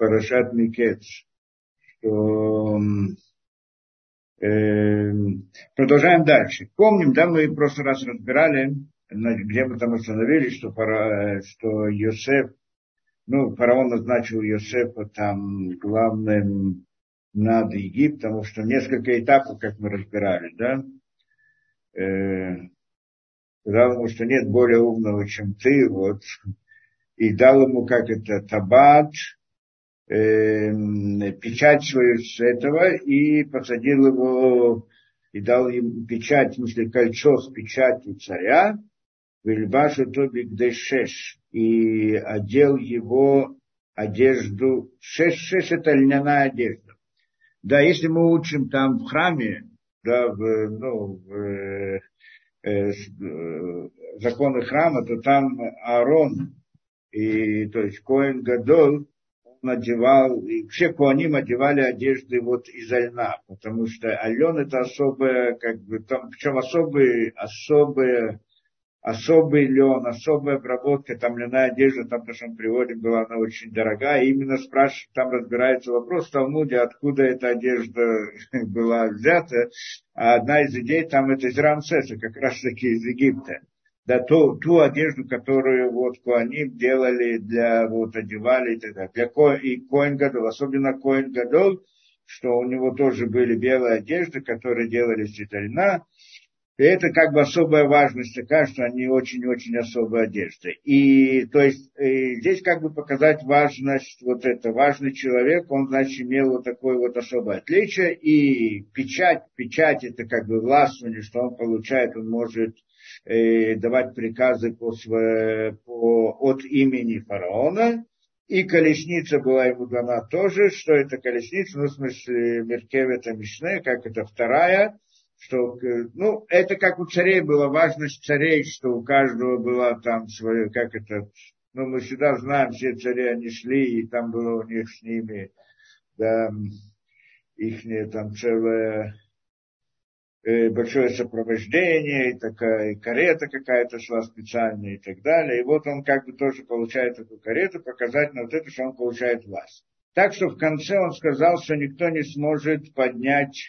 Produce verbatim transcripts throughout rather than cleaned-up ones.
Парашат Микец, что э, продолжаем дальше. Помним, да, мы в прошлый раз разбирали, где мы там остановились, что, пара, что Йосеф, ну, фараон назначил Йосефа там главным над Египтом, потому что несколько этапов, как мы разбирали, да, э, сказал ему, что нет более умного, чем ты, вот, и дал ему, как это, табат, э, печать свою с этого, и посадил его, и дал ему печать, в смысле, кольцо с печатью царя, Вильбашу Тоби Гдешеш, и одел его одежду, шеш, шеш это льняная одежда. Да, если мы учим там в храме, да, в, ну, в, э, э, законы храма, то там Аарон, и, то есть Коэн Гадол, он одевал, и все коаним одевали одежды вот из льна, потому что лен это особое, как бы, там, причем особые, особые, особый лен, особая обработка, там льняная одежда, там, то, что он приводит, была она очень дорогая, и именно спрашивают, там разбирается вопрос в Талмуде, откуда эта одежда была взята, а одна из идей там это из Рамсеса, как раз таки из Египта. Да, ту, ту одежду, которую вот Коаним делали для, вот, одевали и так далее. Для Ко, и Коэн Гадол, особенно Коэн Гадол, что у него тоже были белые одежды, которые делались из льна. И это как бы особая важность такая, что они очень-очень особые одежды. И то есть и здесь как бы показать важность, вот это, важный человек, он, значит, имел вот такое вот особое отличие. И печать, печать это как бы властвование, что он получает, он может э, давать приказы по, по, от имени фараона. И колесница была ему дана тоже, что это колесница, ну, в смысле, Меркевета Мишне, как это вторая, что, ну, это как у царей была важность царей, что у каждого была там свое, как это, ну, мы всегда знаем, все цари, они шли, и там было у них с ними, да, ихнее там целое э, большое сопровождение, и такая и карета какая-то шла специальная и так далее. И вот он как бы тоже получает эту карету, показать на вот это, что он получает власть. Так что в конце он сказал, что никто не сможет поднять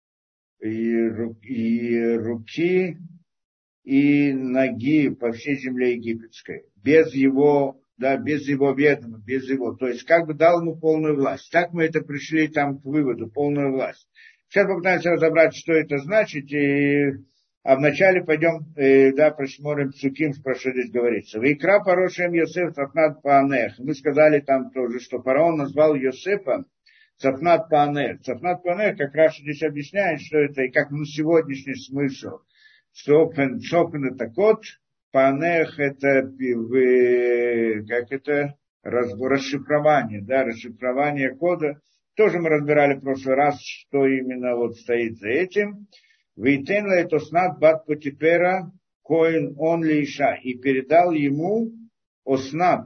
И, и руки, и ноги по всей земле египетской, без его, да, без его ведома, без его, то есть как бы дал ему полную власть. Так мы это пришли там к выводу, полную власть. Сейчас попытаемся разобрать, что это значит, и, а вначале пойдем, э, да, просмотрим Псуким, про что здесь говорится. Вейкра порошем Йосеф Сафнат Паанех. Мы сказали там тоже, что фараон назвал Йосефа Цафнат Паанех. Цафнат Паанех как раз здесь объясняет, что это, и как ну, сегодняшний смысл. Цофен, цофен это код, Паанех это, как это, расшифрование, да, расшифрование кода. Тоже мы разбирали в прошлый раз, что именно вот стоит за этим. Вейтенла это Оснат бат Потипера, коин он лиша, и передал ему Оснат,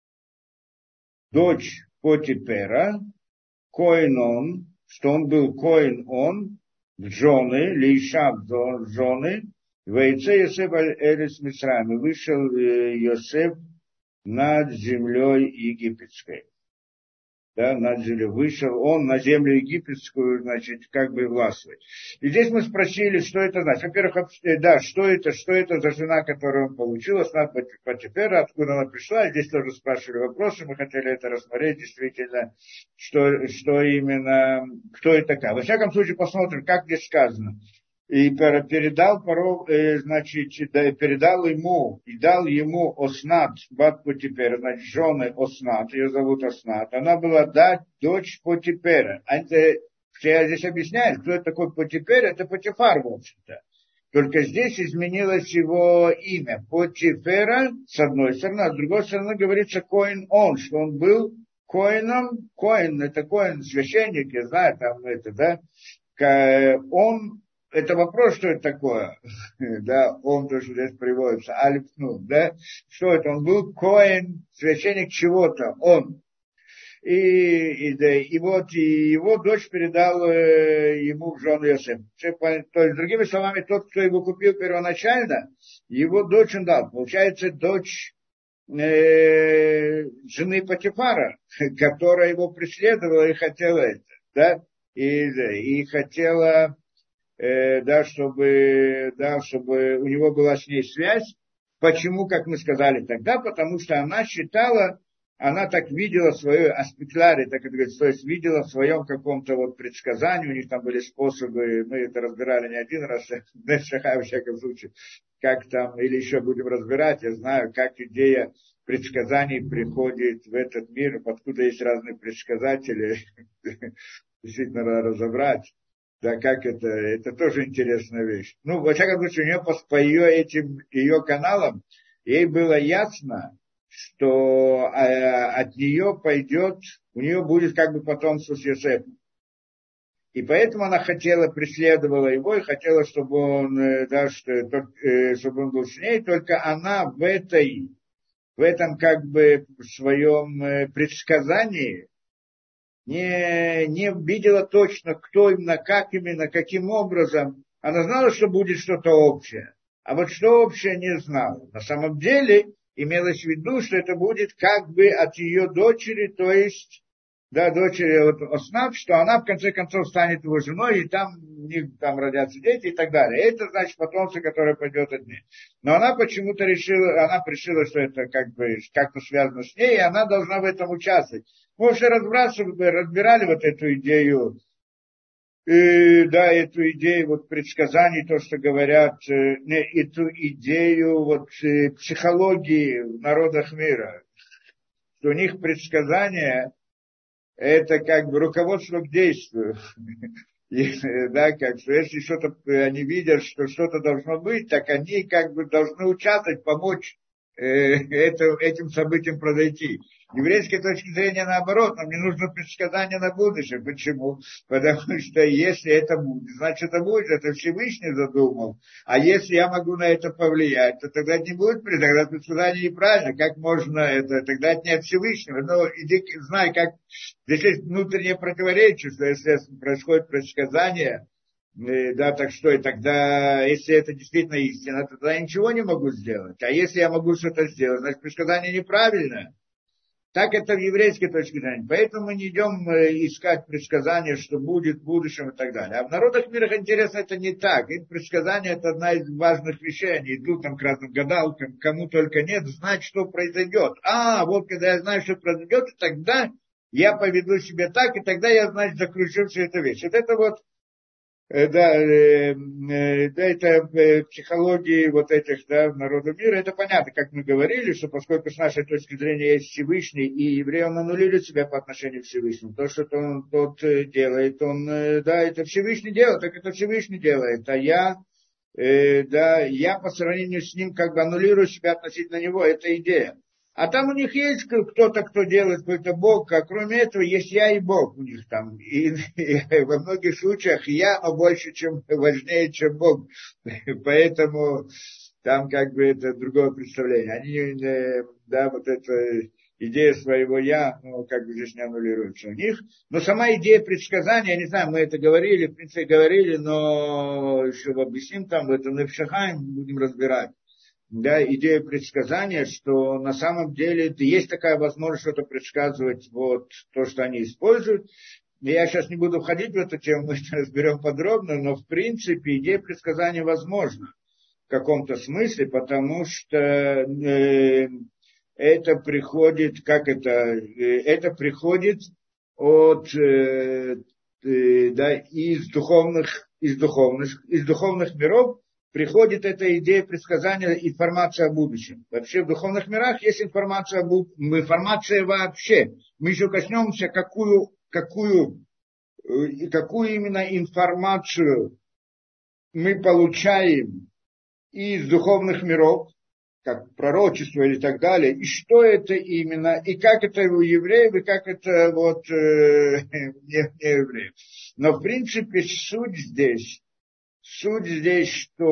дочь Потипера, Коин он, что он был Коин он, в жены, Лиша в жены, Вейце Йосеф Эрес Мисраим, и вышел Йосеф над землей египетской. Да, над землей. Вышел он на землю египетскую, значит, как бы властвовать. И здесь мы спросили, что это значит. Во-первых, да, что это, что это за жена, которую он получил, Аснат Потипера, откуда она пришла. Здесь тоже спрашивали вопросы, мы хотели это рассмотреть, действительно, что, что именно, кто это такая. Во всяком случае, посмотрим, как здесь сказано. И передал, значит, передал ему, и дал ему Оснат, бат Потипера, значит, жены Оснат, ее зовут Оснат. Она была дать дочь Потипера. Это, я здесь объясняю, кто это такой Потипер, это Потифар, в общем-то. Только здесь изменилось его имя. Потифера, с одной стороны, а с другой стороны говорится Коин он, что он был Коином. Коин, это Коин, священник, я знаю, там это, да. Он Это вопрос, что это такое, да, он тоже здесь приводится, алипну, да, что это, он был коэн, священник чего-то, он, и, и, да, и вот, и его дочь передал э, ему в жену Йосеф, то есть, другими словами, тот, кто его купил первоначально, его дочь он дал, получается, дочь, э, жены Патифара, которая его преследовала и хотела это, да, и, и хотела, э, да, чтобы, да, чтобы у него была с ней связь. Почему, как мы сказали тогда? Потому что она считала, она так видела свое аспекляре, так это говорится, то есть видела в своем каком-то вот предсказании, у них там были способы, мы это разбирали не один раз, во всяком случае, как там, или еще будем разбирать, я знаю, как идея предсказаний приходит в этот мир, откуда есть разные предсказатели, действительно надо разобрать. Да, как это, это тоже интересная вещь. Ну, во всяком случае, у нее по, по ее этим, ее каналам, ей было ясно, что э, от нее пойдет, у нее будет как бы потомство с Йосефом. И поэтому она хотела, преследовала его и хотела, чтобы он, э, да, что, э, чтобы он был с ней, только она в этой, в этом как бы своем э, предсказании, Не, не видела точно, кто именно, как именно, каким образом. Она знала, что будет что-то общее. А вот что общее не знала. На самом деле имелось в виду, что это будет как бы от ее дочери, то есть, да, дочери вот, Оснав, что она в конце концов станет его женой, и там у них там родятся дети и так далее. Это значит потомство, которое пойдет от нее. Но она почему-то решила, она решила, что это как бы как-то связано с ней, и она должна в этом участвовать. Мы уже разбрасывали, разбирали вот эту идею, э, да, эту идею вот предсказаний, то, что говорят, э, эту идею вот э, психологии в народах мира, что у них предсказания это как бы руководство к действию. И, да, как что если что-то они видят, что что-то должно быть, так они как бы должны участвовать, помочь э, это, этим событиям произойти. С еврейской точки зрения наоборот, нам не нужно предсказание на будущее. Почему? Потому что если это будет, значит это будет, это Всевышний задумал. А если я могу на это повлиять, то тогда не будет, тогда предсказание неправильно. Как можно это? Тогда это не от Всевышнего. Но иди, знай, как здесь есть внутреннее противоречие, что если происходит предсказание, да, так что, и тогда, если это действительно истина, то тогда я ничего не могу сделать. А если я могу что-то сделать, значит предсказание неправильное. Так это в еврейской точке зрения. Поэтому мы не идем искать предсказания, что будет в будущем и так далее. А в народах мира, интересно, это не так. Им предсказание – это одна из важных вещей. Они идут там к разным гадалкам, кому только нет, знать, что произойдет. А, вот когда я знаю, что произойдет, тогда я поведу себя так, и тогда я, значит, закручу всю эту вещь. Вот это вот, э, да, э, э, да, это э, психологии вот этих, да, народов мира, это понятно, как мы говорили, что поскольку с нашей точки зрения есть Всевышний, и евреи, он аннулирует себя по отношению к Всевышнему. То, что он тот делает, он, э, да, это Всевышний делает, так это Всевышний делает, а я, э, да, я по сравнению с ним как бы аннулирую себя относительно него, это идея. А там у них есть кто-то, кто делает какой-то Бог, а кроме этого есть я и Бог у них там. И, и во многих случаях я больше, чем важнее, чем Бог. Поэтому там как бы это другое представление. Они, да, вот эта идея своего я, ну, как бы здесь не аннулируется у них. Но сама идея предсказания, я не знаю, мы это говорили, в принципе говорили, но еще объясним там, в этом Невшахайм будем разбирать. Да, идея предсказания, что на самом деле есть такая возможность что-то предсказывать, вот то, что они используют. Я сейчас не буду входить в эту тему, мы это разберем подробно, но в принципе идея предсказания возможна в каком-то смысле, потому что э, это приходит, как это, э, это приходит от, э, э, да, из духовных, из духовных, из духовных миров, приходит эта идея предсказания, информация о будущем. Вообще в духовных мирах есть информация о будущем, информация вообще. Мы еще коснемся, какую, какую, какую именно информацию мы получаем из духовных миров, как пророчество или так далее, и что это именно, и как это у евреев, и как это вот э, не, не евреев. Но в принципе суть здесь, Суть здесь,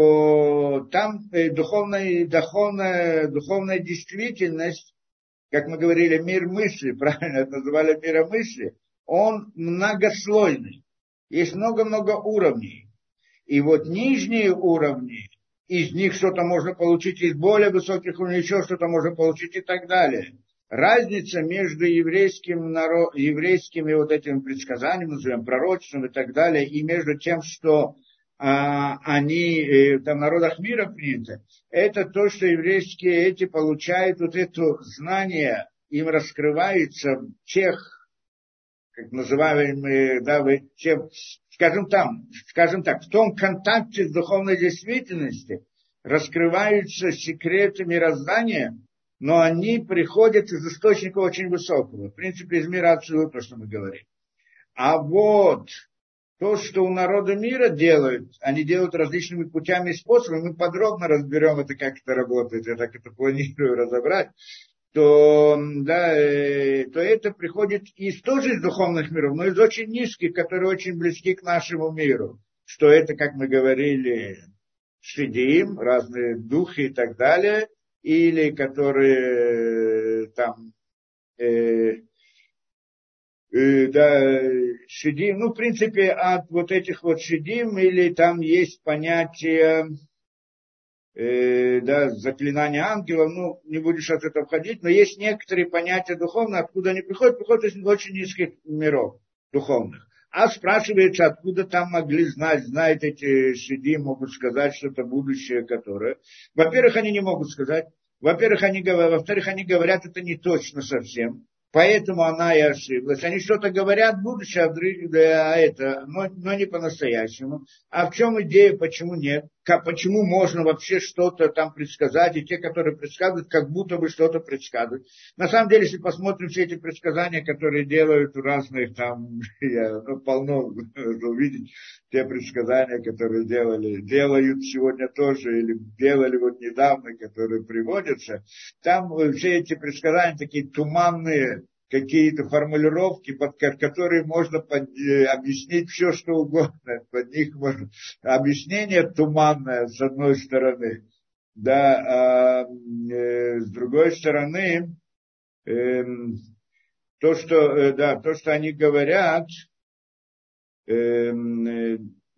что там духовная, духовная, духовная действительность, как мы говорили, мир мысли, правильно это называли миром мысли, он многослойный. Есть много-много уровней. И вот нижние уровни, из них что-то можно получить, из более высоких уровней еще что-то можно получить и так далее. Разница между еврейским народ, еврейскими вот этими предсказаниями, назовем, пророчеством и так далее, и между тем, что а, они э, там в народах мира приняты, это то, что еврейские эти получают вот это знание, им раскрывается в тех, как называемые, да, в чем, скажем там, скажем так, в том контакте с духовной действительностью раскрываются секреты мироздания, но они приходят из источника очень высокого. В принципе, из мира отсюда то, что мы говорим. А вот то, что у народа мира делают, они делают различными путями и способами, мы подробно разберем это, как это работает, я так это планирую разобрать, то, да, то это приходит из тоже из духовных миров, но из очень низких, которые очень близки к нашему миру. Что это, как мы говорили, шидиим, разные духи и так далее, или которые там, э, э, да, шидим, ну, в принципе, от вот этих вот шидим, или там есть понятие, э, да, заклинания ангелов, ну, не будешь от этого входить, но есть некоторые понятия духовные, откуда они приходят, приходят из очень низких миров духовных. А спрашивается, откуда там могли знать, знают эти шиди, могут сказать что-то будущее, которое. Во-первых, они не могут сказать. Во-первых, они говорят, во-вторых, они говорят это не точно совсем. Поэтому она и ошиблась. Они что-то говорят будущее, а это, но, но не по-настоящему. А в чем идея, почему нет? Как, почему можно вообще что-то там предсказать? И те, которые предсказывают, как будто бы что-то предсказывают. На самом деле, если посмотрим все эти предсказания, которые делают у разных там, я ну, полно увидеть те предсказания, которые делали, делают сегодня тоже, или делали вот недавно, которые приводятся, там все эти предсказания такие туманные, какие-то формулировки, под которые можно под, э, объяснить все, что угодно. Под них можно... Объяснение туманное, с одной стороны. Да, а э, с другой стороны, э, то, что, э, да, то, что они говорят, э, э,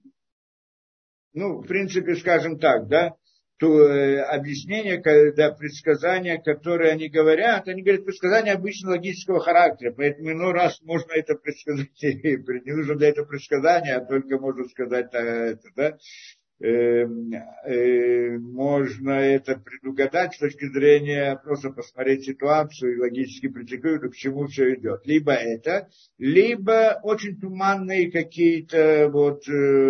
ну, в принципе, скажем так, да, то э, объяснение, когда предсказания, которые они говорят, они говорят предсказания обычно логического характера, поэтому иной раз можно это предсказать, не нужно для этого предсказания, а только можно сказать это, да, э, э, можно это предугадать с точки зрения просто посмотреть ситуацию и логически притыкнуть, к чему все идет. Либо это, либо очень туманные какие-то вот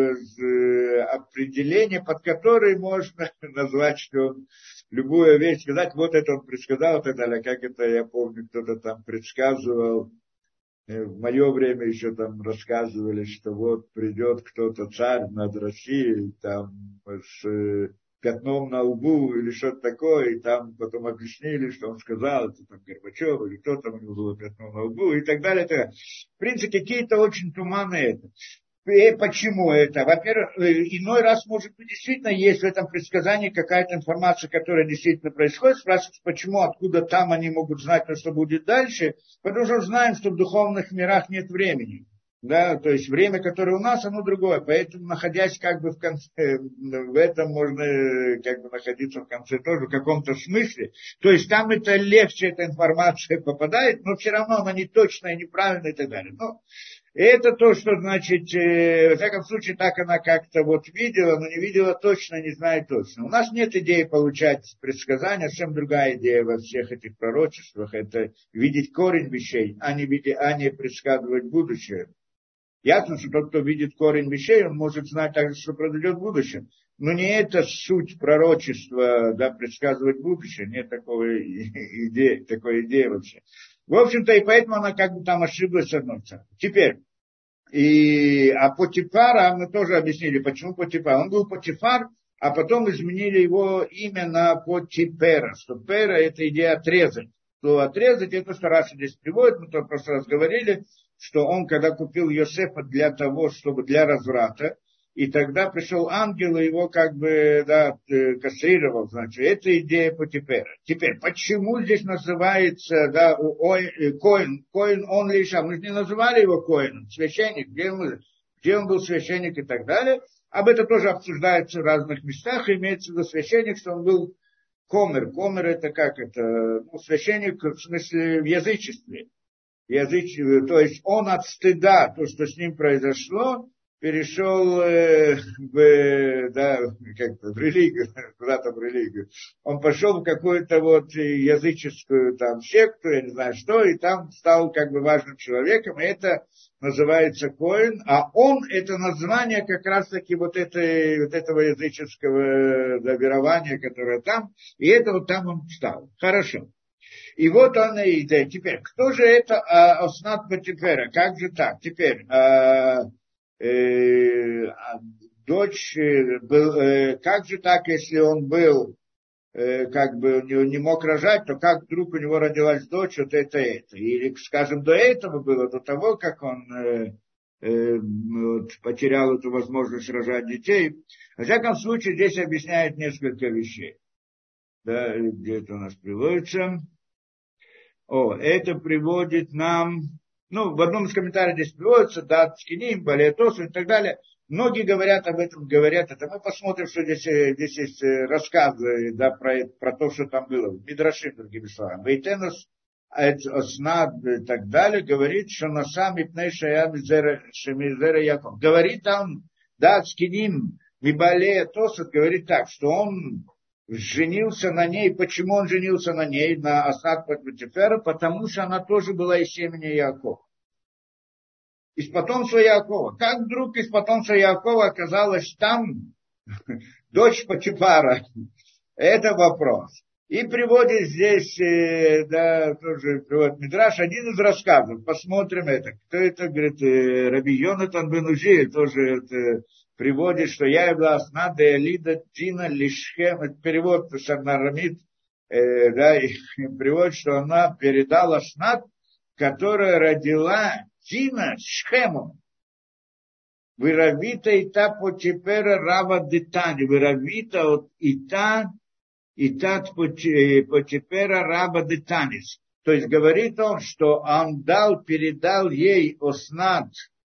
э, определения, под которые можно назвать, что он любую вещь сказать, вот это он предсказал, вот это, а как это, я помню, кто-то там предсказывал. В мое время еще там рассказывали, что вот придет кто-то царь над Россией, там с э, пятном на лбу или что-то такое, и там потом объяснили, что он сказал, это там Горбачев или кто там, у него было пятно на лбу и так далее. Это, в принципе, какие-то очень туманные это. И почему это? Во-первых, иной раз, может быть, действительно есть в этом предсказании какая-то информация, которая действительно происходит. Спрашивается, почему, откуда там они могут знать, что будет дальше. Потому что знаем, что в духовных мирах нет времени. Да, то есть время, которое у нас, оно другое. Поэтому, находясь как бы в конце, в этом можно как бы находиться в конце тоже в каком-то смысле. То есть там это легче, эта информация попадает, но все равно она не точная, неправильная и так далее. Но это то, что, значит, э, во всяком случае, так она как-то вот видела, но не видела точно, не знает точно. У нас нет идеи получать предсказания, совсем другая идея во всех этих пророчествах. Это видеть корень вещей, а не, видеть, а не предсказывать будущее. Ясно, что тот, кто видит корень вещей, он может знать также, что произойдет в будущем. Но не это суть пророчества, да, предсказывать будущее. Нет такой идеи, такой идеи вообще. В общем-то, и поэтому она как бы там ошиблась с одной стороны. Теперь, и, а Потифара мы тоже объяснили, почему Потифар. Он был Потифар, а потом изменили его имя на Потипера. Что пера – это идея отрезать. Слово отрезать – это что Раши здесь приводит, мы то в прошлый раз говорили, что он, когда купил Йосефа для того, чтобы для разврата, и тогда пришел ангел и его как бы, да, кастрировал, значит, это идея Потипера. Теперь, почему здесь называется, да, Коэн, Коэн он лишь, а мы же не называли его Коэном, священник, где он, где он был священник и так далее, Об этом тоже обсуждается в разных местах, и имеется в виду священник, что он был комер. Комер это как это? Ну, священник в смысле в язычестве. Языч... То есть он от стыда, то, что с ним произошло, перешел э, в, да, как-то в религию, куда-то в религию. Он пошел в какую-то вот языческую там секту, я не знаю что, и там стал как бы важным человеком, и это называется Коэн, а он это название как раз-таки вот, этой, вот этого языческого да, верования, которое там, и это вот там он стал. Хорошо. И вот он и да, теперь, кто же это а, Оснат Потифера? Как же так? Теперь, а, э, дочь, был, э, как же так, если он был, э, как бы не, не мог рожать, то как вдруг у него родилась дочь, вот это, это. Или, скажем, до этого было, до того, как он э, э, вот, потерял эту возможность рожать детей. Во всяком случае, здесь объясняет несколько вещей. Да, где это у нас приводится? О, это приводит нам, ну, в одном из комментариев здесь приводится, да, Скиним, Балиатосу и так далее. Многие говорят об этом, говорят это. Мы посмотрим, что здесь, здесь есть рассказы, да, про, про то, что там было. Мидрашим, другими словами. Вейтенус, Оснад и так далее, говорит, что на сами Пнейшая Шемизера Яков. Говорит там, да, Скиним, Балиатосу, говорит так, что он женился на ней. Почему он женился на ней, на Оснат Потифера? Потому что она тоже была из семени Якова. Из потомства Якова. Как вдруг из потомства Якова оказалась там дочь Потифара? Это вопрос. И приводит здесь, да, тоже приводит Мидраш, один из рассказов. Посмотрим это. Кто это? Говорит, Раби Йонатан бен Узи, тоже это приводит, что я была Оснат де Элида Тина Лишхем. Это перевод Шарнарамид, э, да, и приводит, что она передала Оснат, которая родила Тина Шхему. Выравита и та Потифера Рава Детани. Выравита от Ита Итат Потифера Раба Детанис. То есть говорит он, что он дал, передал ей Оснат,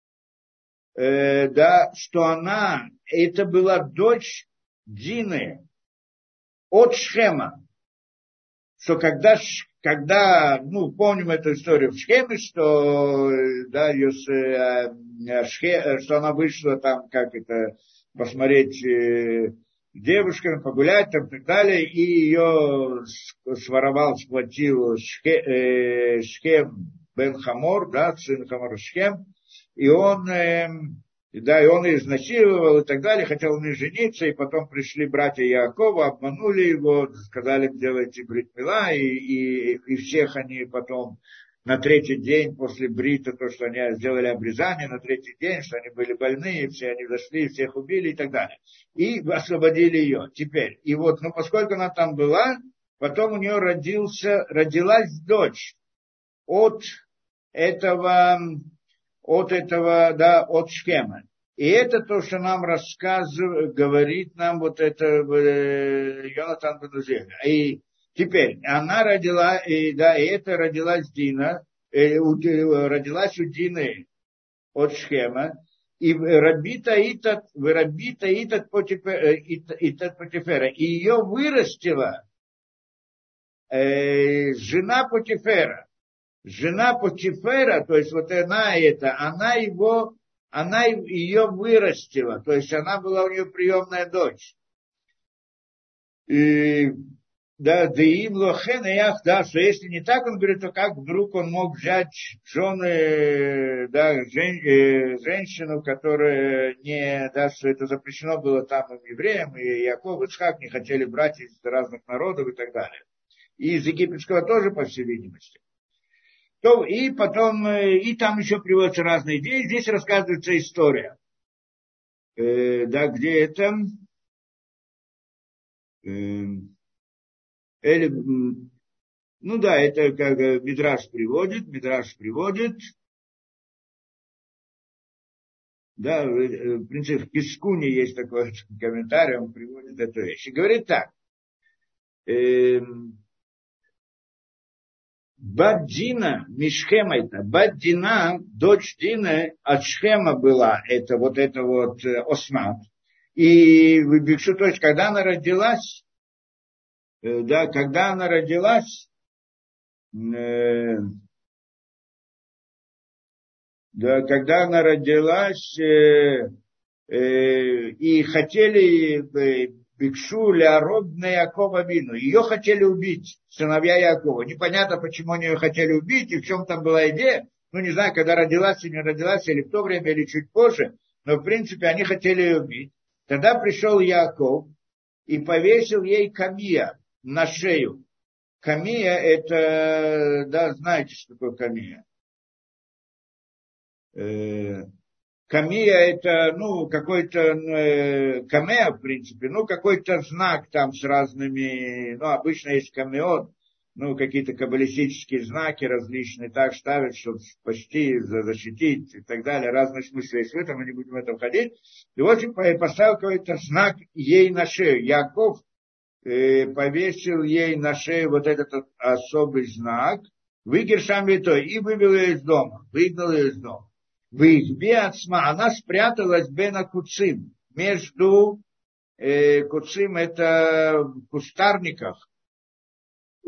э, да, что она, это была дочь Дины от Шхема. Что когда, когда, ну, помним эту историю в Шхеме, что, да, ее, э, Шхе, что она вышла там, как это, посмотреть э, девушками, погулять там и так далее, и ее своровал, схватил Шхе, э, Шхем бен Хамор, да, сын Хамора Шхем, и он, э, да, и он ее изнасиловал и так далее, хотел на ней жениться, и потом пришли братья Яакова, обманули его, сказали, делайте брит мила, и, и, и всех они потом на третий день после брита, то, что они сделали обрезание, на третий день, что они были больны, и все они зашли, всех убили и так далее. И освободили ее. Теперь, и вот, ну, поскольку она там была, потом у нее родился, родилась дочь от этого, от этого, да, от Шхема. И это то, что нам рассказывает, говорит нам вот это э, Йонатан бен Узи. И теперь, она родила, и, да, и это родилась Дина, э, у, родилась у Дины от Шхема, и Рабита Итат, Рабита Итат Потифера, и ее вырастила э, жена Потифера. Жена Потифера, то есть вот она это, она его, она ее вырастила, то есть она была у нее приемная дочь. И да, да им лохен и ях, да, что если не так, он говорит, то как вдруг он мог взять жены, да, жен, э, женщину, которая не, да, что это запрещено было там и евреям, и Яков, и Ицхак не хотели брать из разных народов и так далее. И из египетского тоже, по всей видимости. То, и потом, и там еще приводятся разные идеи, здесь рассказывается история, э, да, где это, э, Или, ну да, это как Мидраш приводит, Мидраш приводит, да, в принципе, в Пискуне есть такой комментарий, он приводит эту вещь. И говорит так, э, Бад-Дина, Мишхема это, Бад-Дина, дочь Дины от Шхема была, это вот это вот Оснат. И в Бикшу, то есть, когда она родилась, э, да, когда она родилась, э, да, когда она родилась, э, э, и хотели э, Бикшу Леород на Якова Вину. Ее хотели убить, сыновья Якова. Непонятно, почему они ее хотели убить, и в чем там была идея. Ну, не знаю, когда родилась или не родилась, или в то время, или чуть позже. Но, в принципе, они хотели ее убить. Тогда пришел Яков и повесил ей камия на шею. Камия, это, да, знаете, что такое камия. Э, Камия это, ну, какой-то, э, камеа, в принципе, ну, какой-то знак там с разными, ну, обычно есть камеот, ну, какие-то каббалистические знаки различные, так ставят, чтобы спасти, защитить и так далее, разные смыслы есть в этом, мы не будем в этом ходить. И вот поставил какой-то знак ей на шею. Яков э, повесил ей на шею вот этот особый знак, выкершам витой, и вывел ее из дома, выгнал ее из дома. В избе отсма, она спряталась бена куцим, между э, куцим это в кустарниках, э,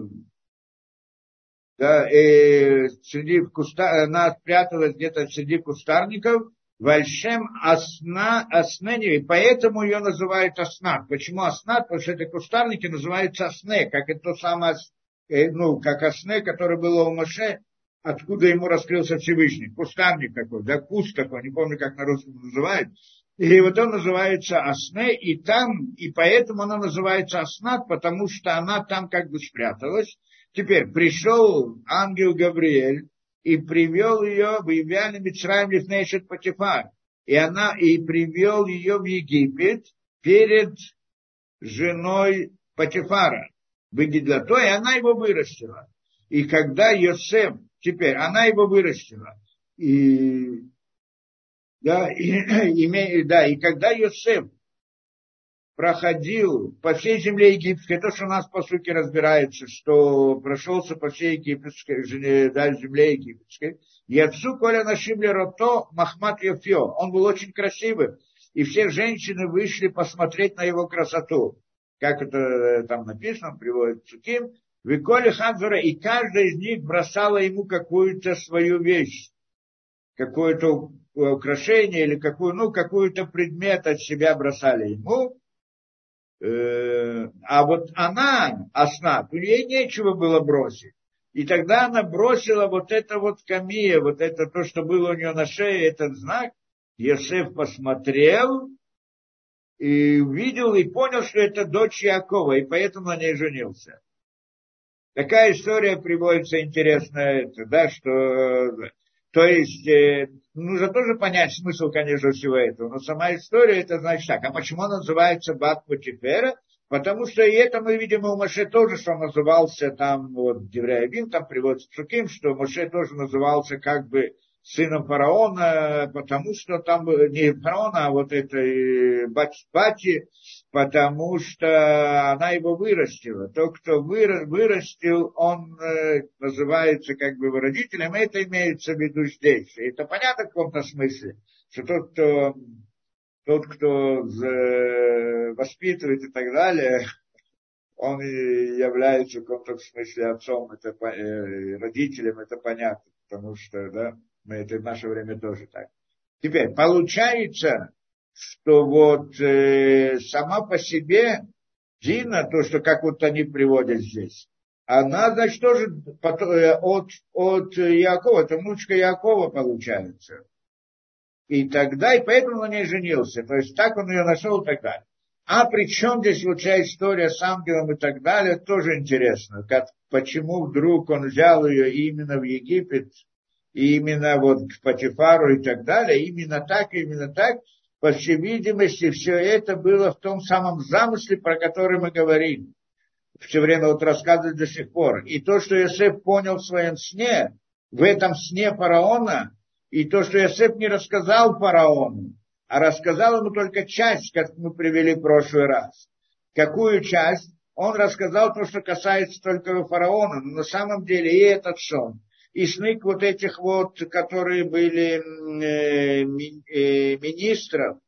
да, э, среди куста, она спряталась где-то среди кустарников, вальшем асна, аснени, поэтому ее называют аснат. Почему аснат? Потому что эти кустарники называются асне, как это то самое, э, ну, как асне, которое было у Моше, откуда ему раскрылся Всевышний. Кустарник такой, да, куст такой, не помню, как на русском называют. И вот он называется Асне, и там, и поэтому она называется Аснат, потому что она там как бы спряталась. Теперь пришел ангел Гавриэль и привел ее в Ивиане Мицраим Лифнейшет Патифар. И она, и привел ее в Египет перед женой Патифара. Выгидла-то, и она его вырастила. И когда Йосеф, теперь она его вырастила, и, да, и, и, да, и когда Йосеф проходил по всей земле египетской, то, что у нас по сути разбирается, что прошелся по всей египетской, да, земле египетской, Яцу Коля Нашим Лерото Махмат Йофьо, он был очень красивым, и все женщины вышли посмотреть на его красоту. Как это там написано, приводит Цуким, Виколи Ханзура, и каждая из них бросала ему какую-то свою вещь, какое-то украшение или какую, ну, какую-то предмет от себя бросали ему. А вот она, Аснат, у нее нечего было бросить. И тогда она бросила вот это вот камия, вот это то, что было у нее на шее, этот знак. Йосеф посмотрел и увидел, и понял, что это дочь Якова, и поэтому на ней женился. Такая история приводится интересная, это, да, что, то есть, э, нужно тоже понять смысл, конечно, всего этого, но сама история, это значит так, а почему он называется Бат Патифера? Потому что и это мы видим у Моше тоже, что он назывался там, вот, Девреявим, там приводится Цуким, что Моше тоже назывался как бы сыном фараона, потому что там не фараона, а вот этой Бати, потому что она его вырастила. Тот, кто вырастил, он э, называется как бы его родителем, и это имеется в виду здесь. И это понятно в каком-то смысле, что тот, кто, тот, кто э, воспитывает и так далее, он и является в каком-то смысле отцом, это, э, родителем, это понятно, потому что, да, мы это в наше время тоже так. Теперь, получается, что вот э, сама по себе Дина, то, что как вот они приводят здесь, она, значит, тоже от, от Якова, это внучка Якова получается. И тогда, и поэтому он на ней женился. То есть так он ее нашел и так далее. А при чем здесь вот вся история с ангелом и так далее, тоже интересно. Как, почему вдруг он взял ее именно в Египет, и именно вот к Патифару и так далее, именно так, именно так. По всей видимости, все это было в том самом замысле, про который мы говорим. Все время вот рассказывают до сих пор. И то, что Йосеф понял в своем сне, в этом сне фараона, и то, что Йосеф не рассказал фараону, а рассказал ему только часть, как мы привели в прошлый раз. Какую часть? Он рассказал то, что касается только фараона, но на самом деле и этот сон, и сны вот этих вот, которые были э, ми, э, министров,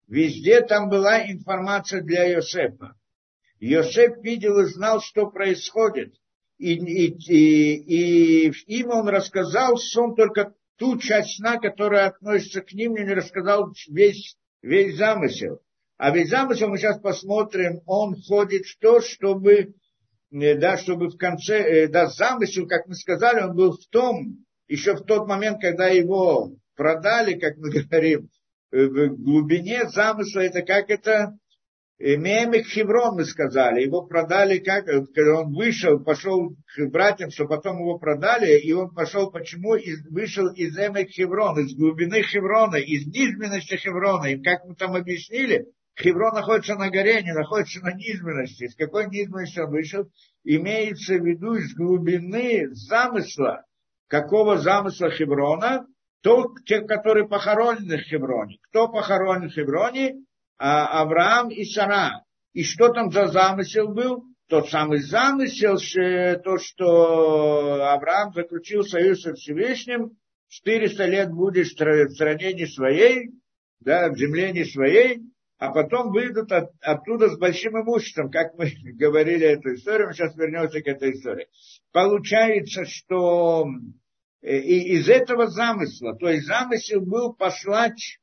везде там была информация для Йосефа. Йосеф видел и знал, что происходит. И, и, и, и им он рассказал сон, только ту часть сна, которая относится к ним, и не рассказал весь, весь замысел. А весь замысел мы сейчас посмотрим, он входит в то, чтобы, да, чтобы в конце, да, замысел, как мы сказали, он был в том, еще в тот момент, когда его продали, как мы говорим, в глубине замысла, это как это, Мемик Хеврон, мы сказали, его продали, как, когда он вышел, пошел к братьям, что потом его продали, и он пошел, почему, из, вышел из Эмек Хеврон, из глубины Хеврона, из низменности Хеврона, и как мы там объяснили, Хеврон находится на горе, не находится на низменности. Из какой низменности он вышел? Имеется в виду из глубины замысла. Какого замысла Хеврона? Тот, те, которые похоронены в Хевроне. Кто похоронен в Хевроне? А, Авраам и Сара. И что там за замысел был? Тот самый замысел, то, что Авраам заключил союз со Всевышним, четыреста лет будешь в стране не своей, да, в земле не своей, а потом выйдут от, оттуда с большим имуществом, как мы говорили эту историю, мы сейчас вернемся к этой истории. Получается, что и из этого замысла, то есть замысел был послать,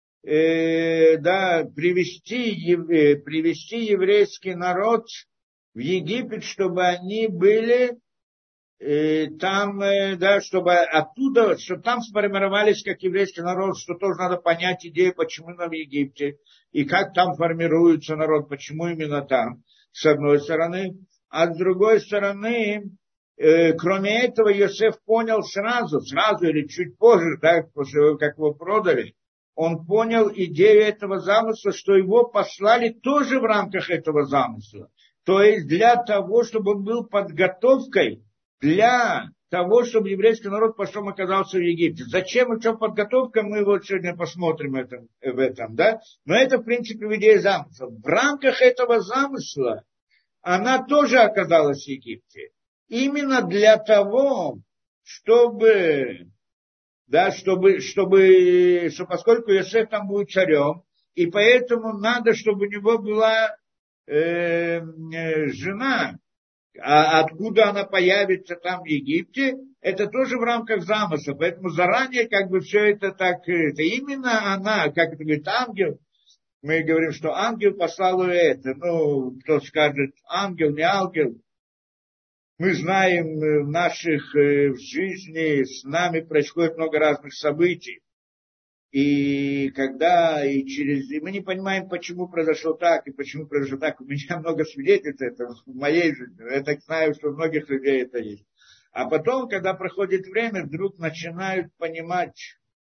э, да, привести, э, привести еврейский народ в Египет, чтобы они были э, там, э, да, чтобы оттуда, чтобы там сформировались как еврейский народ, что тоже надо понять идею, почему мы в Египте, и как там формируется народ, почему именно там, с одной стороны. А с другой стороны, э, кроме этого, Йосеф понял сразу, сразу или чуть позже, да, после того, как его продали, он понял идею этого замысла, что его послали тоже в рамках этого замысла. То есть для того, чтобы он был подготовкой для того, чтобы еврейский народ потом оказался в Египте. Зачем и чем подготовка, мы вот сегодня посмотрим это, в этом, да? Но это, в принципе, идея замысла. В рамках этого замысла она тоже оказалась в Египте. Именно для того, чтобы, да, чтобы, чтобы, что поскольку Йосеф там будет царем, и поэтому надо, чтобы у него была э, э, жена. А откуда она появится там в Египте, это тоже в рамках замысла. Поэтому заранее как бы все это так, это именно она, как это говорит ангел, мы говорим, что ангел послал это. Ну, кто скажет ангел, не ангел. Мы знаем в наших в жизни, с нами происходит много разных событий. И когда и через... И мы не понимаем, почему произошло так, и почему произошло так. У меня много свидетельств этого в моей жизни. Я так знаю, что у многих людей это есть. А потом, когда проходит время, вдруг начинают понимать,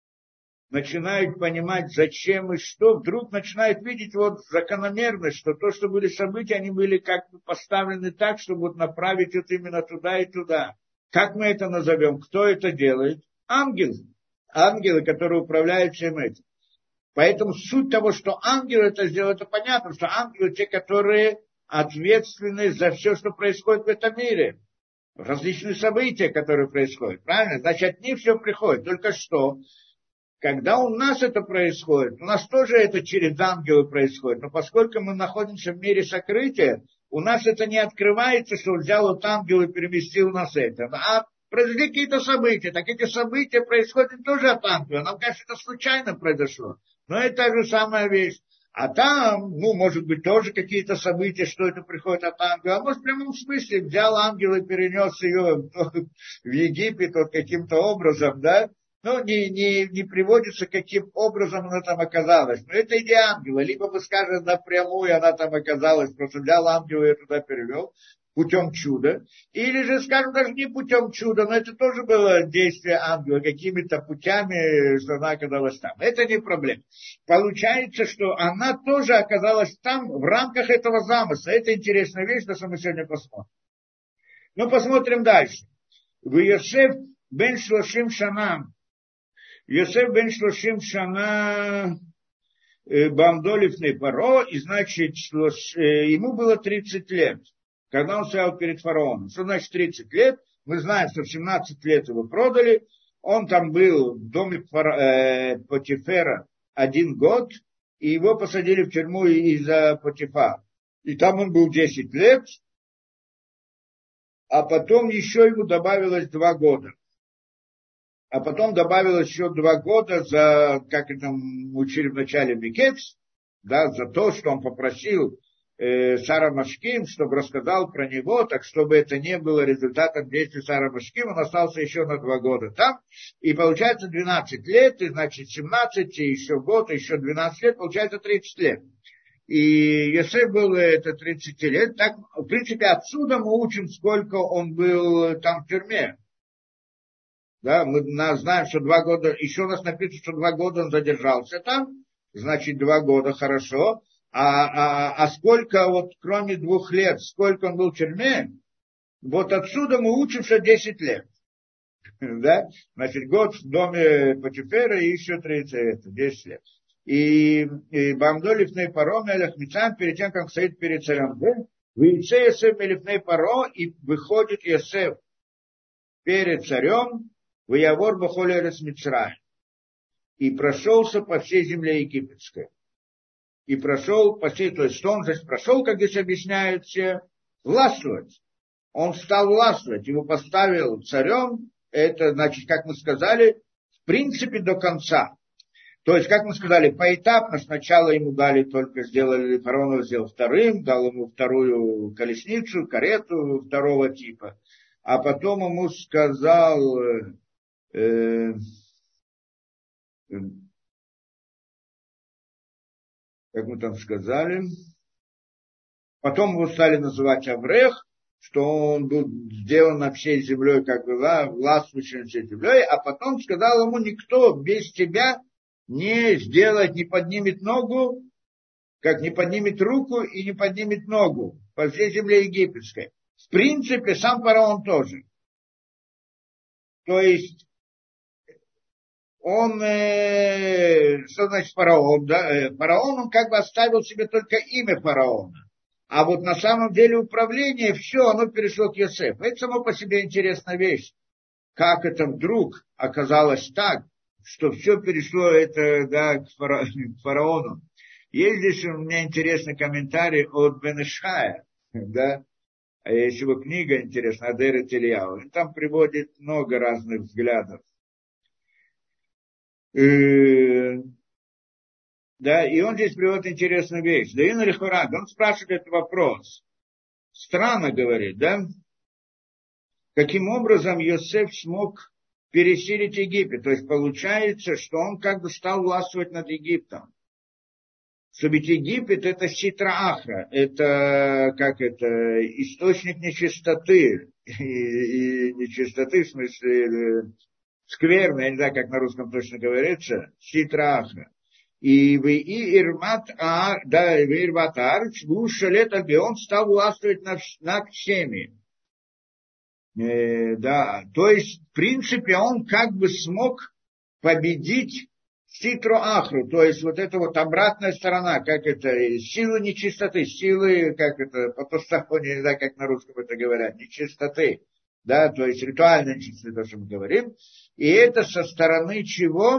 начинают понимать, зачем и что, вдруг начинают видеть вот закономерность, что то, что были события, они были как бы поставлены так, чтобы вот направить вот именно туда и туда. Как мы это назовем? Кто это делает? Ангел. Ангелы, которые управляют всем этим. Поэтому суть того, что ангелы это сделают, это понятно, что ангелы те, которые ответственны за все, что происходит в этом мире. Различные события, которые происходят. Правильно? Значит, от них все приходит. Только что, когда у нас это происходит, у нас тоже это через ангелы происходит. Но поскольку мы находимся в мире сокрытия, у нас это не открывается, что взял вот ангел и переместил нас это. А произошли какие-то события, так эти события происходят тоже от ангела. Нам кажется, это случайно произошло. Но это та же самая вещь. А там, ну, может быть, тоже какие-то события, что это приходит от ангела. А может, в прямом смысле взял ангел и перенес ее в Египет вот каким-то образом, да? Ну, не, не, не приводится, каким образом она там оказалась. Но это идея ангела. Либо мы скажем напрямую, она там оказалась, просто взял ангела и ее туда перевел путем чуда. Или же, скажем, даже не путем чуда, но это тоже было действие ангела, какими-то путями, что она оказалась там. Это не проблема. Получается, что она тоже оказалась там в рамках этого замысла. Это интересная вещь, что мы сегодня посмотрим. Ну, посмотрим дальше. В Йосеф бен Шлошим Шана. Йосеф бен Шлошим Шана Бамдолифный Паро, и значит, ему было тридцать лет. Когда он стоял перед фараоном. Что значит тридцать лет? Мы знаем, что в семнадцать лет его продали. Он там был в доме Потифера один год. и его посадили в тюрьму из-за Потифара. И там он был десять лет, а потом еще ему добавилось два года. А потом добавилось еще два года за, как это учили в начале Микец, да, за то, что он попросил э, Сара Машким, чтобы рассказал про него, так чтобы это не было результатом действий Сара Машким, он остался еще на два года там, и получается двенадцать лет, и значит семнадцать, и еще год, и еще двенадцать лет, получается тридцать лет. И Йосеф был это тридцать лет, так, в принципе, отсюда мы учим, сколько он был там в тюрьме. Да, мы знаем, что два года, еще у нас написано, что два года он задержался там, значит, два года, хорошо. А, а, а сколько, вот кроме двух лет, сколько он был в тюрьме, вот отсюда мы учим, что десять лет. Да? Значит, год в доме Потифера и еще тридцать, десять лет. И, и Бамдо лифней паро мелех Мицраим, перед тем, как стоит перед царем, выйдет Йосеф лифней паро, и выходит Йосеф перед царем, в Явор бахоль эрец Мицраим, и прошелся по всей земле египетской. И прошел по всей, то есть что он здесь прошел, как здесь объясняют все, властвовать. Он стал властвовать, его поставил царем, это значит, как мы сказали, в принципе до конца. То есть, как мы сказали, поэтапно сначала ему дали только, сделали, фараон сделал вторым, дал ему вторую колесницу, карету второго типа, а потом ему сказал, э, э, как мы там сказали, потом его стали называть Аврех, что он был сделан над всей землей, как бы, властвующим над всей землей, а потом сказал ему, никто без тебя не сделает, не поднимет ногу, как не поднимет руку и не поднимет ногу по всей земле египетской. В принципе, сам фараон тоже. То есть, он, э, что значит фараон, да? Э, фараон, он как бы оставил себе только имя фараона. А вот на самом деле управление, все, оно перешло к Йосефу. Это само по себе интересная вещь. Как это вдруг оказалось так, что все перешло это, да, к, фара, к фараону. Есть здесь у меня интересный комментарий от Бен Ишхая, да, есть его книга интересная, Адер Ильяу. Он там приводит много разных взглядов. И, да, и он здесь приводит интересную вещь. Да, Ина Лихурак, он спрашивает этот вопрос. Странно говорит, да? Каким образом Йосеф смог пересилить Египет? То есть получается, что он как бы стал властвовать над Египтом. Что ведь Египет это ситра ахра, это, как это, источник нечистоты. И, и нечистоты в смысле скверно, я не знаю, как на русском точно говорится, ситра ахра. И в Ирмат Аар, да, в Ирмат Аар, лет он стал властвовать над, над всеми. Э, да, то есть, в принципе, он как бы смог победить ситру ахру, то есть вот эта вот обратная сторона, как это, силы нечистоты, силы, как это, потусторонние, не знаю, как на русском это говорят, нечистоты, да, то есть ритуальная нечистота, то, что мы говорим, и это со стороны чего?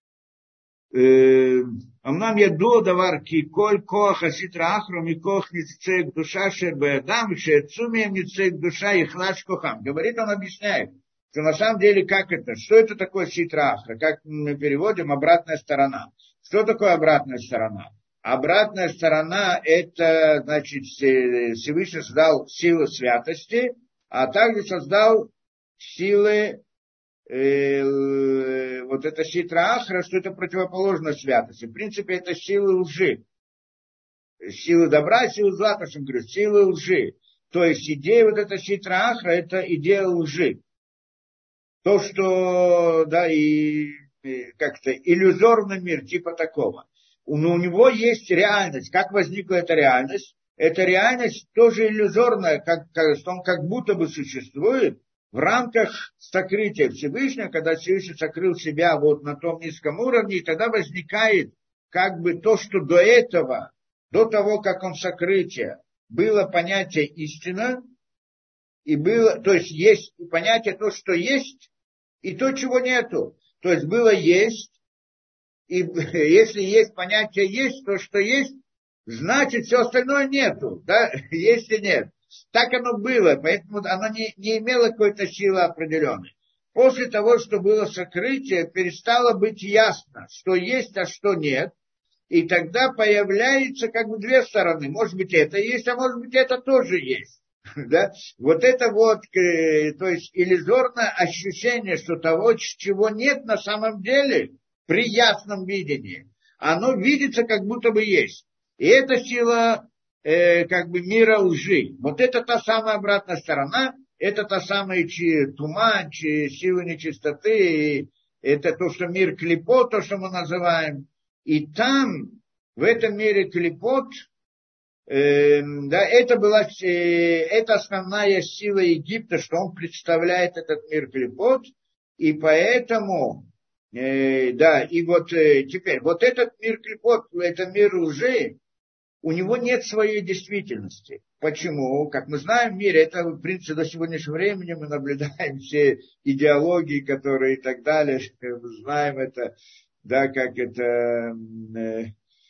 אמנם ידוע דבר כי כל כוח הסטרא אחרא מכוח ניצי קדושה אשר באדם, כשיצאו מהם ניצי קדושה יחלש כוחם. Говорит, он объясняет, что на самом деле как это, что это такое ситра ахра, как мы переводим обратная сторона. Что такое обратная сторона? Обратная сторона это, значит, Всевышний создал силы святости, а также создал силы Э, вот это ситра ахра, что это противоположно святости. В принципе, это силы лжи. Силы добра, силы зла, то, что он говорит, силы лжи. То есть идея вот эта ситра ахра, это идея лжи. То, что, да, и, и как-то иллюзорный мир, типа такого. Но у него есть реальность. Как возникла эта реальность? Эта реальность тоже иллюзорная, как, как, что он как будто бы существует, в рамках сокрытия Всевышнего, когда Всевышний сокрыл себя вот на том низком уровне, и тогда возникает как бы то, что до этого, до того, как он сокрытие, было понятие истина, и было, то есть есть понятие то, что есть, и то, чего нету. То есть было есть, И если есть понятие есть, то что есть, значит все остальное нету, да, есть и нет. Так оно было, поэтому оно не, не имело какой-то силы определенной. После того, что было сокрытие, перестало быть ясно, что есть, а что нет. И тогда появляется как бы две стороны. Может быть, это есть, а может быть, это тоже есть. Да? Вот это вот, э, то есть иллюзорное ощущение, что того, чего нет на самом деле, при ясном видении, оно видится, как будто бы есть. И это сила э, как бы мира лжи. Вот это та самая обратная сторона, это та самая чи, тума, чи, сила нечистоты, это то, что мир клипот, то, что мы называем. И там, в этом мире клипот, э, да, это была э, это основная сила Египта, что он представляет этот мир клипот, и поэтому, э, да, и вот э, теперь, вот этот мир клипот, это мир лжи, у него нет своей действительности. Почему? Как мы знаем в мире, это, в принципе, до сегодняшнего времени мы наблюдаем все идеологии, которые и так далее, мы знаем это, да, как это, э,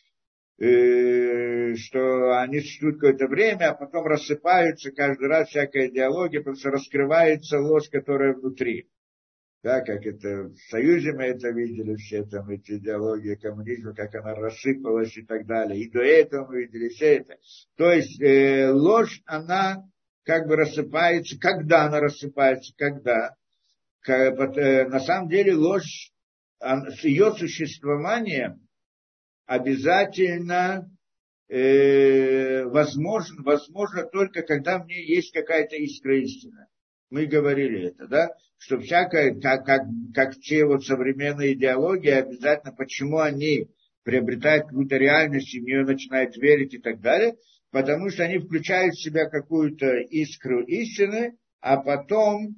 э, что они существуют какое-то время, а потом рассыпаются каждый раз всякая идеология, потому что раскрывается ложь, которая внутри. Да, как это в Союзе мы это видели, все там эти идеологии коммунизма, как она рассыпалась и так далее. И до этого мы видели все это. То есть э, ложь, она как бы рассыпается. Когда она рассыпается? Когда? Как, э, на самом деле ложь, с ее существованием обязательно э, возможно, возможно только когда в ней есть какая-то искра истины. Мы говорили это, да, что всякое, как, как, как те вот современные идеологии, обязательно, почему они приобретают какую-то реальность, и в нее начинают верить и так далее, потому что они включают в себя какую-то искру истины, а потом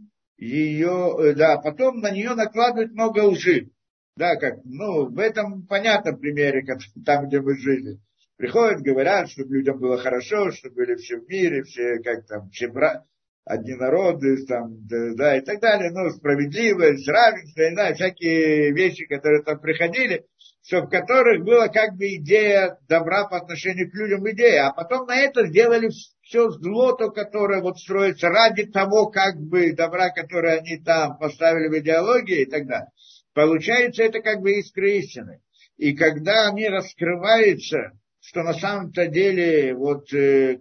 ее, да, потом на нее накладывают много лжи. Да, как, ну, в этом понятном примере, как, там, где мы жили. Приходят, говорят, чтобы людям было хорошо, чтобы были все в мире, все, как там, все бра... одни народы, там, да, да, и так далее, ну, справедливость, равенство, не знаю, всякие вещи, которые там приходили, что в которых была как бы идея добра по отношению к людям, идея, а потом на это сделали все зло, то, которое вот строится ради того, как бы добра, которое они там поставили в идеологии и так далее. Получается, это как бы искра истины. И когда они раскрываются, что на самом-то деле, вот, э,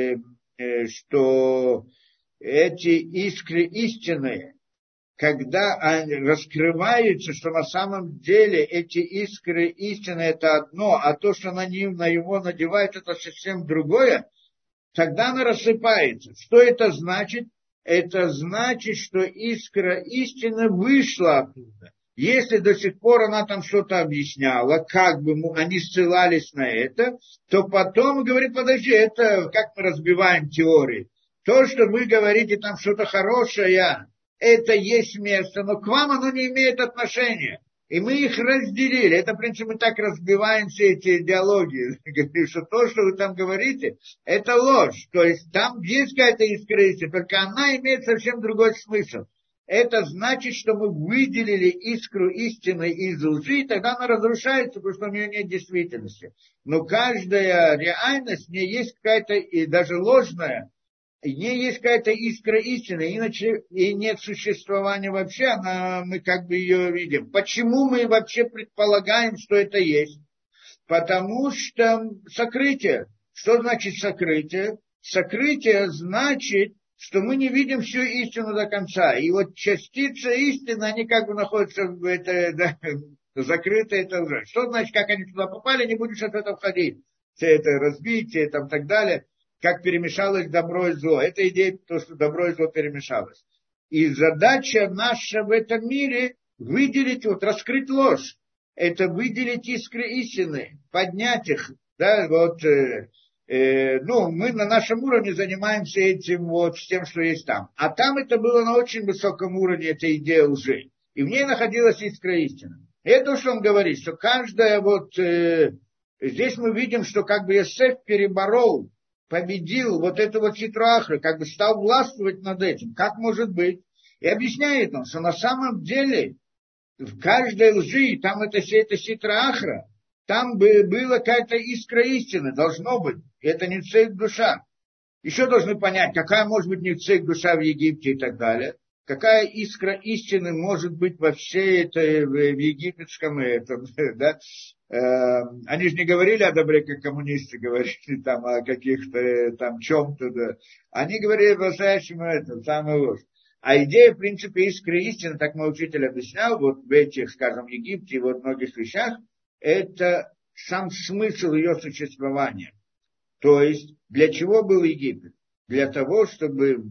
э, что эти искры истины, когда они раскрываются, что на самом деле эти искры истины это одно, а то, что на, ним, на его надевают, это совсем другое, тогда она рассыпается. Что это значит? Это значит, что искра истины вышла оттуда. Если до сих пор она там что-то объясняла, как бы они ссылались на это, то потом говорит, подожди, это как мы разбиваем теории. То, что вы говорите там что-то хорошее, это есть место, но к вам оно не имеет отношения. И мы их разделили. Это, в принципе, мы так разбиваем все эти идеологии. Говорим, что то, что вы там говорите, это ложь. То есть там есть какая-то искра истины, только она имеет совсем другой смысл. Это значит, что мы выделили искру истины из лжи, и тогда она разрушается, потому что у нее нет действительности. Но каждая реальность, в ней есть какая-то, и даже ложная, в ней есть какая-то искра истины, иначе и нет существования вообще, она, мы как бы ее видим. Почему мы вообще предполагаем, что это есть? Потому что сокрытие. Что значит сокрытие? Сокрытие значит, что мы не видим всю истину до конца. И вот частицы истины, они как бы находятся в это, да, закрыто, это уже. Что значит, как они туда попали, не будешь от этого входить. Все это разбитие, там, так далее, как перемешалось добро и зло. Это идея, то, что добро и зло перемешалось. И задача наша в этом мире выделить, вот, раскрыть ложь. Это выделить искры истины, поднять их, да, вот, э, э, ну, мы на нашем уровне занимаемся этим вот, с тем, что есть там. А там это было на очень высоком уровне, эта идея лжи. И в ней находилась искра истины. И это, что он говорит, что каждая вот, э, здесь мы видим, что как бы Йосеф переборол, победил вот эту вот ситру-ахру, как бы стал властвовать над этим. Как может быть? И объясняет он, что на самом деле в каждой лжи, там это все это ситра ахра, там бы была какая-то искра истины, должно быть. Это не цейк душа. Еще должны понять, какая может быть не цейк душа в Египте и так далее. Какая искра истины может быть во всей этой, в, в египетском этом, да? Э, они же не говорили о добре, как коммунисты говорили, там, о каких-то там чем-то, да. Они говорили по-настоящему это, самое ложь. А идея, в принципе, искры истины, так мой учитель объяснял, вот в этих, скажем, Египте и вот многих вещах, это сам смысл ее существования. То есть, для чего был Египет? Для того, чтобы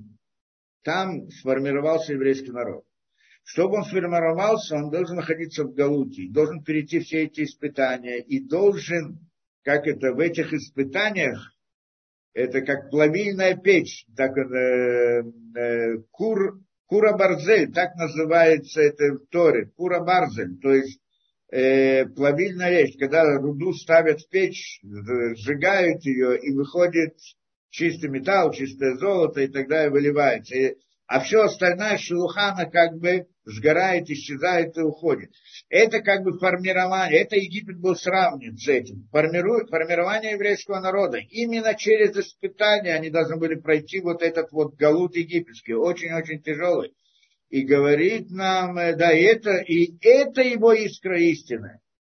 там сформировался еврейский народ. Чтобы он сформировался, он должен находиться в Галуте, должен перейти все эти испытания и должен, как это, в этих испытаниях, это как плавильная печь, так, э, э, кур, кура-барзель, так называется это в Торе, кура-барзель, то есть э, плавильная вещь, когда руду ставят в печь, сжигают ее и выходит чистый металл, чистое золото, и тогда и выливается. И, а все остальное шелуха, она как бы сгорает, исчезает и уходит. Это как бы формирование, это Египет был сравнен с этим. Формирует, формирование еврейского народа. Именно через испытания они должны были пройти вот этот вот галут египетский, очень-очень тяжелый. И говорит нам, да, это, и это его искра истины.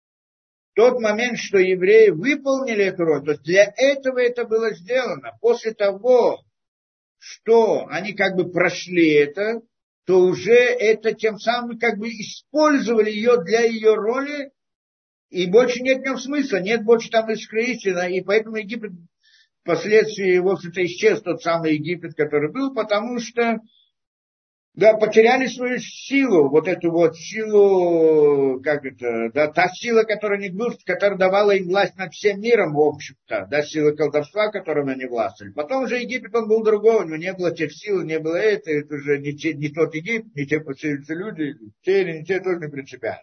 Тот момент, что евреи выполнили эту роль, то есть для этого это было сделано. После того, что они как бы прошли это, то уже это тем самым как бы использовали ее для ее роли, и больше нет в нем смысла, нет больше там искры истины, и поэтому Египет впоследствии, в общем-то, исчез тот самый Египет, который был, потому что да, потеряли свою силу, вот эту вот силу, как это, да, та сила, которая не была, которая давала им власть над всем миром, в общем-то, да, сила колдовства, которым они властвовали. Потом уже Египет, он был другой, у него не было тех сил, не было это, это уже не, те, не тот Египет, не те поселятся люди, те или не те, тоже не принципиально.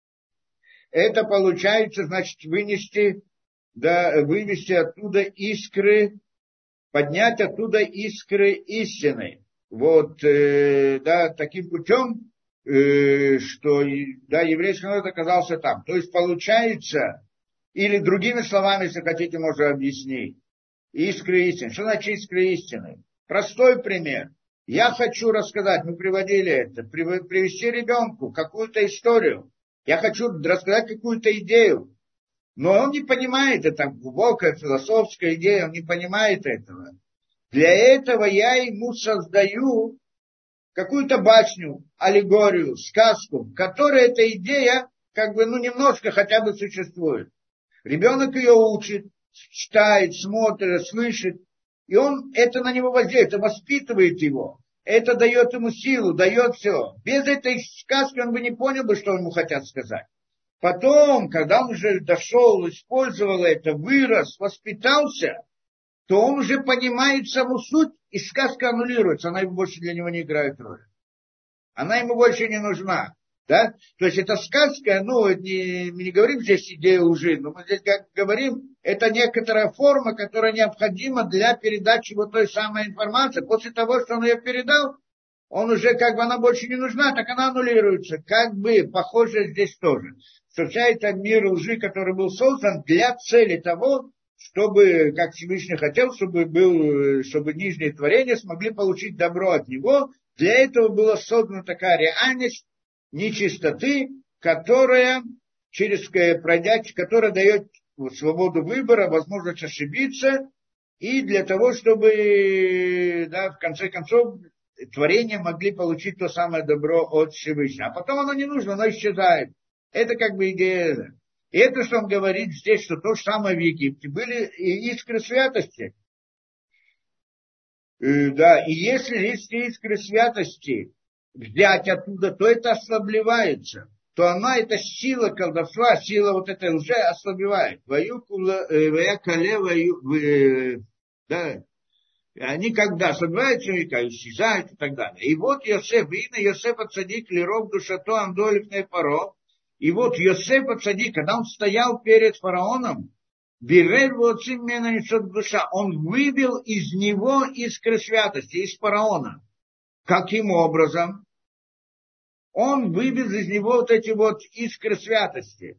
Это получается, значит, вынести, да, вывести оттуда искры, поднять оттуда искры истины. Вот, э, да, таким путем, э, что, да, еврейский народ оказался там. То есть получается, или другими словами, если хотите, можно объяснить, искры истины. Что значит искры истины? Простой пример. Я хочу рассказать, мы приводили это, привести ребенку какую-то историю. Я хочу рассказать какую-то идею. Но он не понимает, это глубокая философская идея, он не понимает этого. Для этого я ему создаю какую-то башню, аллегорию, сказку, в которой эта идея как бы, ну, немножко хотя бы существует. Ребенок ее учит, читает, смотрит, слышит, и он, это на него воздействует, это воспитывает его, это дает ему силу, дает все. Без этой сказки он бы не понял бы, что ему хотят сказать. Потом, когда он уже дошел, использовал это, вырос, воспитался, то он уже понимает саму суть, и сказка аннулируется, она больше для него не играет роли. Она ему больше не нужна. Да? То есть эта сказка, ну, не, мы не говорим здесь идея лжи, но мы здесь как говорим, это некоторая форма, которая необходима для передачи вот той самой информации. После того, что он ее передал, он уже как бы она больше не нужна, так она аннулируется. Как бы похоже здесь тоже. Что вся эта мир лжи, который был создан для цели того, чтобы, как Всевышний хотел, чтобы, был, чтобы нижние творения смогли получить добро от него. Для этого была создана такая реальность нечистоты, которая, через, пройдя, которая дает свободу выбора, возможность ошибиться, и для того, чтобы, да, в конце концов, творения могли получить то самое добро от Всевышнего. А потом оно не нужно, оно исчезает. Это как бы идея. И это, что он говорит здесь, что то же самое в Египте. Были и искры святости. И, да, и если эти искры святости взять оттуда, то это ослабливается. То она, эта сила колдовства, сила вот этой лжи ослабевает. Да. Они когда ослабеваются, исчезают и так далее. И вот Йосеф, имя Йосеф отсадик лиров душато андолифный паро. И вот Йосеф отсадик, когда он стоял перед фараоном, Бирель воцим мена несет душа, он выбил из него искры святости, из фараона. Каким образом? он вывел из него вот эти вот искры святости.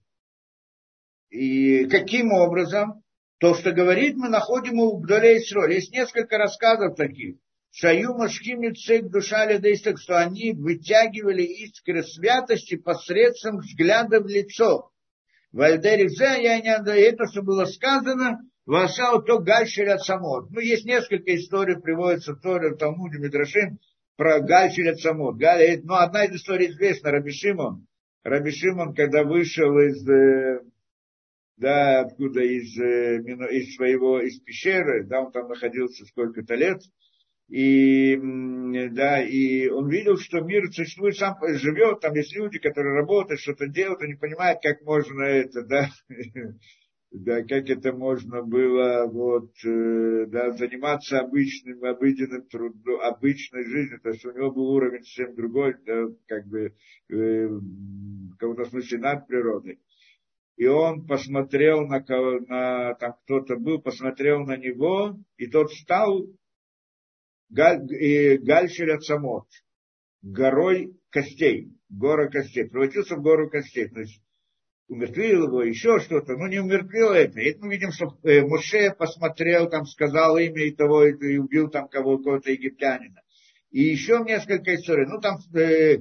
И каким образом? То, что говорит, мы находим у Гдолей Исроэль. Есть несколько рассказов таких. Шаю Машким Цек Душа Ледейсток, что они вытягивали искры святости посредством взгляда в лицо. Вальдерик Зе, я не отдаю, это, что было сказано, Васау то Гальшель от Самот. Ну, есть несколько историй, приводится в Торе, в Талмуде, Мидрашим, про Гальшель от Самот. Ну, одна из историй известна, Раби Шимон. Раби Шимон, когда вышел из... да, откуда из, из своего, из пещеры, да, он там находился сколько-то лет, и, да, и он видел, что мир существует, сам живет, там есть люди, которые работают, что-то делают, он не понимает, как можно это, да, да, как это можно было, вот, да, заниматься обычным, обыденным трудом, обычной жизнью, то есть у него был уровень совсем другой, да, как бы, э, в каком-то смысле над природой. И он посмотрел на кого, на, там кто-то был, посмотрел на него, и тот стал галь, Гальшель от Самот, горой костей, гора костей, превратился в гору костей, то есть умертвил его, еще что-то, ну не умертвил это. Это мы видим, что э, Моше посмотрел, там сказал имя и того, и убил там кого, какого-то египтянина. И еще несколько историй, ну там... Э,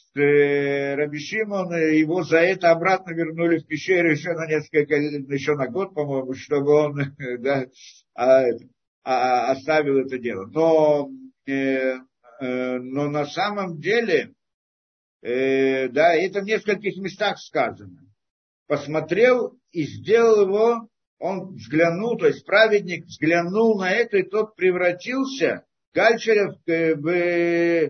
Раби Шимон, его за это обратно вернули в пещеру еще на несколько, еще на год, по-моему, чтобы он да, а, а, оставил это дело. Но, э, э, но на самом деле, э, да, это в нескольких местах сказано. Посмотрел и сделал его, он взглянул, то есть праведник взглянул на это, и тот превратился, Гальшеля в... в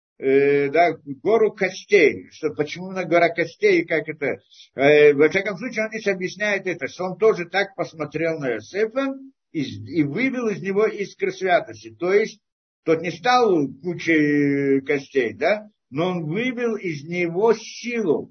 Э, да, гору костей. Что, почему именно гора костей, как это? Э, во всяком случае, он здесь объясняет это, что он тоже так посмотрел на Иосифа и, и вывел из него искры святости. То есть, тот не стал кучей костей, да, но он вывел из него силу.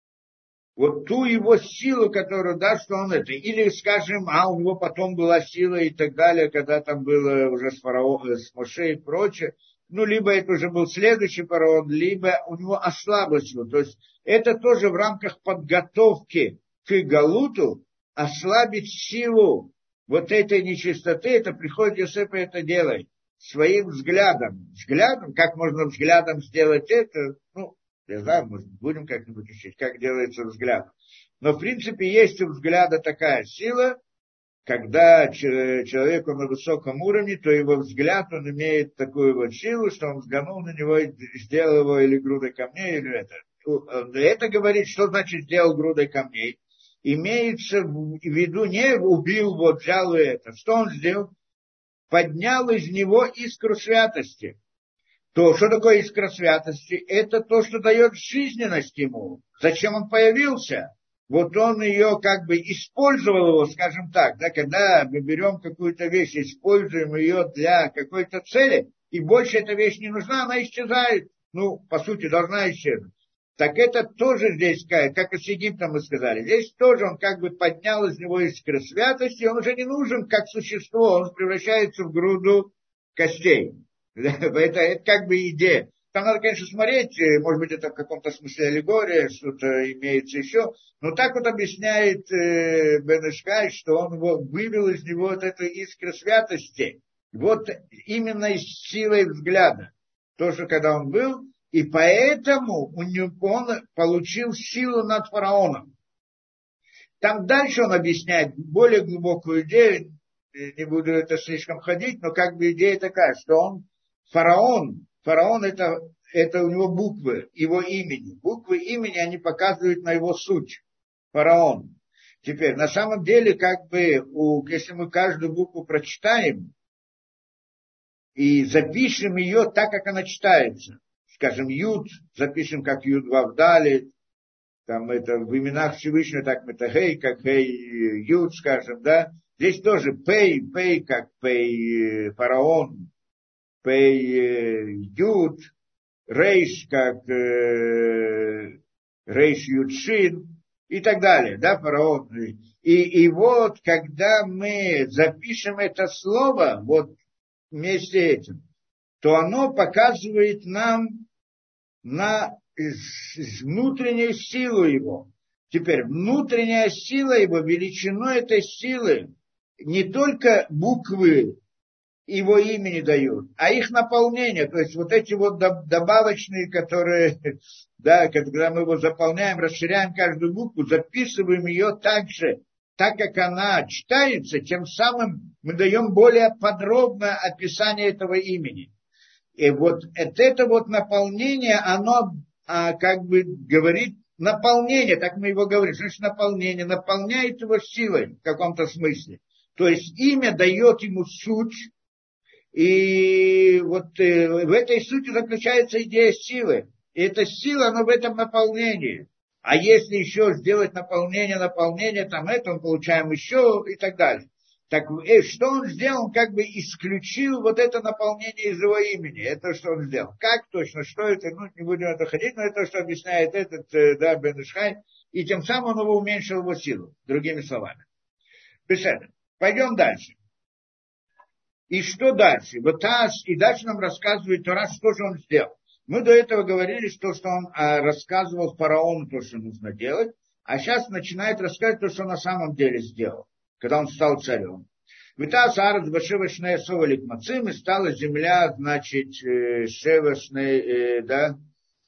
Вот ту его силу, которую, да, что он это. Или, скажем, а у него потом была сила и так далее, когда там было уже с фараоном, с Моше и прочее. Ну, либо это уже был следующий фараон, либо у него ослабла сила. То есть это тоже в рамках подготовки к Галуту ослабить силу вот этой нечистоты. Это приходит Йосеф и это делает своим взглядом. Взглядом, как можно взглядом сделать это, ну, я знаю, может, будем как-нибудь учить, как делается взгляд. Но в принципе есть у взгляда такая сила, когда человек на высоком уровне, то его взгляд, он имеет такую вот силу, что он взглянул на него и сделал его или грудой камней, или это. Это говорит, что значит сделал грудой камней. Имеется в виду не убил, вот взял и это. Что он сделал? Поднял из него искру святости. То, что такое искра святости? Это то, что дает жизненность ему. Зачем он появился? Вот он ее как бы использовал его, скажем так, да, когда мы берем какую-то вещь, используем ее для какой-то цели, и больше эта вещь не нужна, она исчезает. Ну, по сути, должна исчезнуть. Так это тоже здесь, как и с Египтом мы сказали, здесь тоже он как бы поднял из него искры святости, он уже не нужен как существо, он превращается в груду костей. Это, это как бы идея. Там надо, конечно, смотреть, может быть, это в каком-то смысле аллегория, что-то имеется еще. Но так вот объясняет э, Бен Ишкай, что он его вывел из него вот эту искру святости. Вот именно из силой взгляда. То, что когда он был, и поэтому у него, он получил силу над фараоном. Там дальше он объясняет более глубокую идею, не буду это слишком ходить, но как бы идея такая, что он фараон, Фараон это, это у него буквы его имени. Буквы имени, они показывают на его суть. Фараон. Теперь, на самом деле, как бы, у, если мы каждую букву прочитаем и запишем ее так, как она читается, скажем, Юд, запишем как Юд Вавдали, там это в именах Всевышнего, так это Хей, как Хей Юд, скажем, да. Здесь тоже Пей, Пей, как Пей Фараон, Пей Юд, Рейш, как э, Рейш Юдшин и так далее, да, фараон. И, и вот, когда мы запишем это слово, вот вместе этим, то оно показывает нам на внутреннюю силу его. Теперь внутренняя сила его, величину этой силы не только буквы его имени дают, а их наполнение, то есть вот эти вот добавочные, которые, да, когда мы его заполняем, расширяем каждую букву, записываем ее так же, так как она читается, тем самым мы даем более подробное описание этого имени. И вот это вот наполнение, оно а, как бы говорит наполнение, так мы его говорим, значит наполнение, наполняет его силой в каком-то смысле. То есть имя дает ему суть, и вот э, в этой сути заключается идея силы. И эта сила, она в этом наполнении. А если еще сделать наполнение, наполнение, там это, мы получаем еще и так далее. Так э, что он сделал? Он как бы исключил вот это наполнение из его имени. Это что он сделал. Как точно, что это, ну, не будем это ходить, но это то, что объясняет этот, э, да, Бен Ишхай. И тем самым он его уменьшил его силу, другими словами. Беседа. Пойдем дальше. И что дальше? Вот Таас, и дальше нам рассказывает Тора, что же он сделал. Мы до этого говорили, что, что он а, рассказывал фараону то, что нужно делать, а сейчас начинает рассказывать то, что он на самом деле сделал, когда он стал царем. Витас арец башевашная совалик мацим, и стала земля, значит, шевашная, э, да,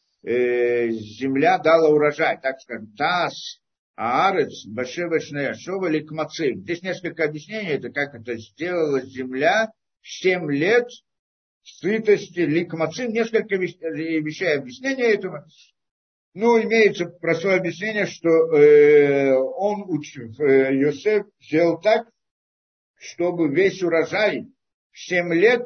э, земля дала урожай, так скажем, Таас. Аарец, Башевашная, Шовали к Мацим. Здесь несколько объяснений, это как это сделала земля семь лет сытости ликмацим. Несколько вещей объяснения этого. Ну, имеется простое объяснение, что э, он, э, Йосеф, сделал так, чтобы весь урожай семь лет,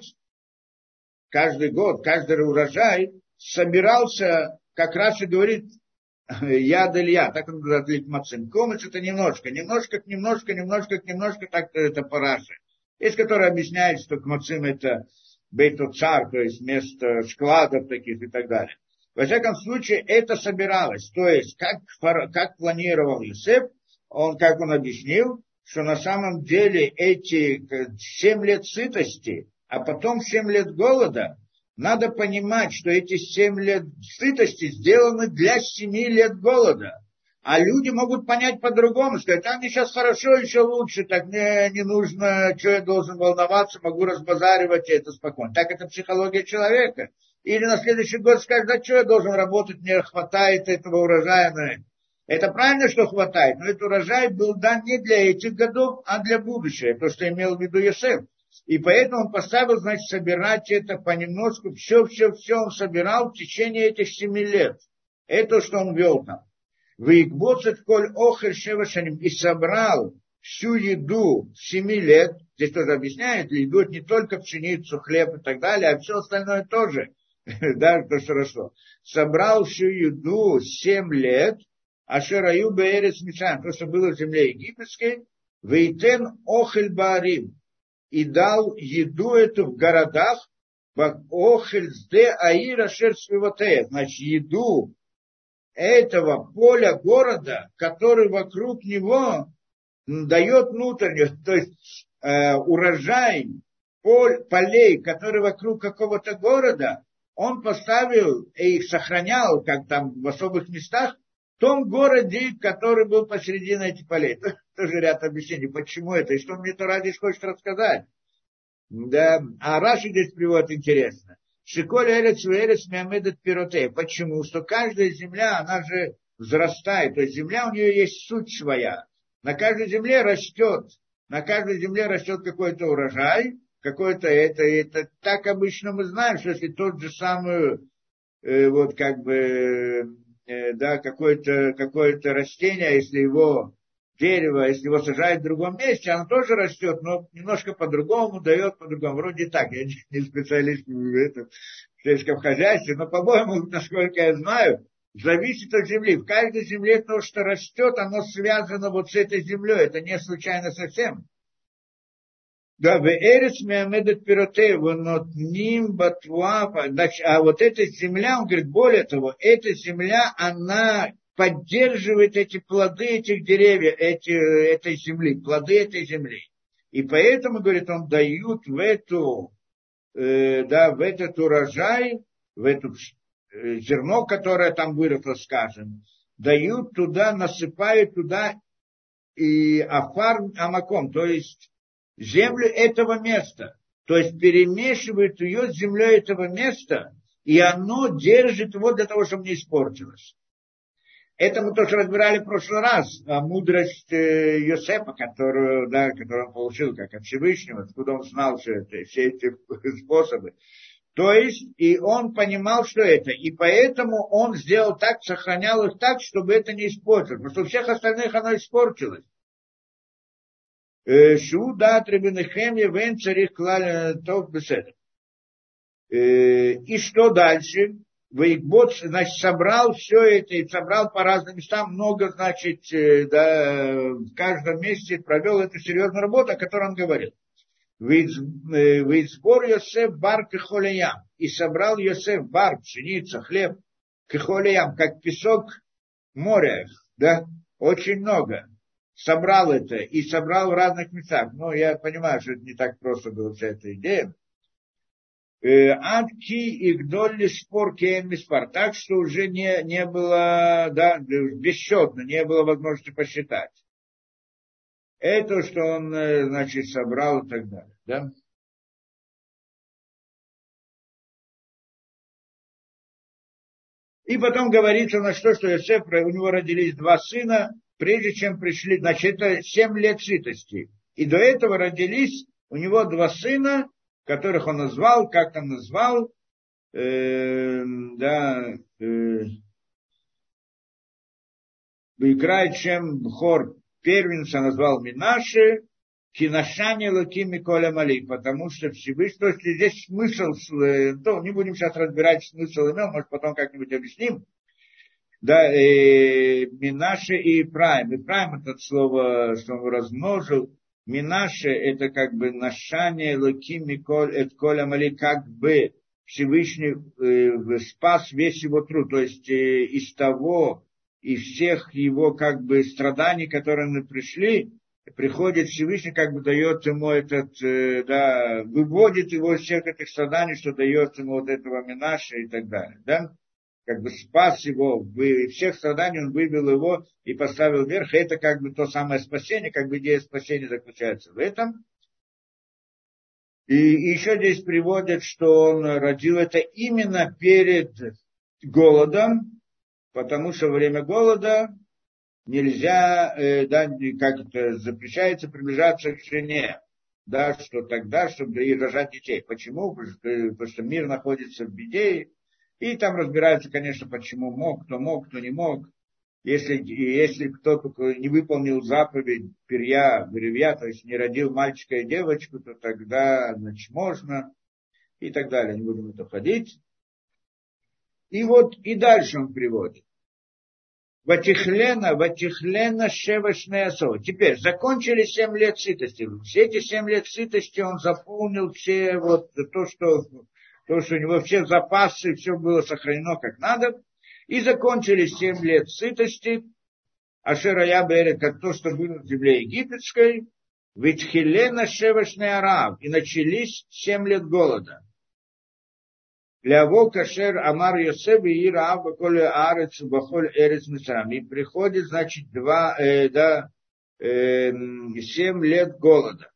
каждый год, каждый урожай собирался, как Раши говорит, яд или я, так он говорит Мацим. Комец это немножко, немножко к немножко, немножко к немножко, так это по Раши. Есть, который объясняет, что Мацим это бейт-цар, то есть место складов таких и так далее. Во всяком случае, это собиралось. То есть, как, как планировал Йосеф, он, как он объяснил, что на самом деле эти семь лет сытости, а потом семь лет голода, надо понимать, что эти семь лет сытости сделаны для семи лет голода. А люди могут понять по-другому, сказать, а мне сейчас хорошо, еще лучше, так мне не нужно, что я должен волноваться, могу разбазаривать это спокойно. Так это психология человека. Или на следующий год скажет, да что я должен работать, мне хватает этого урожая. Это правильно, что хватает, но этот урожай был дан не для этих годов, а для будущего, то, что имел в виду Йосеф. И поэтому он поставил, значит, собирать это понемножку, все-все-все он собирал в течение этих семи лет. Это, что он вел там. Вейкбоцет коль охель шевашаним, и собрал всю еду семи лет, здесь тоже объясняет, еду не только пшеницу, хлеб и так далее, а все остальное тоже, да, то, что росло. Собрал всю еду семь лет, ашераю беэрец мицраим, то, что было в земле египетской, вейтен охель баарим, и дал еду эту в городах, охель сде аира шерсвивотея, значит, еду этого поля города, который вокруг него дает внутреннюю, то есть э, урожай поль, полей, который вокруг какого-то города, он поставил и их сохранял, как там в особых местах, в том городе, который был посередине этих полей. Тоже ряд объяснений, почему это, и что мне Тора здесь хочет рассказать. Да, а Раши здесь приводит интересно. Шиколя эрец вэрец миамедет пиротей. Почему? Что каждая земля, она же взрастает. То есть земля, у нее есть суть своя. На каждой земле растет. На каждой земле растет какой-то урожай. Какой-то это, это. Так обычно мы знаем, что если тот же самый, э, вот как бы, э, да, какое-то, какое-то растение, если его дерево, если его сажают в другом месте, оно тоже растет, но немножко по-другому, дает по-другому. Вроде так, я не специалист в этом сельском хозяйстве, но, по-моему, насколько я знаю, зависит от земли. В каждой земле то, что растет, оно связано вот с этой землей. Это не случайно совсем. Да, веэрец миамедет пиротей, вонот ним батвуапа. А вот эта земля, он говорит, более того, эта земля, она поддерживает эти плоды этих деревьев, эти, этой земли, плоды этой земли. И поэтому, говорит, он дают в эту, э, да, в этот урожай, в эту э, зерно, которое там выросло, скажем, дают туда, насыпают туда и афар амаком, то есть землю этого места. То есть перемешивают ее с землей этого места, и оно держит его для того, чтобы не испортилось. Это мы тоже разбирали в прошлый раз, а мудрость э, Йосефа, которую, да, которую он получил как от Всевышнего, откуда он знал все это, все эти способы. То есть, и он понимал, что это, и поэтому он сделал так, сохранял их так, чтобы это не испортилось, потому что у всех остальных оно испортилось. Шу дат ребенехем евен царих клаль тов беседа. И что дальше? Вейкбот, значит, собрал все это, и собрал по разным местам, много, значит, да, в каждом месте провел эту серьезную работу, о которой он говорил. Вейцбор Йосеф бар кехолеям. И собрал Йосеф бар, пшеница, хлеб, кехолеям, как песок моря, да, очень много. Собрал это и собрал в разных местах. Ну, я понимаю, что это не так просто была вся эта идея. Адки и гдолли спор кейн миспар. Так что уже не, не было, да, бесчетно, не было возможности посчитать. Это, что он, значит, собрал и так далее, да. И потом говорится на что, что Йосеф, у него родились два сына, прежде чем пришли, значит, это семь лет сытости. И до этого родились у него два сына, которых он назвал, как он назвал, э, да, э, играет чем хор первенца назвал Минаши, Кинашани Лакими Коля Мали, потому что Всевышний, то есть здесь смысл, то не будем сейчас разбирать смысл имен, может потом как-нибудь объясним, да, э, Минаши и Ифраим. Ифраим это слово, что он размножил, Минаше это как бы нашание Лакими Коля Мали, как бы Всевышний э, спас весь его труд, то есть э, из того, из всех его как бы страданий, которые мы пришли, приходит Всевышний, как бы дает ему этот, э, да, выводит его из всех этих страданий, что дает ему вот этого Минаша и так далее, да, как бы спас его, из всех страданий он вывел его и поставил вверх, и это как бы то самое спасение, как бы идея спасения заключается в этом. И еще здесь приводят, что он родил это именно перед голодом, потому что во время голода нельзя, э, да, как это запрещается, приближаться к жене, да, что тогда, чтобы и рожать детей. Почему? Потому что, потому что мир находится в беде, и там разбираются, конечно, почему мог, кто мог, кто не мог. Если, если кто-то не выполнил заповедь перья, веревья, то есть не родил мальчика и девочку, то тогда, значит, можно, и так далее. Не будем в это входить. И вот, и дальше он приводит. Ватихлена, Ватихлена, Шевашнеасо. Теперь, закончили семь лет сытости. Все эти семь лет сытости он заполнил все вот то, что, то, что у него все запасы, все было сохранено как надо. И закончили семь лет сытости. Ашера Ябере, как то, что было в земле египетской. Ватихлена, Шевашнеарав. И начались семь лет голода. Лево кашер амар Йосеф и Раав баколе арец бахоль эрец мисрам. И приходит, значит, два, э, да, э, семь лет голода.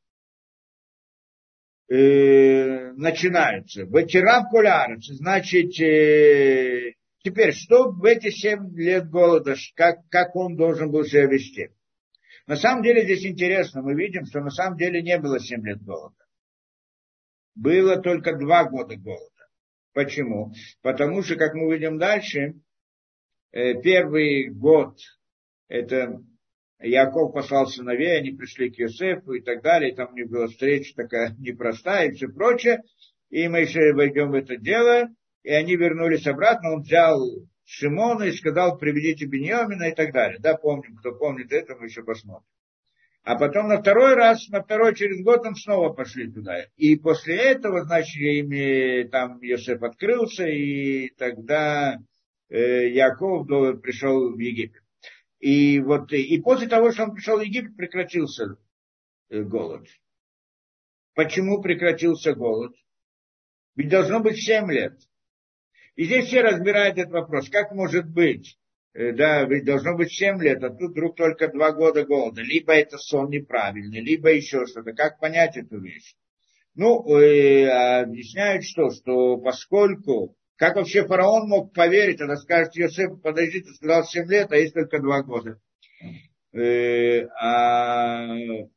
Э, начинаются. Батирав коле арец. Значит, э, теперь, что в эти семь лет голода, как, как он должен был себя вести? На самом деле здесь интересно, мы видим, что на самом деле не было семь лет голода. Было только два года голода. Почему? Потому что, как мы увидим дальше, первый год, это Яков послал сыновей, они пришли к Йосефу и так далее, и там у них была встреча такая непростая и все прочее, и мы еще войдем в это дело, и они вернулись обратно, он взял Шимона и сказал, приведите Биньямина и так далее. Да, помним, кто помнит это, мы еще посмотрим. А потом на второй раз, на второй через год он снова пошли туда. И после этого, значит, ими, там Йосеф открылся, и тогда э, Яков пришел в Египет. И вот, и после того, что он пришел в Египет, прекратился э, голод. Почему прекратился голод? Ведь должно быть семь лет. И здесь все разбирают этот вопрос. Как может быть? Да, ведь должно быть семь лет, а тут вдруг только два года голода. Либо это сон неправильный, либо еще что-то. Как понять эту вещь? Ну, э, объясняют что? Что поскольку, как вообще фараон мог поверить, она скажет, Йосеф, подожди, ты сказал семь лет, а есть только два года. Э, а,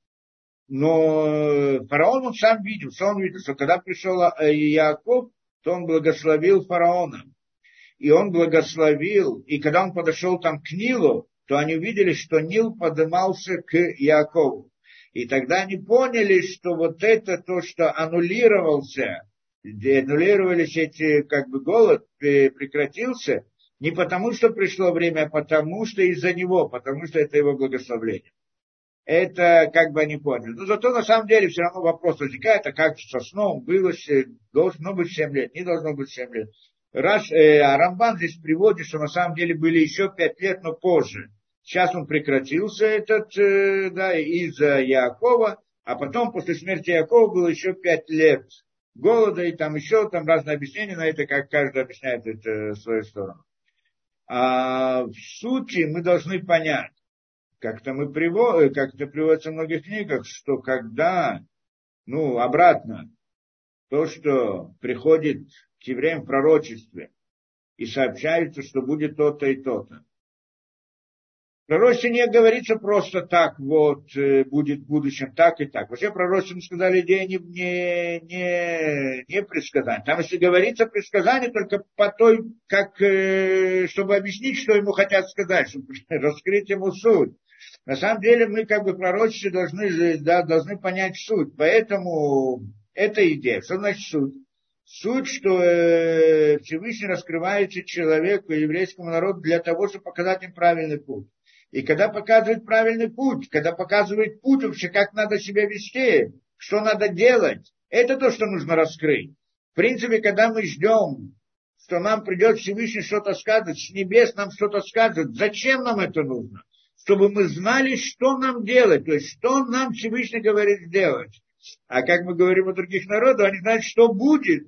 но фараон он сам видел, что он видел, что когда пришел Иаков, то он благословил фараона. И он благословил, и когда он подошел там к Нилу, то они увидели, что Нил поднимался к Иакову. И тогда они поняли, что вот это то, что аннулировался, аннулировались эти, как бы, голод прекратился, не потому, что пришло время, а потому, что из-за него, потому что это его благословление. Это как бы они поняли. Но зато на самом деле все равно вопрос возникает, а как со сном было, должно быть семь лет, не должно быть семь лет. Раш, э, а Рамбан здесь приводит, что на самом деле были еще пять лет, но позже. Сейчас он прекратился этот, э, да, из-за Яакова, а потом после смерти Яакова было еще пять лет голода, и там еще там разные объяснения на это, как каждый объясняет это свою сторону. А в сути мы должны понять, как-то мы приводим, как это приводится в многих книгах, что когда, ну, обратно, то, что приходит к евреям в пророчестве и сообщается, что будет то-то и то-то. В пророчестве не говорится просто так, вот, будет в будущем так и так. Вообще пророчестве, мы сказали, идея не, не, не, не предсказание. Там, если говорится предсказание, только по той, как, чтобы объяснить, что ему хотят сказать, чтобы раскрыть ему суть. На самом деле мы, как бы, пророчестве должны, да, должны понять суть. Поэтому это идея. Что значит суть? Суть, что э, Всевышний раскрывается человеку, еврейскому народу, для того, чтобы показать им правильный путь. И когда показывает правильный путь, когда показывает путь вообще, как надо себя вести, что надо делать, это то, что нужно раскрыть. В принципе, когда мы ждем, что нам придет Всевышний что-то сказать, с небес нам что-то скажет, зачем нам это нужно? Чтобы мы знали, что нам делать, то есть, что нам Всевышний говорит сделать. А как мы говорим о других народах, они знают, что будет,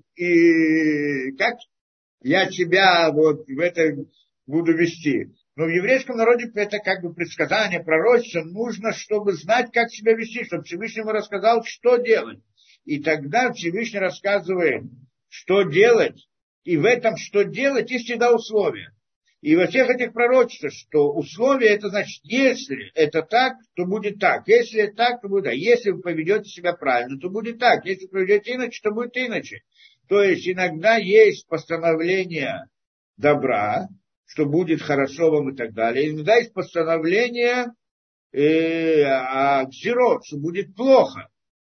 и как я себя вот в это буду вести. Но в еврейском народе это как бы предсказание, пророчество, нужно, чтобы знать, как себя вести, чтобы Всевышний ему рассказал, что делать. И тогда Всевышний рассказывает, что делать, и в этом, что делать, есть всегда условия. И во всех этих пророчествах, что условия, это значит, если это так, то будет так. Если это так, то будет так. Если вы поведете себя правильно, то будет так. Если вы поведете иначе, то будет иначе. То есть иногда есть постановление добра, что будет хорошо вам и так далее. Иногда есть постановление э, а, гзирот, что будет плохо.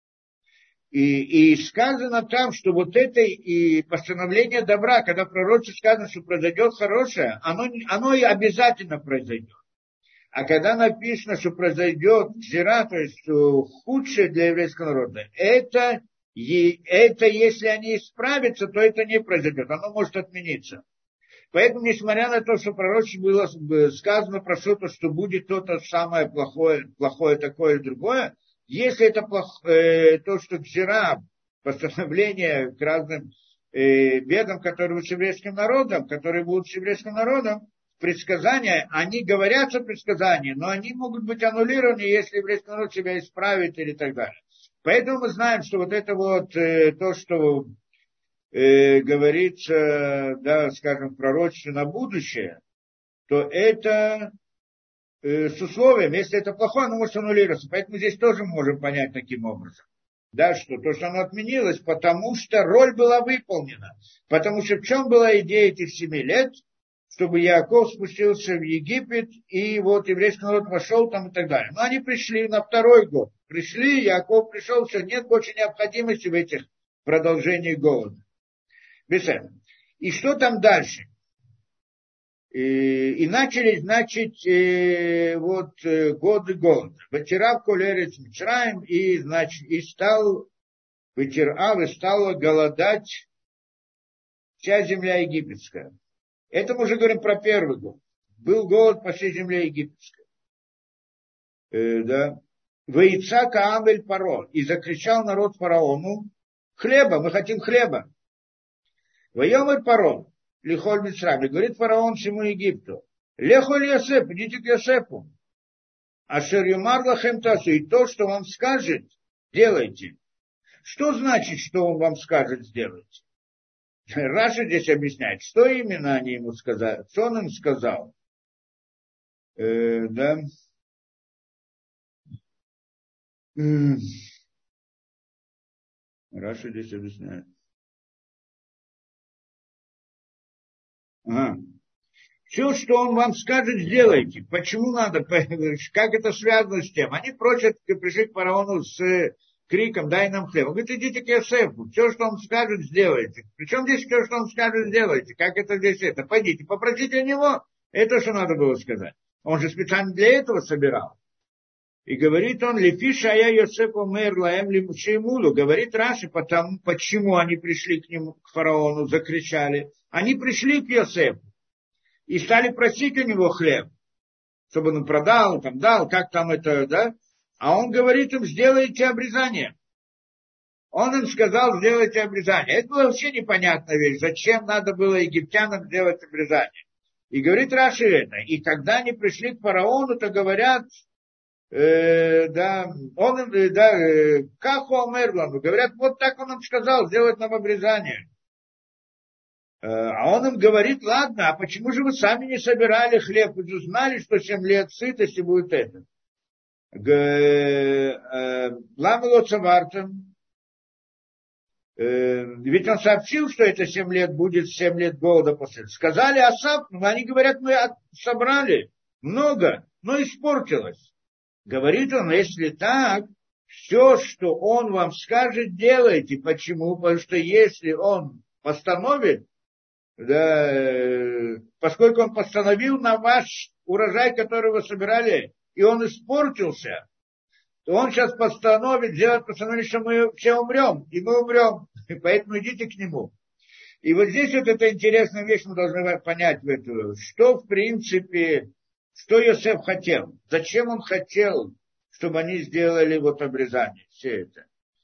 И, и сказано там, что вот это и постановление добра, когда в пророчестве сказано, что произойдет хорошее, оно, оно и обязательно произойдет. А когда написано, что произойдет гзира, то есть худшее для еврейского народа, это, это если они исправятся, то это не произойдет, оно может отмениться. Поэтому, несмотря на то, что в пророчестве было сказано про что-то, что будет то-то самое плохое, плохое такое и другое, если это плохое, то, что гзира, постановление к разным э, бедам, которые будут с еврейским народом, которые будут с еврейским народом, предсказания, они говорятся предсказания, но они могут быть аннулированы, если еврейский народ себя исправит или так далее. Поэтому мы знаем, что вот это вот э, то, что э, говорится, да, скажем, в пророчестве на будущее, то это с условием, если это плохое, оно может аннулироваться. Поэтому здесь тоже можем понять таким образом. Да, что то, что оно отменилось, потому что роль была выполнена. Потому что в чем была идея этих семи лет? Чтобы Яаков спустился в Египет, и вот еврейский народ вошел там и так далее. Но они пришли на второй год. Пришли, Яаков пришел, все, нет больше необходимости в этих продолжениях голода. Без этого. И что там дальше? И начали, значит, вот годы голода. Вытирав колерец Мицраим, и, значит, и стал, вытирав, и стала голодать вся земля египетская. Это мы уже говорим про первый год. Был голод по всей земле египетской. Э, да. Ваица Каамель Паро. И закричал народ фараону: хлеба, мы хотим хлеба. Ваемель Паро. лихоль Мицраим. И говорит фараон всему Египту, лехоль Йосеф, идите к Йосефу. Ашер юмар лахем тасу. И то, что он скажет, делайте. Что значит, что он вам скажет, сделайте? Раша здесь объясняет, что именно они ему сказали, что он им сказал. Э, да. Раша здесь объясняет. Ага. Все, что он вам скажет, сделайте. Почему надо? Как это связано с тем? Они просят, пришли к фараону с криком, дай нам хлеб. Он говорит, идите к Йосефу. Все, что он скажет, сделайте. Причем здесь все, что он скажет, сделайте. Как это здесь это? Пойдите, попросите у него. Это что надо было сказать. Он же специально для этого собирал. И говорит он, лефи шая Йосефу мэр лаэм лимушеймулу. Говорит Раши, потому, почему они пришли к нему, к фараону, закричали. Они пришли к Йосефу. И стали просить у него хлеб, чтобы он продал, там дал, как там это, да? А он говорит им, сделайте обрезание. Он им сказал, сделайте обрезание. Это было вообще непонятная вещь. Зачем надо было египтянам делать обрезание? И говорит Раши это. И когда они пришли к фараону, то говорят, э, да, он им, да, э, как у Амерлану, говорят, вот так он им сказал, сделать нам обрезание. А он им говорит, ладно, а почему же вы сами не собирали хлеб? Вы же знали, что семь лет сытости будет это. Ламело Цавартом. Ведь он сообщил, что это семь лет будет, семь лет голода после. Сказали Асав, но они говорят, мы собрали много, но испортилось. Говорит он, если так, все, что он вам скажет, делайте. Почему? Потому что если он постановит, да, поскольку он постановил на ваш урожай, который вы собирали, и он испортился, то он сейчас постановит сделать, постановит, что мы все умрем, и мы умрем, и поэтому идите к нему. И вот здесь вот эта интересная вещь, мы должны понять в эту, что в принципе, что Йосеф хотел, зачем он хотел, чтобы они сделали вот обрезание, все это.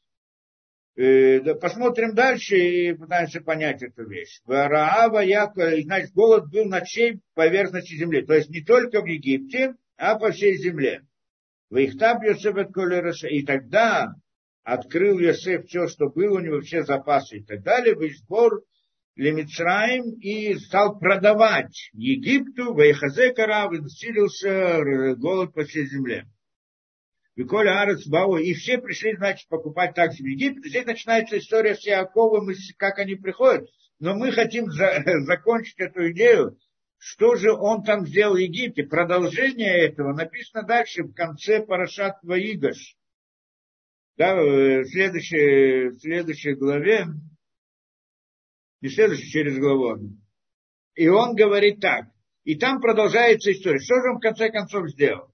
Посмотрим дальше и пытаемся понять эту вещь. Вараава Якова, значит, голод был на всей поверхности земли. То есть не только в Египте, а по всей земле. Ваихтаб Йосеф от Колераша. И тогда открыл Йосеф все, что было у него, все запасы и так далее. В сбор Лемицраим и стал продавать Египту. Ваихазе Карав, и усилился голод по всей земле. Виколя Арец Бау, и все пришли, значит, покупать такси в Египет. Здесь начинается история с Иаковом, как они приходят. Но мы хотим за, закончить эту идею, что же он там сделал в Египте. Продолжение этого написано дальше, в конце Парашат Ваигаш. Да, в следующей, в следующей главе, не следующей, через главу. И он говорит так. И там продолжается история. Что же он в конце концов сделал?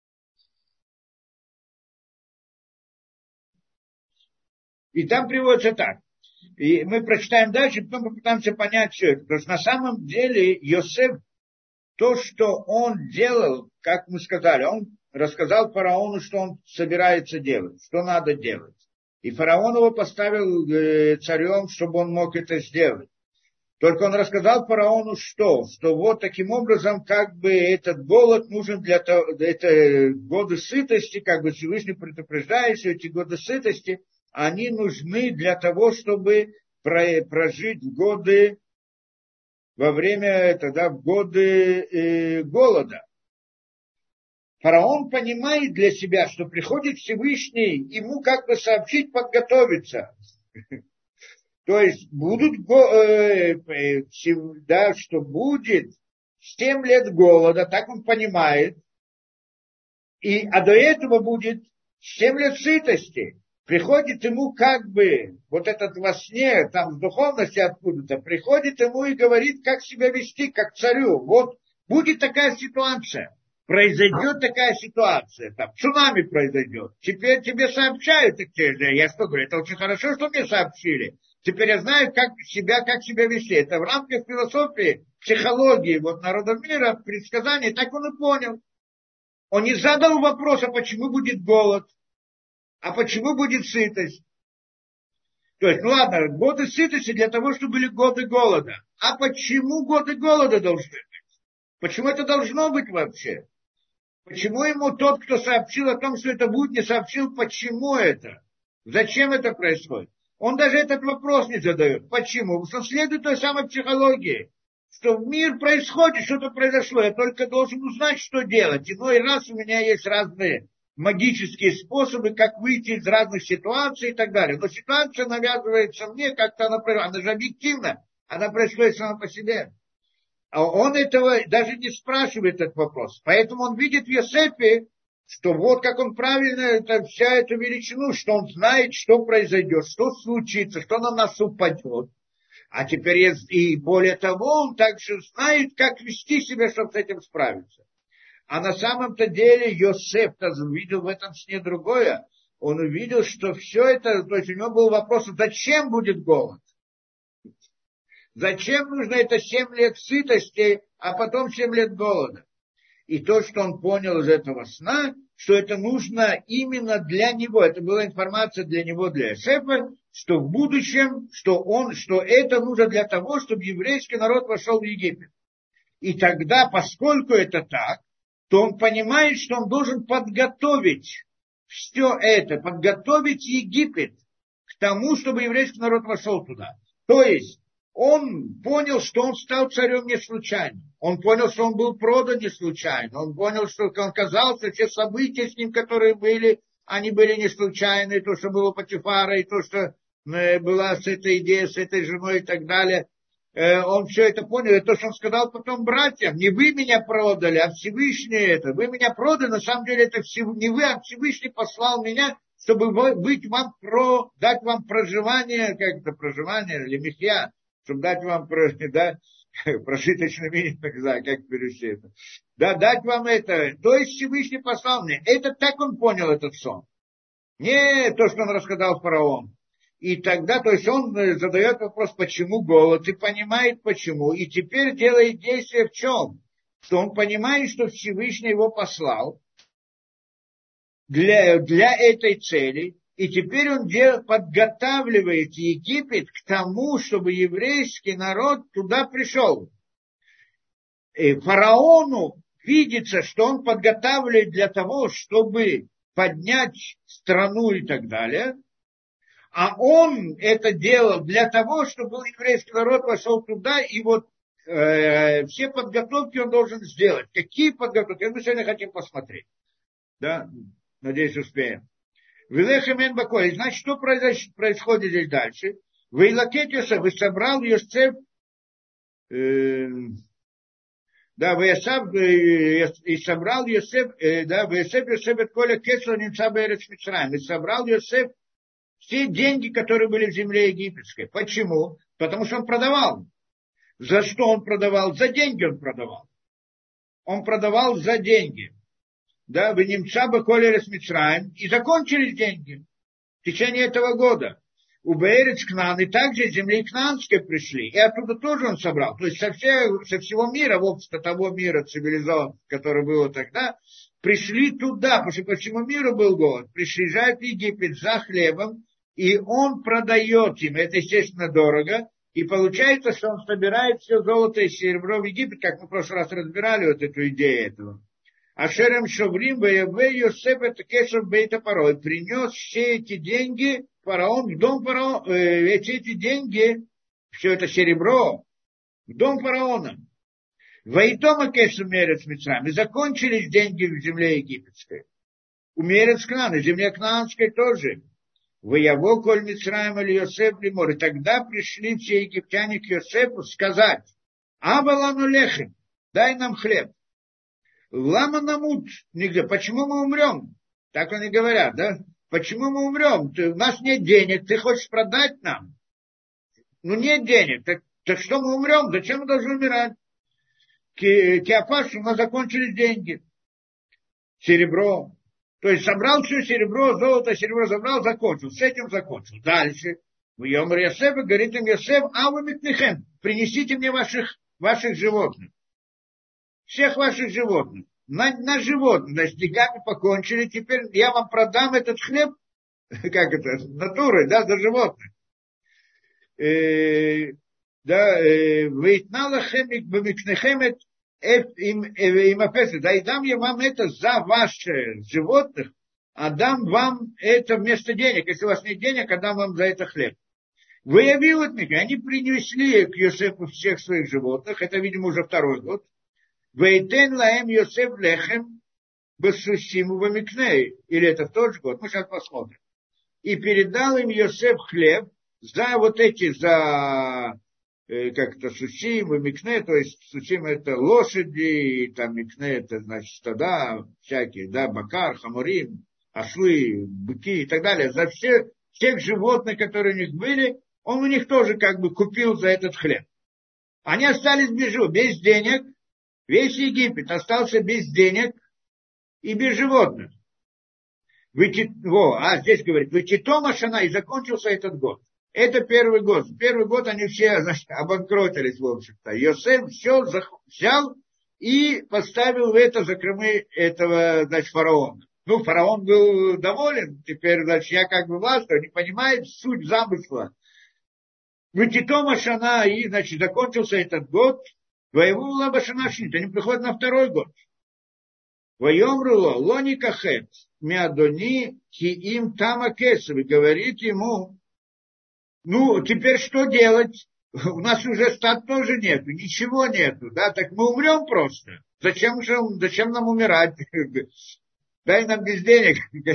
И там приводится так. И мы прочитаем дальше, потом попытаемся понять все это. Потому что на самом деле Йосеф, то, что он делал, как мы сказали, он рассказал фараону, что он собирается делать, что надо делать. И фараон его поставил царем, чтобы он мог это сделать. Только он рассказал фараону что? Что вот таким образом, как бы этот голод нужен для того, это годы сытости, как бы Всевышний предупреждает, что эти годы сытости, они нужны для того, чтобы прожить годы во время, тогда в годы э, голода. Фараон понимает для себя, что приходит Всевышний ему как бы сообщить, подготовиться. То есть будут, э, да, что будет семь лет голода, так он понимает, и, а до этого будет семь лет сытости. Приходит ему как бы, вот этот во сне, там с духовности откуда-то, приходит ему и говорит, как себя вести, как царю. Вот будет такая ситуация, произойдет такая ситуация, там цунами произойдет. Теперь тебе сообщают, я что говорю, это очень хорошо, что мне сообщили. Теперь я знаю, как себя, как себя вести. Это в рамках философии, психологии вот народов мира, предсказаний, так он и понял. Он не задал вопроса, почему будет голод. А почему будет сытость? То есть, ну ладно, годы сытости для того, чтобы были годы голода. А почему годы голода должны быть? Почему это должно быть вообще? Почему ему тот, кто сообщил о том, что это будет, не сообщил, почему это? Зачем это происходит? Он даже этот вопрос не задает. Почему? Потому что следует той самой психологии, что в мир происходит, что-то произошло. Я только должен узнать, что делать. Иной раз у меня есть разные магические способы, как выйти из разных ситуаций и так далее. Но ситуация навязывается мне, как-то она, она же объективна, она происходит сама по себе. А он этого даже не спрашивает, этот вопрос. Поэтому он видит в Йосефе, что вот как он правильно, это, вся эту величину, что он знает, что произойдет, что случится, что на нас упадет. А теперь есть, и более того, он также знает, как вести себя, чтобы с этим справиться. А на самом-то деле Йосеф увидел в этом сне другое. Он увидел, что все это, то есть у него был вопрос, зачем будет голод? Зачем нужно это семь лет сытости, а потом семь лет голода? И то, что он понял из этого сна, что это нужно именно для него. Это была информация для него, для Йосефа, что в будущем, что, он, что это нужно для того, чтобы еврейский народ вошел в Египет. И тогда, поскольку это так, то он понимает, что он должен подготовить все это, подготовить Египет к тому, чтобы еврейский народ вошел туда. То есть, он понял, что он стал царем не случайно. Он понял, что он был продан не случайно. Он понял, что он казался, все события с ним, которые были, они были не случайны. То, что было у Потифара, и то, что была с этой идеей, с этой женой и так далее. Он все это понял. И то, что он сказал потом братьям, не вы меня продали, а Всевышний это. Вы меня продали, на самом деле это не вы, а Всевышний послал меня, чтобы быть вам про, дать вам проживание, как это проживание, или михья, чтобы дать вам, да, прожиточный минимум, не знаю, как перевести это. Да, дать вам это. То есть Всевышний послал мне. Это так он понял этот сон. Не то, что он рассказал фараон. И тогда, то есть он задает вопрос, почему голод, и понимает почему. И теперь делает действие в чем? Что он понимает, что Всевышний его послал для, для этой цели. И теперь он дел, подготавливает Египет к тому, чтобы еврейский народ туда пришел. И фараону видится, что он подготавливает для того, чтобы поднять страну и так далее. А он это делал для того, чтобы еврейский народ вошел туда, и вот э, все подготовки он должен сделать. Какие подготовки? Мы сегодня хотим посмотреть. Да? Надеюсь, успеем. Вилехемен Бакой. Значит, что происходит здесь дальше? Вейлакет Йосеф, и собрал Йосеф, э, да, Веясав, э, и собрал Йосеф, э, да, Веясев Йосеф от Коля Кесла Немца Берец Мицраим, и собрал Йосеф все деньги, которые были в земле египетской. Почему? Потому что он продавал. За что он продавал? За деньги он продавал. Он продавал за деньги. Да, в немца бы колерес Мицраим, и закончились деньги в течение этого года. У Беэрец Кнан, и также из земли Кнанской пришли, и оттуда тоже он собрал. То есть со, всей, со всего мира, в общем-то того мира цивилизованного, который было тогда, пришли туда, потому что по всему миру был голод. Приезжают в Египет за хлебом, и он продает им, это, естественно, дорого, и получается, что он собирает все золото и серебро в Египет, как мы в прошлый раз разбирали вот эту идею этого. Ашерем Шоврим Веяве Йосеф это Кешев Бейта Паро. Принес все эти деньги фараон в дом фараона, э, эти, эти деньги, все это серебро, в дом фараона. Ваитома Кешев Мерец Мицраим. И закончились деньги в земле египетской. У Мерец Кнан, и в земле Кнаанской тоже. Ваяво коль Мицраим или Йосеф Лимор. И тогда пришли все египтяне к Йосефу сказать: Абалану лехем, дай нам хлеб. Лама намут нигде. Почему мы умрем? Так они говорят, да? Почему мы умрем? Ты, у нас нет денег, ты хочешь продать нам? Ну нет денег, так, так что мы умрем? Зачем мы должны умирать? Киафаш, у нас закончились деньги. Серебро. То есть собрал все серебро, золото, серебро забрал, закончил. С этим закончил. Дальше. В Йомар Йосеф, говорит им Йосеф, а вы митнихем, принесите мне ваших, ваших животных. Всех ваших животных. На, на животных. Значит, с деньгами покончили. Теперь я вам продам этот хлеб, как это, натурой, да, за животных. э, да, «Вейтна лахем бамикнехем им апесет», да, и дам я вам это за ваши животных, а дам вам это вместо денег. Если у вас нет денег, а дам вам за это хлеб. Вы явилось меня, они принесли к Йосефу всех своих животных, это, видимо, уже второй год. «Вейтен лаем Йосеф лехем басусиму бамикней», или это в тот же год, мы сейчас посмотрим. И передал им Йосеф хлеб за вот эти, за, э, как это, сусим и микне, то есть сусим это лошади, и там микне это, значит, стада всякие, да, бакар, хамурим, ослы, быки и так далее. За все, всех животных, которые у них были, он у них тоже как бы купил за этот хлеб. Они остались без, без денег, весь Египет остался без денег и без животных. Во, а здесь говорит, вычитома шана, и закончился этот год. Это первый год. Первый год они все, значит, обанкротились, в общем-то. Йосеф все взял и поставил в это закромы этого, значит, фараона. Ну, фараон был доволен, теперь, значит, я как бы властвую, не понимает суть замысла. Вычитома шана, и, значит, закончился этот год. Воеву лабашана шнит, они приходят на второй год. Вайомруло, лони кахет, миадони, ки им тама кесов, и говорит ему, ну, теперь что делать? У нас уже стат тоже нету, ничего нету, да, так мы умрем просто. Зачем же, зачем нам умирать? Дай нам без денег.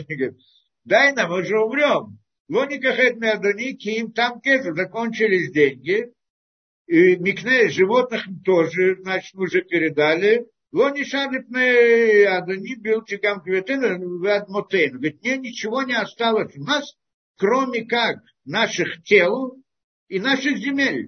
Дай нам, мы же умрем. Лони кахет, миадони, ки им там кесов, закончились деньги. И микне животных тоже, значит, мы уже передали. Лони шарлипны адони бил чигам кветен в адмотейн. Говорит, мне ничего не осталось у нас, кроме как наших тел и наших земель.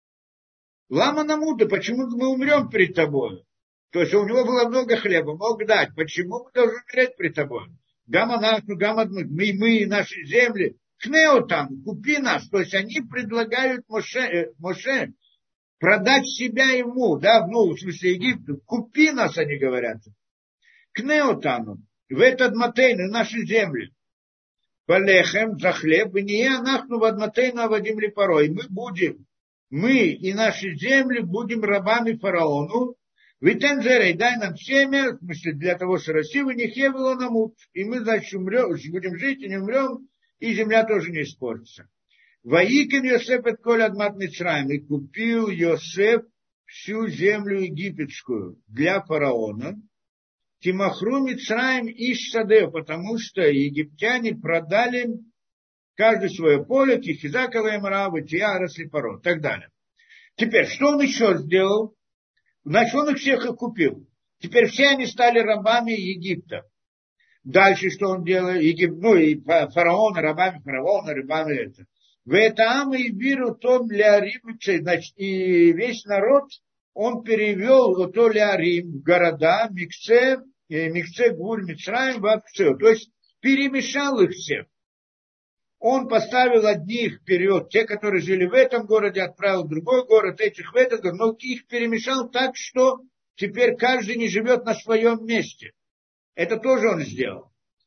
Лама намуда, почему мы умрем перед тобой? То есть у него было много хлеба, мог дать. Почему мы должны умереть перед тобой? Гама нашу, гама мы, мы и наши земли. Кнео там, купи нас. То есть они предлагают Моше, Моше продать себя ему, да, ну, в смысле Египту, купи нас, они говорят. Кнеотану, в этот матейн, в наши земли. Полехем, за хлеб, и не анахну в адматейну авадим ли порой. Мы будем, мы и наши земли будем рабами фараону. Витен зерей, дай нам семя, в смысле, для того, что Россия не хевела намут. И мы, значит, умрем, будем жить и не умрем, и земля тоже не испортится. Ваикин Йосеф от коль адмат Мицраим, и купил Йосеф всю землю египетскую для фараона. Тимахру Мицраим иш садео, потому что египтяне продали каждое свое поле, Тихизакова и Маравы, Тиарас и Паро, и так далее. Теперь, что он еще сделал? Значит, он их всех и купил. Теперь все они стали рабами Египта. Дальше что он делает? Египет, ну и фараона, рабами фараона, рабами это. В этом и биру том Леарим, значит, и весь народ, он перевел то Леарим в города, Микце, Микце, Гуль, Мицраим, Вакце, то есть перемешал их всех. Он поставил одних вперед, те, которые жили в этом городе, отправил в другой город, этих в этот город, но их перемешал так, что теперь каждый не живет на своем месте. Это тоже он сделал.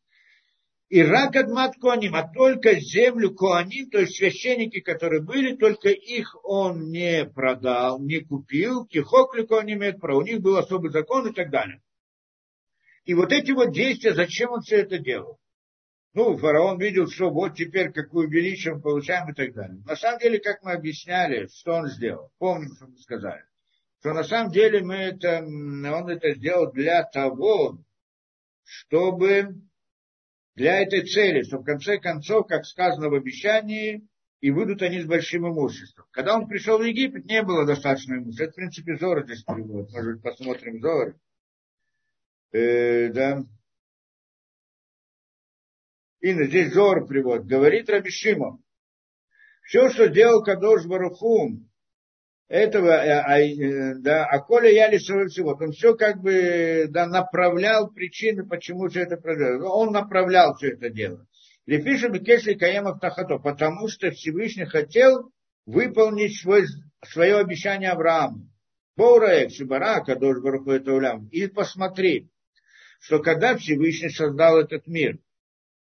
И рак адмат коаним, а только землю коаним, то есть священники, которые были, только их он не продал, не купил, кихокли коаним, у них был особый закон и так далее. И вот эти вот действия, зачем он все это делал? Ну, фараон видел, что вот теперь какую величие мы получаем и так далее. На самом деле, как мы объясняли, что он сделал, помним, что мы сказали, что на самом деле мы это, он это сделал для того, чтобы... Для этой цели, что в конце концов, как сказано в обещании, и выйдут они с большим имуществом. Когда он пришел в Египет, не было достаточно имущества. Это, в принципе, Зор здесь приводит. Может быть, посмотрим Зор. Э, да. И здесь Зор приводит. Говорит Раби Шимон. Все, что делал Кадош Барух Ху, этого, да, а коля я лишил всего, он все как бы, да, направлял причины, почему все это произошло. Он направлял все это дело. Лепиша Бекешли Каемов Тахато, потому что Всевышний хотел выполнить свой, свое обещание Аврааму. Боураек, Шибара, Кадош Баруху это улям. И посмотри, что когда Всевышний создал этот мир,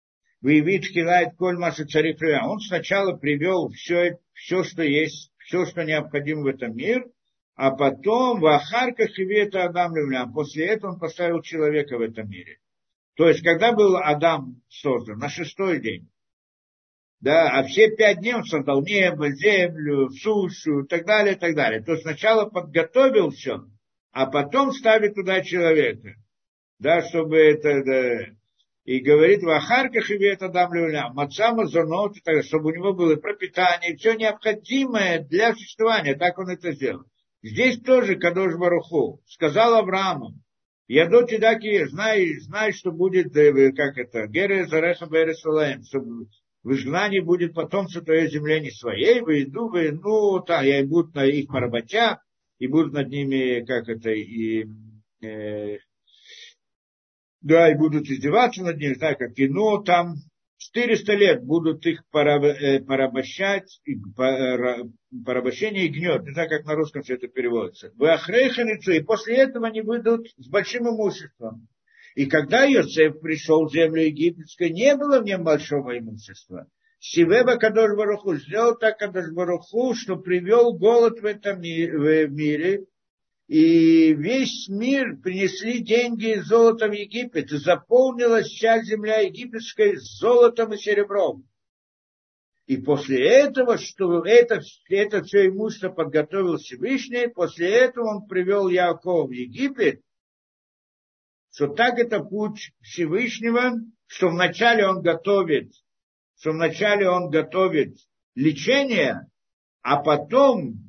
выявит хилает коль маша царик. Он сначала привел все, все, что есть, все, что необходимо в этом мире, а потом в Ахарках и Вета Адам Левлям. После этого он поставил человека в этом мире. То есть, когда был Адам создан? На шестой день. Да, а все пять дней он создал небо, землю, сушу и так далее, и так далее. То есть сначала подготовил все, а потом ставит туда человека. Да, чтобы это, да, и говорит в Ахарках и Вет Адам Левлям, Маца Мазонот, чтобы у него было пропитание, все необходимое для существования, так он это сделал. Здесь тоже Кадош Барух Ху сказал Аврааму, я до тебя, знай, знай, что будет, как это, Гере Зареха Берес Валаем, чтобы в изгнании будет потомство твоей земли не своей, выйду, вы, ну, так, я и буду на их поработя, и буду над ними, как это, и, э, да, и будут издеваться над ними, так как, и, ну, там четыреста лет будут их порабощать, и, порабощение и гнет, не знаю, как на русском все это переводится. Вы охрейханицу, и после этого они выйдут с большим имуществом. И когда Йосеф пришел в землю египетскую, не было в нем большого имущества. Сивеба Кадош Барух Ху сделал так Кадош Барух Ху, что привел голод в этом мире, в мире, и весь мир принесли деньги и золото в Египет, и заполнилась вся земля египетская золотом и серебром. И после этого, что это, это все имущество подготовил Всевышний, после этого он привел Яакова в Египет, что так это путь Всевышнего, что вначале он готовит, что вначале он готовит лечение, а потом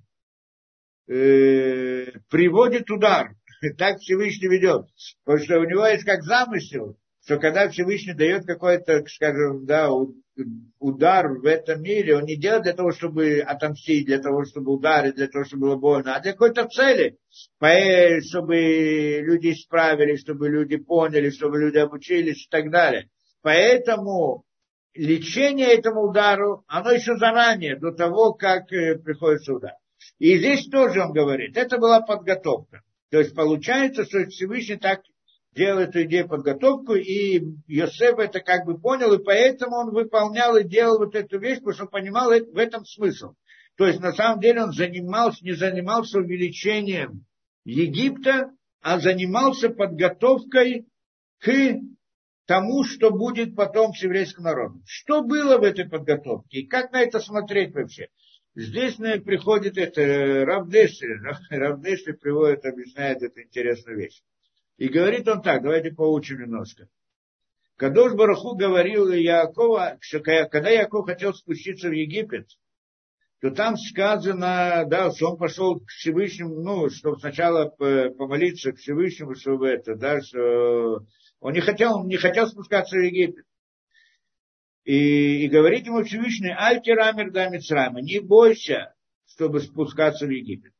э, приводит удар. Так Всевышний ведет. Потому что у него есть как замысел, что когда Всевышний дает какой-то, скажем, да, удар в этом мире, он не делает для того, чтобы отомстить, для того, чтобы ударить, для того, чтобы было больно, а для какой-то цели, чтобы люди исправились, чтобы люди поняли, чтобы люди обучились и так далее. Поэтому лечение этому удару, оно еще заранее, до того, как приходится удар. И здесь тоже он говорит, это была подготовка. То есть получается, что Всевышний так делал эту идею подготовку, и Йосеф это как бы понял, и поэтому он выполнял и делал вот эту вещь, потому что он понимал в этом смысл. То есть на самом деле он занимался, не занимался увеличением Египта, а занимался подготовкой к тому, что будет потом с еврейским народом. Что было в этой подготовке, и как на это смотреть вообще? Здесь наверное, приходит это Рав Десли, Рав Десли приводит, объясняет эту интересную вещь. И говорит он так, давайте поучим немножко. Кадош Барух Ху говорил Яакова, что когда Яаков хотел спуститься в Египет, то там сказано, да, что он пошел к Всевышнему, ну, чтобы сначала помолиться к Всевышнему, чтобы это, да, что он не хотел, он не хотел спускаться в Египет. И, и говорит ему Всевышний, Аль-Тирамир да Мицрайма, не бойся, чтобы спускаться в Египет.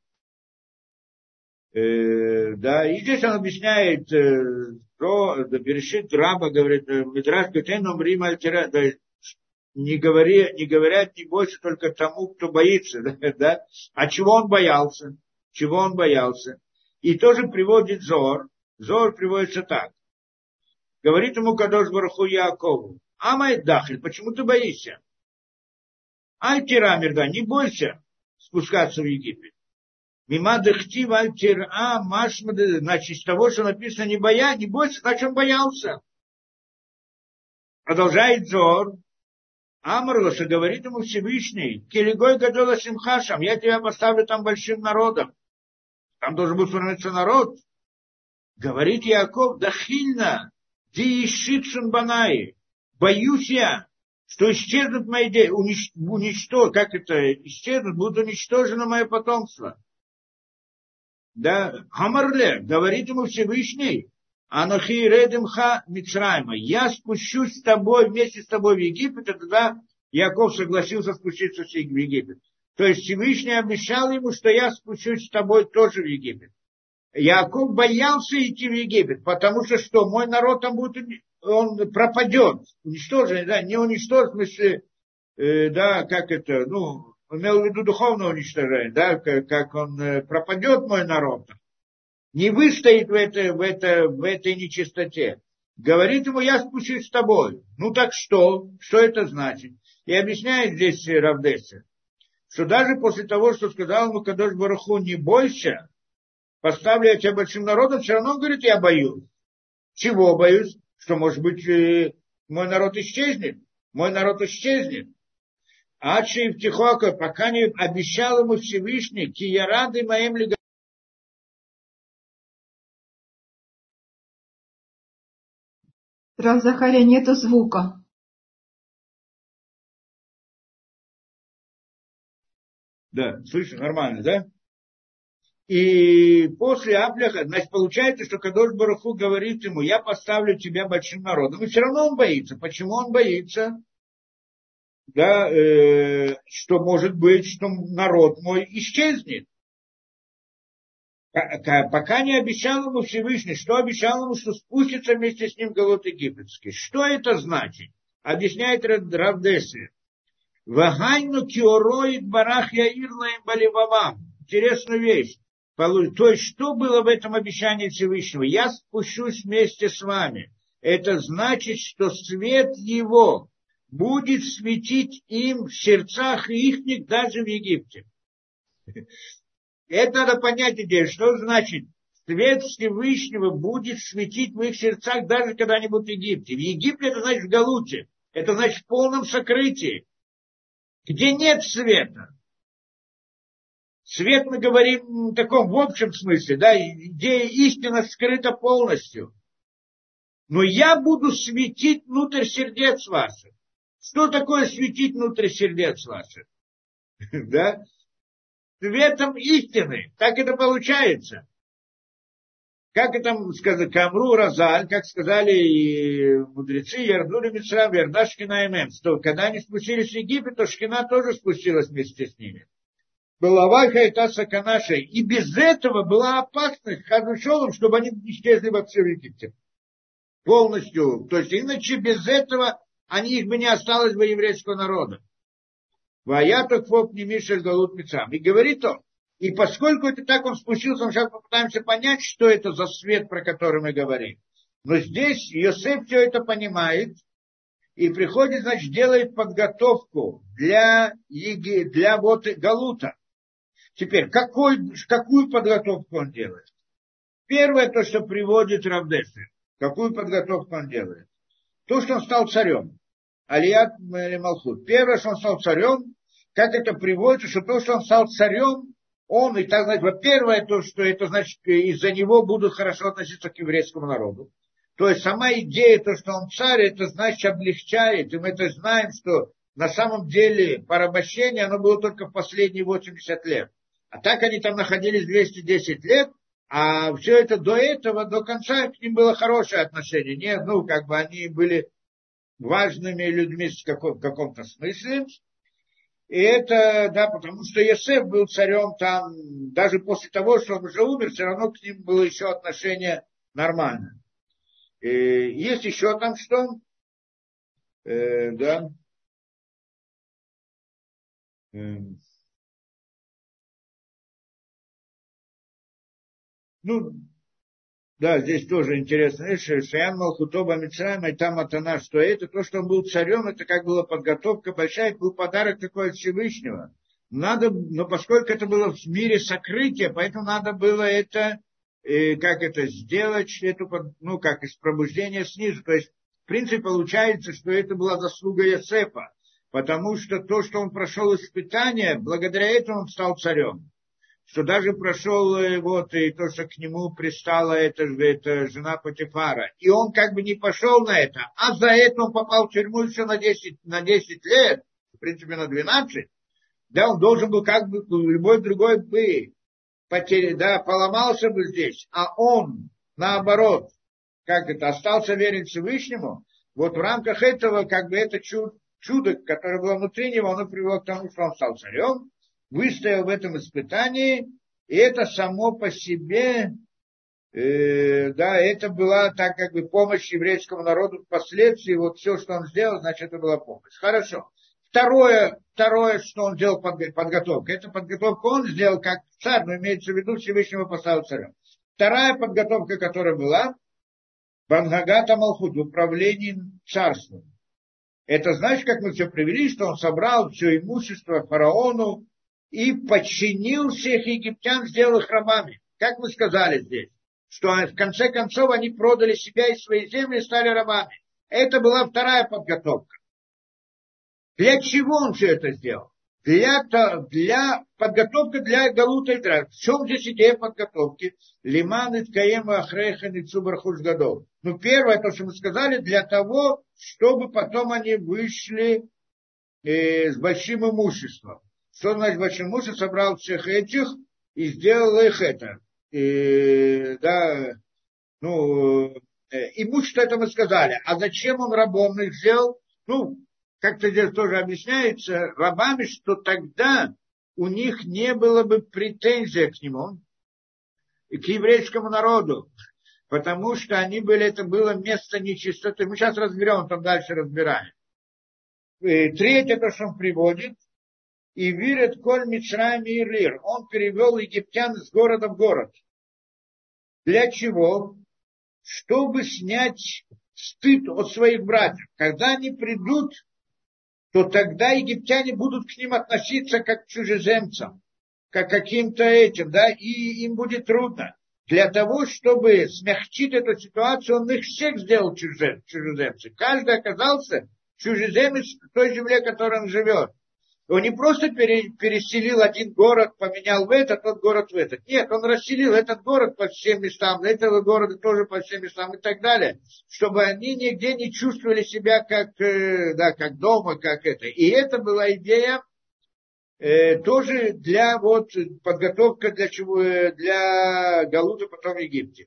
Э, да, и здесь он объясняет, э, про, да, Берешит Раба, говорит, Мидраш Гатен Омрим Аль-Тира, да, не, говори, не говорят, не бойся только тому, кто боится, да, да, а чего он боялся, чего он боялся. И тоже приводит Зор, Зор приводится так, говорит ему Кадош Барух Ху Яакову, Амай Дахль, почему ты боишься? Аль-Тирамир, да, не бойся спускаться в Египет. Мима дехтив аль-тира машмад, значит, из того, что написано не боя, не бойся, значит, он боялся. Продолжает Зор. Амарлоса говорит ему Всевышний, Килигой Гадола Симхашам, я тебя поставлю там большим народом. Там должен был сформироваться народ. Говорит Яаков, Дахильна, Диишитшин Банаи, боюсь я, что исчезнут мои дети, унич, уничтожат, как это, исчезнут, будут уничтожено мое потомство. Да, Хамарле, говорит ему Всевышний, Анахи Редимха Мицрайма, я спущусь с тобой, вместе с тобой в Египет, и тогда Яков согласился спуститься в Египет. То есть Всевышний обещал ему, что я спущусь с тобой тоже в Египет. Яков боялся идти в Египет, потому что что, мой народ там будет, он пропадет, уничтожен, да, не уничтожен, в смысле, э, да, как это, ну, имел в виду духовное уничтожение, да, как, как он э, пропадет мой народ, не выстоит в, это, в, это, в этой нечистоте. Говорит ему, я спущусь с тобой. Ну так что? Что это значит? И объясняет здесь Равдессер, что даже после того, что сказал ему Кадош Барух Ху, не бойся, поставлю я тебя большим народом, все равно он говорит, я боюсь. Чего боюсь? Что, может быть, мой народ исчезнет? Мой народ исчезнет. Ачи в Тихока, пока не обещал ему Всевышний, киярады моим лига. Рав Захария, нету звука. Да, слышно, нормально, да? И после Апляха, значит, получается, что Кадош Барух Ху говорит ему, я поставлю тебя большим народом. И все равно он боится. Почему он боится? Да, э, что может быть, что народ мой исчезнет. Пока не обещал ему Всевышний, что обещал ему, что спустится вместе с ним Галут египетский. Что это значит? Объясняет Рав Дессер. Вагайну киороид барах яир лаим баливавам. Интересная вещь. То есть, что было в этом обещании Всевышнего? Я спущусь вместе с вами. Это значит, что свет его будет светить им в сердцах ихних даже в Египте. Это надо понять идею, что значит свет Всевышнего будет светить в их сердцах даже когда они будут в Египте. В Египте это значит в Галуте, это значит в полном сокрытии, где нет света. Свет мы говорим в таком в общем смысле, да, где истина скрыта полностью. Но я буду светить внутрь сердец ваших. Что такое светить внутрь сердец ваших? Да? Светом истины. Так это получается. Как это сказали, Камру Разаль, как сказали и мудрецы, Ярдули Мицрам, Ярда Шкина и Мем, что когда они спустились в Египет, то Шкина тоже спустилась вместе с ними. Была вайха и та саканаша. И без этого была опасность Хазушолом, чтобы они исчезли вообще в Египте. Полностью. То есть, иначе без этого они, их бы не осталось бы еврейского народа. Ваяток фоп не мишель галут мицам. И говорит он, и поскольку это так он спустился, мы сейчас попытаемся понять, что это за свет, про который мы говорим. Но здесь Йосеф все это понимает, и приходит, значит, делает подготовку для, для вот галута. Теперь, какой, какую подготовку он делает? Первое, то, что приводит Рав Дессер. Какую подготовку он делает? То, что он стал царем. Алият Малхут. Первое, что он стал царем, как это приводится, что то, что он стал царем, он, и так, значит, во-первых, то, что это значит, из-за него будут хорошо относиться к еврейскому народу. То есть сама идея, то, что он царь, это значит облегчает, и мы это знаем, что на самом деле порабощение, оно было только в последние восемьдесят лет. А так они там находились двести десять лет, а все это до этого, до конца к ним было хорошее отношение. Нет, ну, как бы они были важными людьми в, каком- в каком-то смысле. И это, да, потому что Йосеф был царем там, даже после того, что он уже умер, все равно к ним было еще отношение нормальное. И есть еще там что? Э, да. Э, ну, да, здесь тоже интересно. Видишь, Шаян Малхутоба Мицраем, и там Атана, что это, то, что он был царем, это как была подготовка большая, это был подарок такой от Всевышнего. Надо, но поскольку это было в мире сокрытия, поэтому надо было это, э, как это сделать, эту, ну, как из пробуждения снизу. То есть, в принципе, получается, что это была заслуга Йосефа, потому что то, что он прошел испытание, благодаря этому он стал царем. Что даже прошел вот и то, что к нему пристала эта, эта жена Потифара. И он как бы не пошел на это, а за это он попал в тюрьму еще на десять, на десять лет, в принципе на двенадцать. Да, он должен был как бы любой другой бы потеря, да, поломался бы здесь. А он, наоборот, как это, остался верен Всевышнему. Вот в рамках этого, как бы это чудо, чудо, которое было внутри него, оно привело к тому, что он стал царем, выстоял в этом испытании, и это само по себе, э, да, это была так как бы помощь еврейскому народу впоследствии, вот все, что он сделал, значит, это была помощь. Хорошо. Второе, второе, что он делал подготовку, это подготовку он сделал как царь, но имеется в виду Всевышнего поставил царем. Вторая подготовка, которая была, Бангагата Малхут, в управлении царством. Это значит, как мы все привели, что он собрал все имущество фараону и подчинил всех египтян, сделал их рабами. Как мы сказали здесь, что в конце концов они продали себя и свои земли и стали рабами. Это была вторая подготовка. Для чего он все это сделал? Для, для подготовки для Галута Израиля. В чем здесь идея подготовки? Лиман и Ткаема Ахрехан и Цубархуш Гадов. Ну, первое, то, что мы сказали, для того, чтобы потом они вышли э, с большим имуществом. Что значит большим имуществом? Собрал всех этих и сделал их это. Э, да, ну, э, имущество это мы сказали. А зачем он рабом их сделал? Ну, как-то здесь тоже объясняется, рабами, что тогда у них не было бы претензий к нему, к еврейскому народу, потому что они были, это было место нечистоты. Мы сейчас разберем, там дальше разбираем. И третье, то, что он приводит, и верит коль Мицраим и Лир. Он перевел египтян с города в город. Для чего? Чтобы снять стыд от своих братьев. Когда они придут, то тогда египтяне будут к ним относиться как к чужеземцам, как к каким-то этим, да, и им будет трудно. Для того, чтобы смягчить эту ситуацию, он их всех сделал чужеземцами. Каждый оказался чужеземец в той земле, в которой он живет. Он не просто переселил один город, поменял в этот, тот город в этот. Нет, он расселил этот город по всем местам, этого города тоже по всем местам и так далее, чтобы они нигде не чувствовали себя как, да, как дома, как это. И это была идея э, тоже для вот, подготовка для чего, для Галута потом в Египте.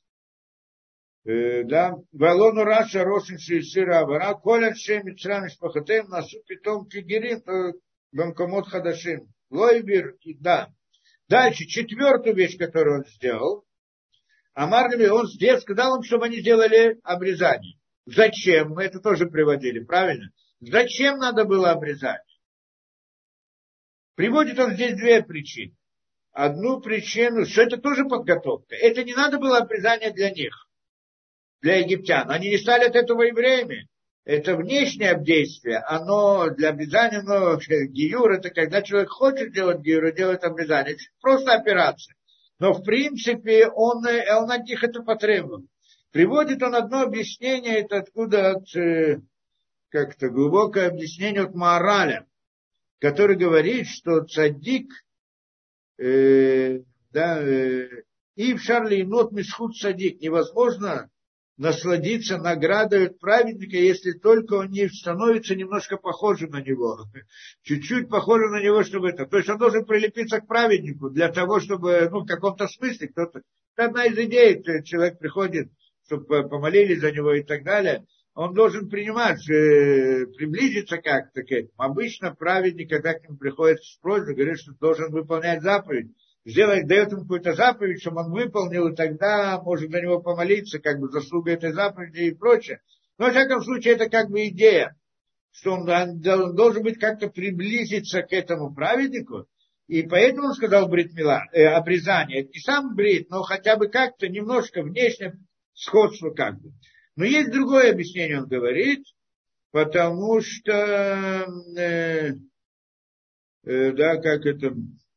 Да, Валону Раша, Рошин Шиисира Авара, Колян Шем Мицрам Ишпахатем, Насу Питом Кигерим, Банкомот Хадашим, Лойбир, да. Дальше, четвертую вещь, которую он сделал, Амар, он здесь сказал им, чтобы они сделали обрезание. Зачем? Мы это тоже приводили, правильно? Зачем надо было обрезать? Приводит он здесь две причины. Одну причину, что это тоже подготовка. Это не надо было обрезание для них. Для египтян. Они не стали от этого евреями. Это внешнее действие. Оно для обрезания, но гиюр, это когда человек хочет делать гиюр, делает обрезание. Это просто операция. Но в принципе он, он от них это потребовал. Приводит он одно объяснение, это откуда от, как-то глубокое объяснение от Маораля, который говорит, что цадик, э, да, э, и в Шарли нот мисхут цадик, невозможно насладиться наградой от праведника, если только он не становится немножко похожим на него. Чуть-чуть похожим на него, чтобы это. То есть он должен прилепиться к праведнику для того, чтобы, ну, в каком-то смысле кто-то... Это одна из идей, человек приходит, чтобы помолились за него и так далее. Он должен принимать, э, приблизиться как-то к этому. Обычно праведник, когда к нему приходит с просьбой, говорит, что должен выполнять заповедь. Сделает, дает ему какую-то заповедь, чтобы он выполнил, и тогда может за него помолиться, как бы заслуга этой заповеди и прочее. Но, во всяком случае, это как бы идея, что он, он должен быть как-то приблизиться к этому праведнику, и поэтому он сказал брит мила, э, обрезание. Это не сам брит, но хотя бы как-то немножко внешнее сходство как бы. Но есть другое объяснение, он говорит, потому что, э, э, да, как это...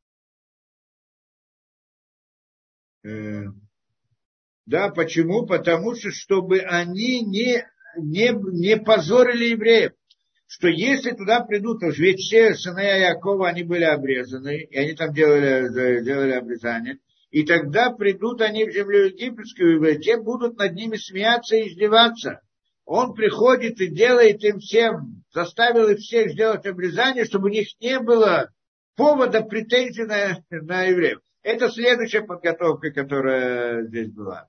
Да, почему? Потому что, чтобы они не, не, не позорили евреев. Что если туда придут, ведь все сыновья Якова, они были обрезаны, и они там делали, делали обрезание, и тогда придут они в землю египетскую, и те будут над ними смеяться и издеваться. Он приходит и делает им всем, заставил их всех сделать обрезание, чтобы у них не было повода претензий на, на евреев. Это следующая подготовка, которая здесь была.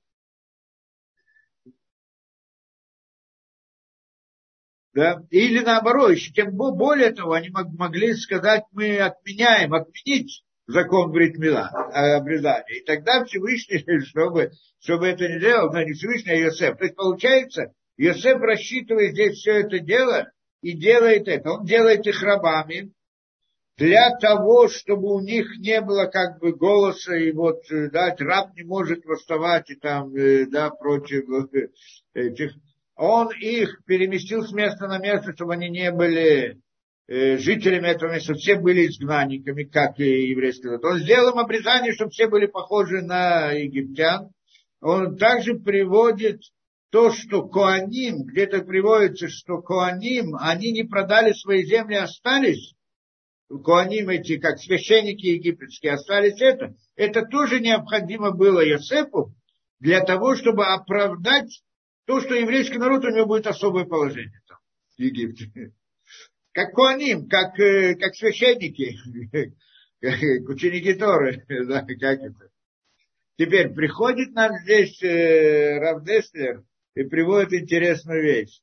Да? Или наоборот, еще тем более того, они могли сказать, мы отменяем, отменить закон брит мила, обрезания. И тогда Всевышний, чтобы, чтобы это не делал, но не Всевышний, а Йосеф. То есть получается, Йосеф рассчитывает здесь все это дело и делает это. Он делает их рабами. для того, чтобы у них не было как бы голоса, и вот, да, раб не может восставать и там, да, против этих. Он их переместил с места на место, чтобы они не были жителями этого места, все были изгнанниками, как и еврейский народ. Он сделал им обрезание, чтобы все были похожи на египтян. Он также приводит то, что Коаним, где-то приводится, что Коаним, они не продали свои земли, остались. Коаним эти, как священники египетские, остались это. Это тоже необходимо было Йосефу для того, чтобы оправдать то, что еврейский народ, у него будет особое положение там, в Египте. Как Коаним, как, как священники, как ученики Торы, да, как это. Теперь приходит нам здесь э, Рав Деслер и приводит интересную вещь.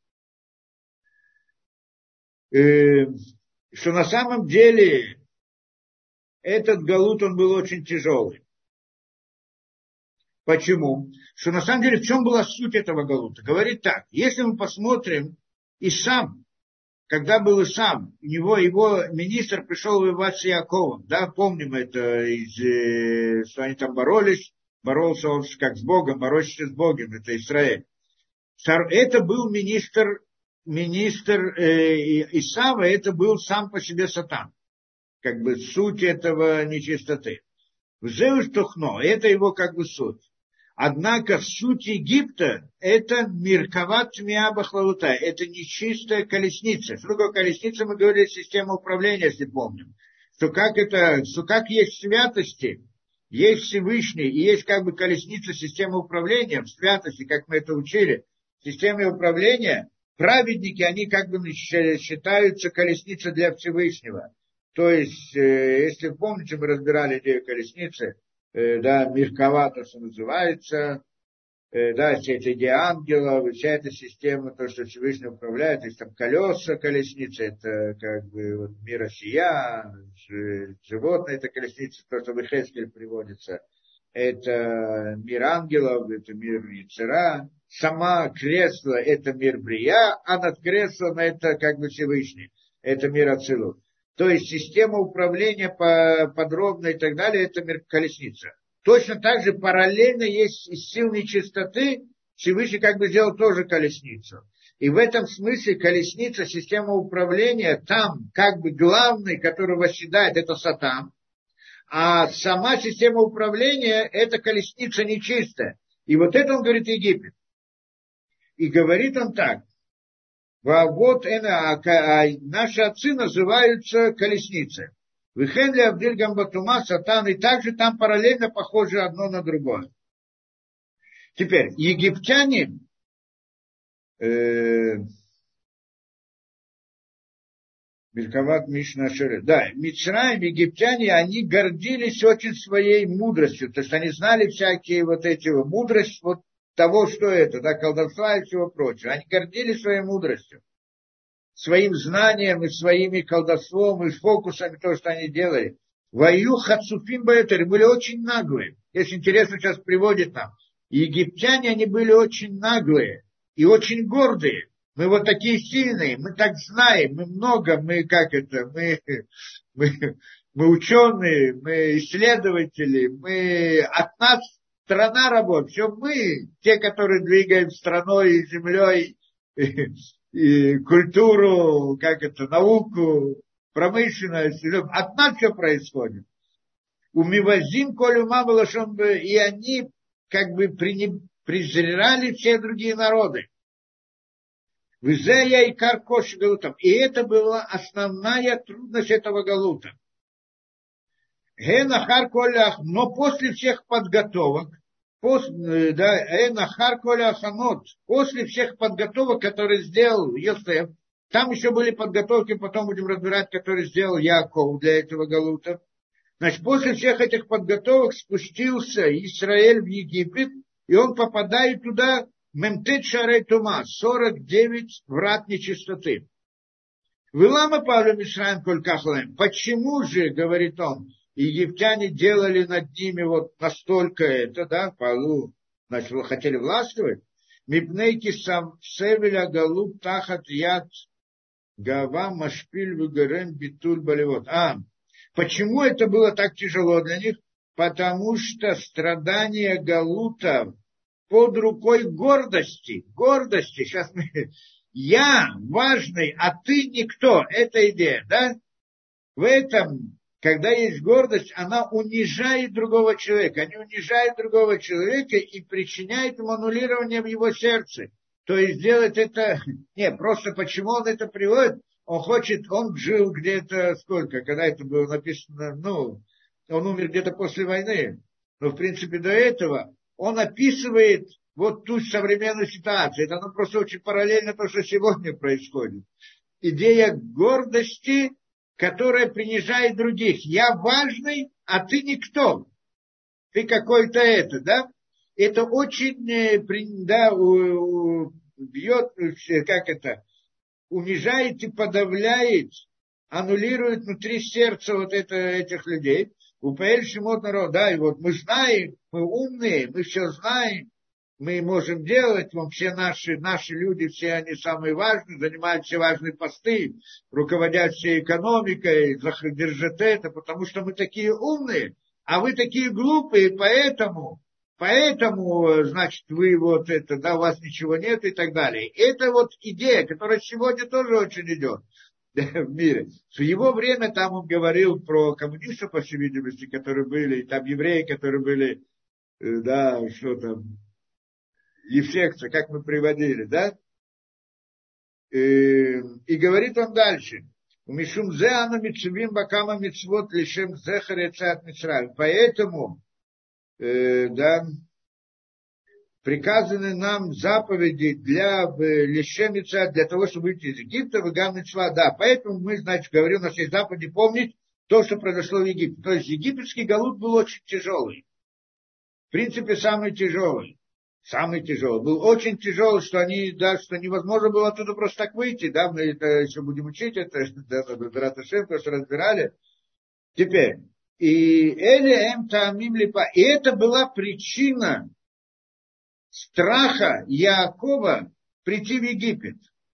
Э, что на самом деле этот галут, он был очень тяжелый. Почему? Что на самом деле в чем была суть этого галута? Говорит так, если мы посмотрим, и сам, когда был и сам, у него его министр пришел воевать с Яковом, да, помним это, из, э, что они там боролись, боролся он как с Богом, боролся с Богом, это Израиль. Это был министр, министр э, Исава, это был сам по себе сатан, как бы суть этого нечистоты. Взеуштухно, это его как бы суть. Однако суть Египта – это миркават миабахлаута, это нечистая колесница. Что такое колесница? Мы говорили, система управления, если помним. Что как это, что как есть святости, есть Всевышний, и есть как бы колесница системы управления, в святости, как мы это учили, в системе управления, праведники, они как бы считаются колесницей для Всевышнего. То есть, если помните, мы разбирали идею колесницы, да, мирковато, что называется, да, все эти идеи ангелов, вся эта система, то, что Всевышний управляет, есть там колеса колесницы, это как бы вот, мир осия, животное, это колесница, то, что в Ихескель приводится, это мир ангелов, это мир Яцера, сама кресло, это мир Брия, а над креслом это как бы Всевышний, это мир Ацилут. То есть система управления подробно и так далее, это колесница. Точно так же параллельно есть из сил нечистоты, Всевышний как бы сделал тоже колесницу. И в этом смысле колесница, система управления, там как бы главный, который восседает, это Сатан. А сама система управления, это колесница нечистая. И вот это он говорит Египет. И говорит он так. Вот наши отцы называются колесницы. Вихенли Абдиль Гамбатума, Сатан, и также там параллельно похожи одно на другое. Теперь, египтяне, Мельковат Мишна Шерет, да, Мицраим, египтяне, они гордились очень своей мудростью, то есть они знали всякие вот эти вот мудрость, вот того, что это, да, колдовства и всего прочего. Они гордились своей мудростью, своим знанием и своими колдовством и фокусами, то, что они делали. Ваю хацуфим баэтер, были очень наглые. Если интересно, сейчас приводит нам. Египтяне, они были очень наглые и очень гордые. Мы вот такие сильные, мы так знаем, мы много, мы как это, мы, мы, мы ученые, мы исследователи, мы от нас страна работает, все мы, те, которые двигаем страной и землей, и, и культуру, как это, науку, промышленность, от нас все происходит. У Мивазим, Колю Маму, и они как бы презирали все другие народы. Визея и Каркош Галутом. И это была основная трудность этого Галута. Генахар Колях, но после всех подготовок, после, да, Генахар Коляханот, после всех подготовок, которые сделал Йосеф, там еще были подготовки, потом будем разбирать, которые сделал Яков для этого Галута. Значит, после всех этих подготовок спустился Израиль в Египет, и он попадает туда, Мемтет Шарей Тума, сорок девять врат нечистоты. Вылама Павлу Мишраим Колькахлаем. Почему же, говорит он, египтяне делали над ними вот настолько это, да, Павлу, значит, вы хотели властвовать? Мипнейки сам Севеля Галуб Тахат Яд Гава Машпиль Вугарем Битуль Болевод. А, Почему это было так тяжело для них? Потому что страдания галута под рукой гордости. Гордости. Сейчас мы... Я важный, а ты никто. Это идея, да? В этом, когда есть гордость, она унижает другого человека. Она унижает другого человека и причиняет ему аннулирование в его сердце. То есть делать это... Не, просто почему он это приводит? Он хочет, он жил где-то сколько, когда это было написано, ну, он умер где-то после войны. Но, в принципе, до этого он описывает вот ту современную ситуацию. Это ну, просто очень параллельно то, что сегодня происходит. Идея гордости, которая принижает других. Я важный, а ты никто. Ты какой-то это, да? Это очень, да, бьет, как это, унижает и подавляет, аннулирует внутри сердца вот это, этих людей. У Паэль Шимот народ, да, и вот мы знаем, мы умные, мы все знаем, мы можем делать, вам все наши, наши люди, все они самые важные, занимают все важные посты, руководят всей экономикой, держат это, потому что мы такие умные, а вы такие глупые, поэтому, поэтому, значит, вы вот это, да, у вас ничего нет и так далее. Это вот идея, которая сегодня тоже очень идет в мире. В его время там он говорил про коммунистов, по всей видимости, которые были, и там евреи, которые были, да, что там, Ефекция, как мы приводили, да? И, и говорит он дальше. Мишум зе ану митцвим бакама митцвот лишем зехар яцат мицраим. Поэтому, э, да, приказаны нам заповеди для лишем яцат, для того, чтобы выйти из Египта, выгам мицва, да. Поэтому мы, значит, говорим, у нас есть заповеди помнить то, что произошло в Египте. То есть египетский галут был очень тяжелый. В принципе, самый тяжелый. Самый тяжелый. Был очень тяжелый, что они, да, что невозможно было оттуда просто так выйти, да, мы это еще будем учить, это, да, Раташем, то, что разбирали. Теперь, и Эли Эм Таамим Липа, и это была причина страха Яакова прийти в Египет.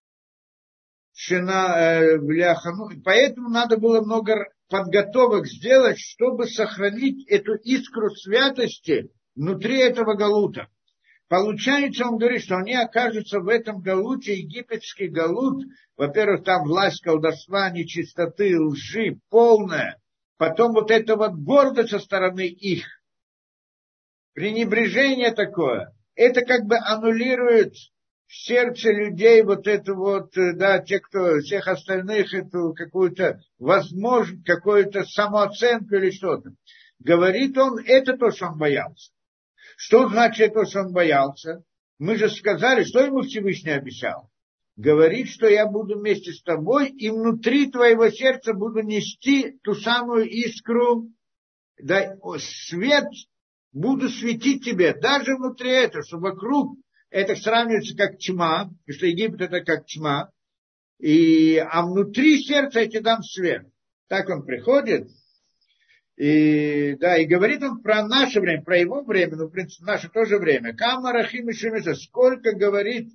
Поэтому надо было много подготовок сделать, чтобы сохранить эту искру святости внутри этого галута. Получается, он говорит, что они окажутся в этом галуте, египетский галут, во-первых, там власть колдовства, нечистоты, лжи полная, потом вот это вот гордость со стороны их, пренебрежение такое, это как бы аннулирует в сердце людей вот это вот, да, те, кто, всех остальных, эту какую-то возможность, какую-то самооценку или что-то. Говорит он, это то, что он боялся. Что значит то, что он боялся? Мы же сказали, что ему Всевышний обещал. Говорит, что я буду вместе с тобой, и внутри твоего сердца буду нести ту самую искру, да, свет, буду светить тебе, даже внутри этого, что вокруг это сравнивается как тьма, потому что Египет это как тьма, и, а внутри сердца я тебе дам свет. Так он приходит. И, да, и говорит он про наше время, про его время, ну, в принципе, наше тоже время. Камарахим и Шемиса, сколько говорит,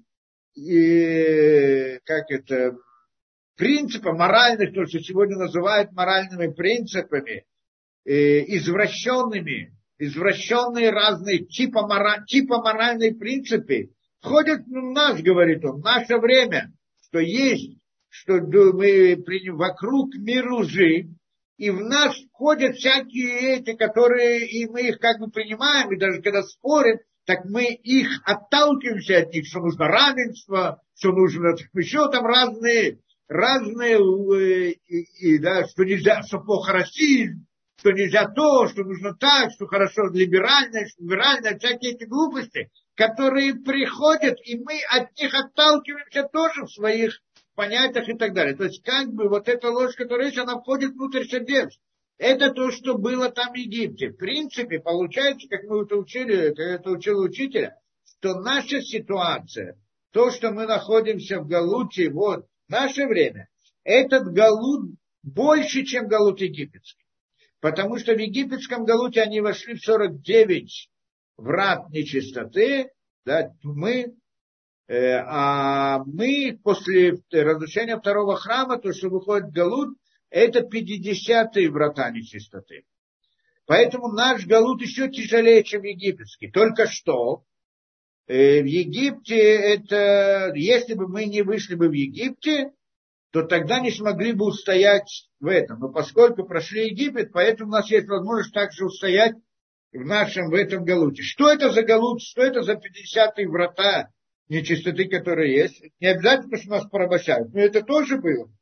и, как это, принципов моральных, то, что сегодня называют моральными принципами, и, извращенными, извращенные разные типа, мора, типа моральные принципы, входят в нас, говорит он, в наше время, что есть, что мы вокруг мир лжи, и в нас входят всякие эти, которые, и мы их как бы принимаем, и даже когда спорим, так мы их отталкиваемся от них, что нужно равенство, что нужно еще там разные, разные, и, и, да, что нельзя, что плохо расизм, что нельзя то, что нужно так, что хорошо либеральное, что либеральное, всякие эти глупости, которые приходят, и мы от них отталкиваемся тоже в своих понятиях и так далее. То есть, как бы, вот эта ложь, которая есть, она входит внутрь сердец. Это то, что было там в Египте. В принципе, получается, как мы это учили, как это учил учителя, что наша ситуация, то, что мы находимся в Галуте, вот, в наше время, этот Галут больше, чем Галут египетский. Потому что в египетском Галуте они вошли в сорок девять врат нечистоты, да, тьмы, а мы после разрушения второго храма, то, что выходит Галут, это пятидесятые врата нечистоты. Поэтому наш галут еще тяжелее, чем египетский. Только что э, в Египте это, если бы мы не вышли бы в Египте, то тогда не смогли бы устоять в этом. Но поскольку прошли Египет, поэтому у нас есть возможность также устоять в нашем, в этом галуте. Что это за галут, что это за пятидесятые врата нечистоты, которые есть? Не обязательно, что нас порабощают, но это тоже было.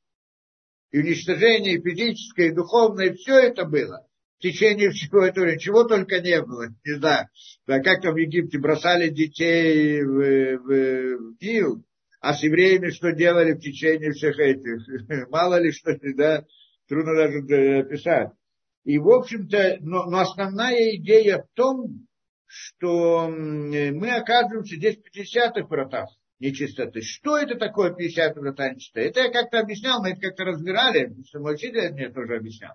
И уничтожение и физическое, и духовное, и все это было. В течение всего этого времени, чего только не было. Не знаю, да, как там в Египте бросали детей в, в, в Нил, а с евреями что делали в течение всех этих. Мало ли что, да, трудно даже описать. И, в общем-то, но, но основная идея в том, что мы оказываемся здесь в пятидесятых вратах нечистоты. Что это такое пятидесятые врата нечистоты? Это я как-то объяснял, мы это как-то разбирали, что мой учитель мне тоже объяснял.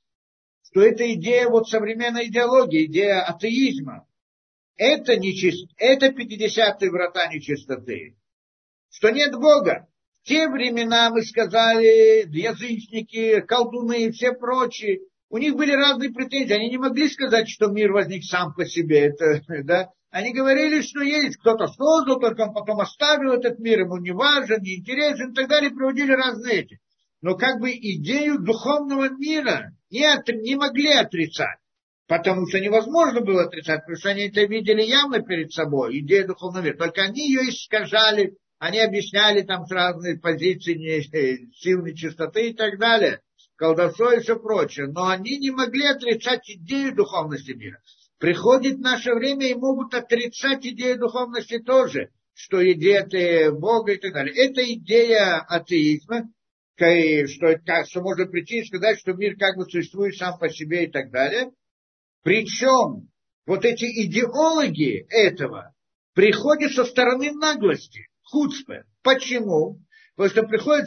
Что это идея вот современной идеологии, идея атеизма. Это, нечист... это пятидесятые врата нечистоты. Что нет Бога. В те времена, мы сказали, язычники, колдуны и все прочие, у них были разные претензии. Они не могли сказать, что мир возник сам по себе. Это, да? Они говорили, что есть кто-то создал, только он потом оставил этот мир, ему не важен, не интересен и так далее. Приводили разные эти. Но как бы идею духовного мира не, от, не могли отрицать. Потому что невозможно было отрицать, потому что они это видели явно перед собой, идею духовного мира. Только они ее искажали, они объясняли там с разных позиций сил нечистоты и так далее, колдовство и все прочее. Но они не могли отрицать идею духовности мира. Приходит наше время и могут отрицать идею духовности тоже, что идея Бога и так далее. Это идея атеизма, что, что можно прийти и сказать, что мир как бы существует сам по себе и так далее. Причем вот эти идеологи этого приходят со стороны наглости, хуцпе. Почему? Потому что приходят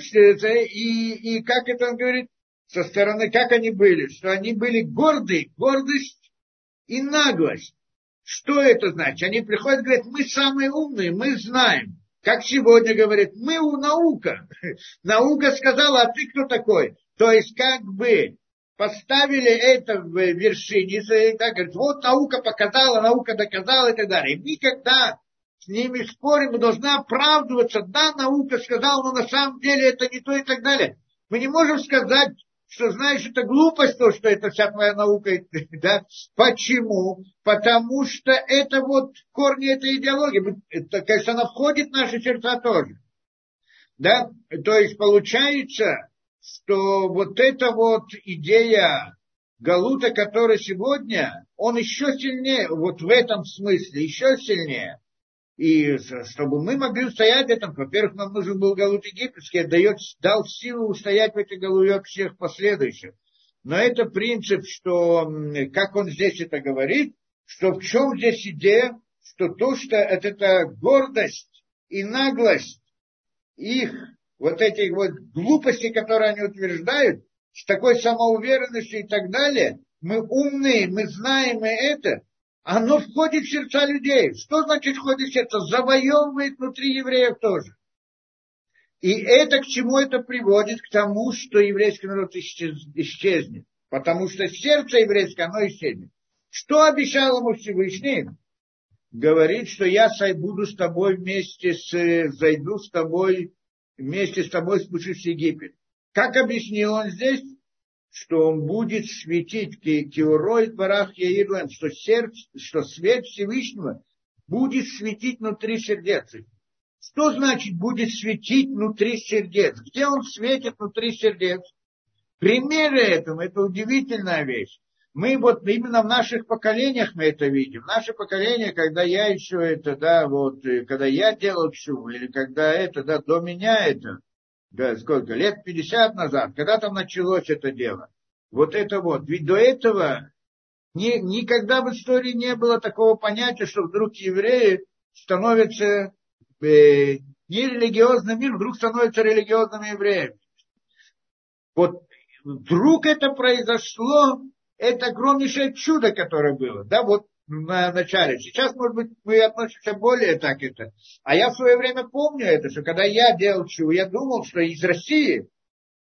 и, и как это он говорит, со стороны, как они были, что они были гордые, гордость и наглость. Что это значит? Они приходят и говорят, мы самые умные, мы знаем. Как сегодня говорят, мы у наука. Наука сказала, а ты кто такой? То есть как бы поставили это в вершине, и так говорят, вот наука показала, наука доказала и так далее. И мы, когда с ними спорим, мы должны оправдываться. Да, наука сказала, но на самом деле это не то и так далее. Мы не можем сказать, что, знаешь, это глупость, то, что это вся твоя наука. Да? Почему? Потому что это вот корни этой идеологии. Это, конечно, она входит в наши сердца тоже. Да? То есть получается, что вот эта вот идея галута, которая сегодня, он еще сильнее, вот в этом смысле, еще сильнее. И чтобы мы могли устоять в этом, во-первых, нам нужен был галут египетский, дает, дал силу устоять в этой галуе всех последующих. Но это принцип, что, как он здесь это говорит, что в чем здесь идея, что то, что это, это гордость и наглость их, вот этих вот глупостей, которые они утверждают, с такой самоуверенностью и так далее, мы умные, мы знаем и это, оно входит в сердца людей. Что значит входит в сердце? Завоевывает внутри евреев тоже. И это к чему это приводит? К тому, что еврейский народ исчезнет. Потому что сердце еврейское, оно исчезнет. Что обещал ему Всевышний? Говорит, что я буду с тобой вместе с, зайду с тобой, вместе с тобой спущусь в Египет. Как объяснил он здесь? Что он будет светить киурой барах яирлем, что сердце, что свет Всевышнего будет светить внутри сердец. Что значит будет светить внутри сердец? Где он светит внутри сердец? Примеры этому, это удивительная вещь. Мы вот именно в наших поколениях мы это видим. Наше поколение, когда я еще это, да, вот, когда я делал чуву, или когда это, да, до меня это, да, сколько, лет пятьдесят назад, когда там началось это дело. Вот это вот. Ведь до этого ни, никогда в истории не было такого понятия, что вдруг евреи становятся э, не религиозным миром, вдруг становятся религиозными евреями. Вот вдруг это произошло, это огромнейшее чудо, которое было. Да, вот на начале. Сейчас, может быть, мы относимся более так это. А я в свое время помню это, что когда я делал чудо, я думал, что из России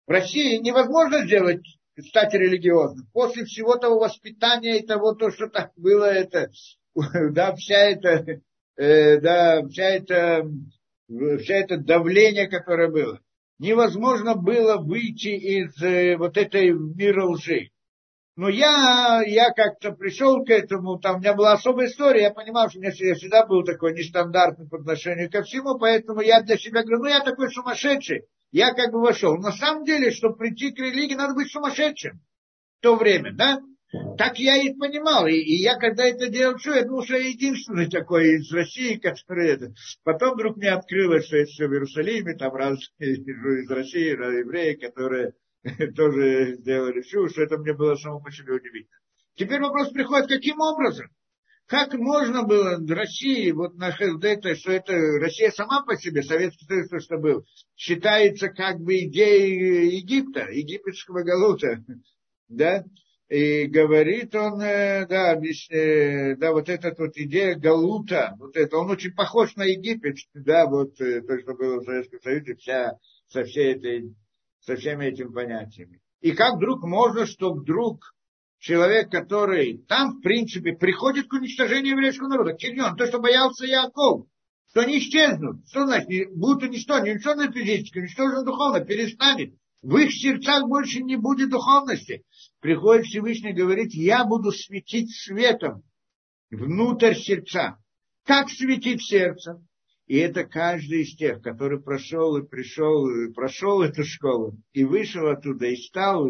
В России невозможно сделать, стать религиозным. После всего того воспитания и того, то, что там было, это, да, вся эта, э, да, вся эта, вся это давление, которое было. Невозможно было выйти из э, вот этой мира лжи. Но я, я как-то пришел к этому, там у меня была особая история, я понимал, что у меня всегда был такой нестандартный по отношению ко всему, поэтому я для себя говорю, ну я такой сумасшедший, я как бы вошел. На самом деле, чтобы прийти к религии, надо быть сумасшедшим в то время, да? Так я и понимал, и, и я когда это делал, что я думал, что я единственный такой из России, который это. Потом вдруг мне открылось, что есть в Иерусалиме, там разные из России, евреи, которые тоже сделали чушь, что это мне было само по себе удивительно. Теперь вопрос приходит, каким образом? Как можно было в России, вот на это, что это Россия сама по себе, Советский Союз, то, что был, считается как бы идеей Египта, египетского галута, да? И говорит он, да, объясняет, да, вот эта вот идея галута, вот это, он очень похож на Египет, да, вот то, что было в Советском Союзе, вся, со всей этой, со всеми этими понятиями. И как вдруг можно, что вдруг человек, который там, в принципе, приходит к уничтожению еврейского народа, к Кирьон, то, что боялся Яков, что они исчезнут, что значит, будут уничтожены, не уничтожены физически, уничтожены духовно, перестанет. В их сердцах больше не будет духовности. Приходит Всевышний и говорит, я буду светить светом внутрь сердца. Как светить сердце? И это каждый из тех, который прошел и пришел, и прошел эту школу, и вышел оттуда, и стал,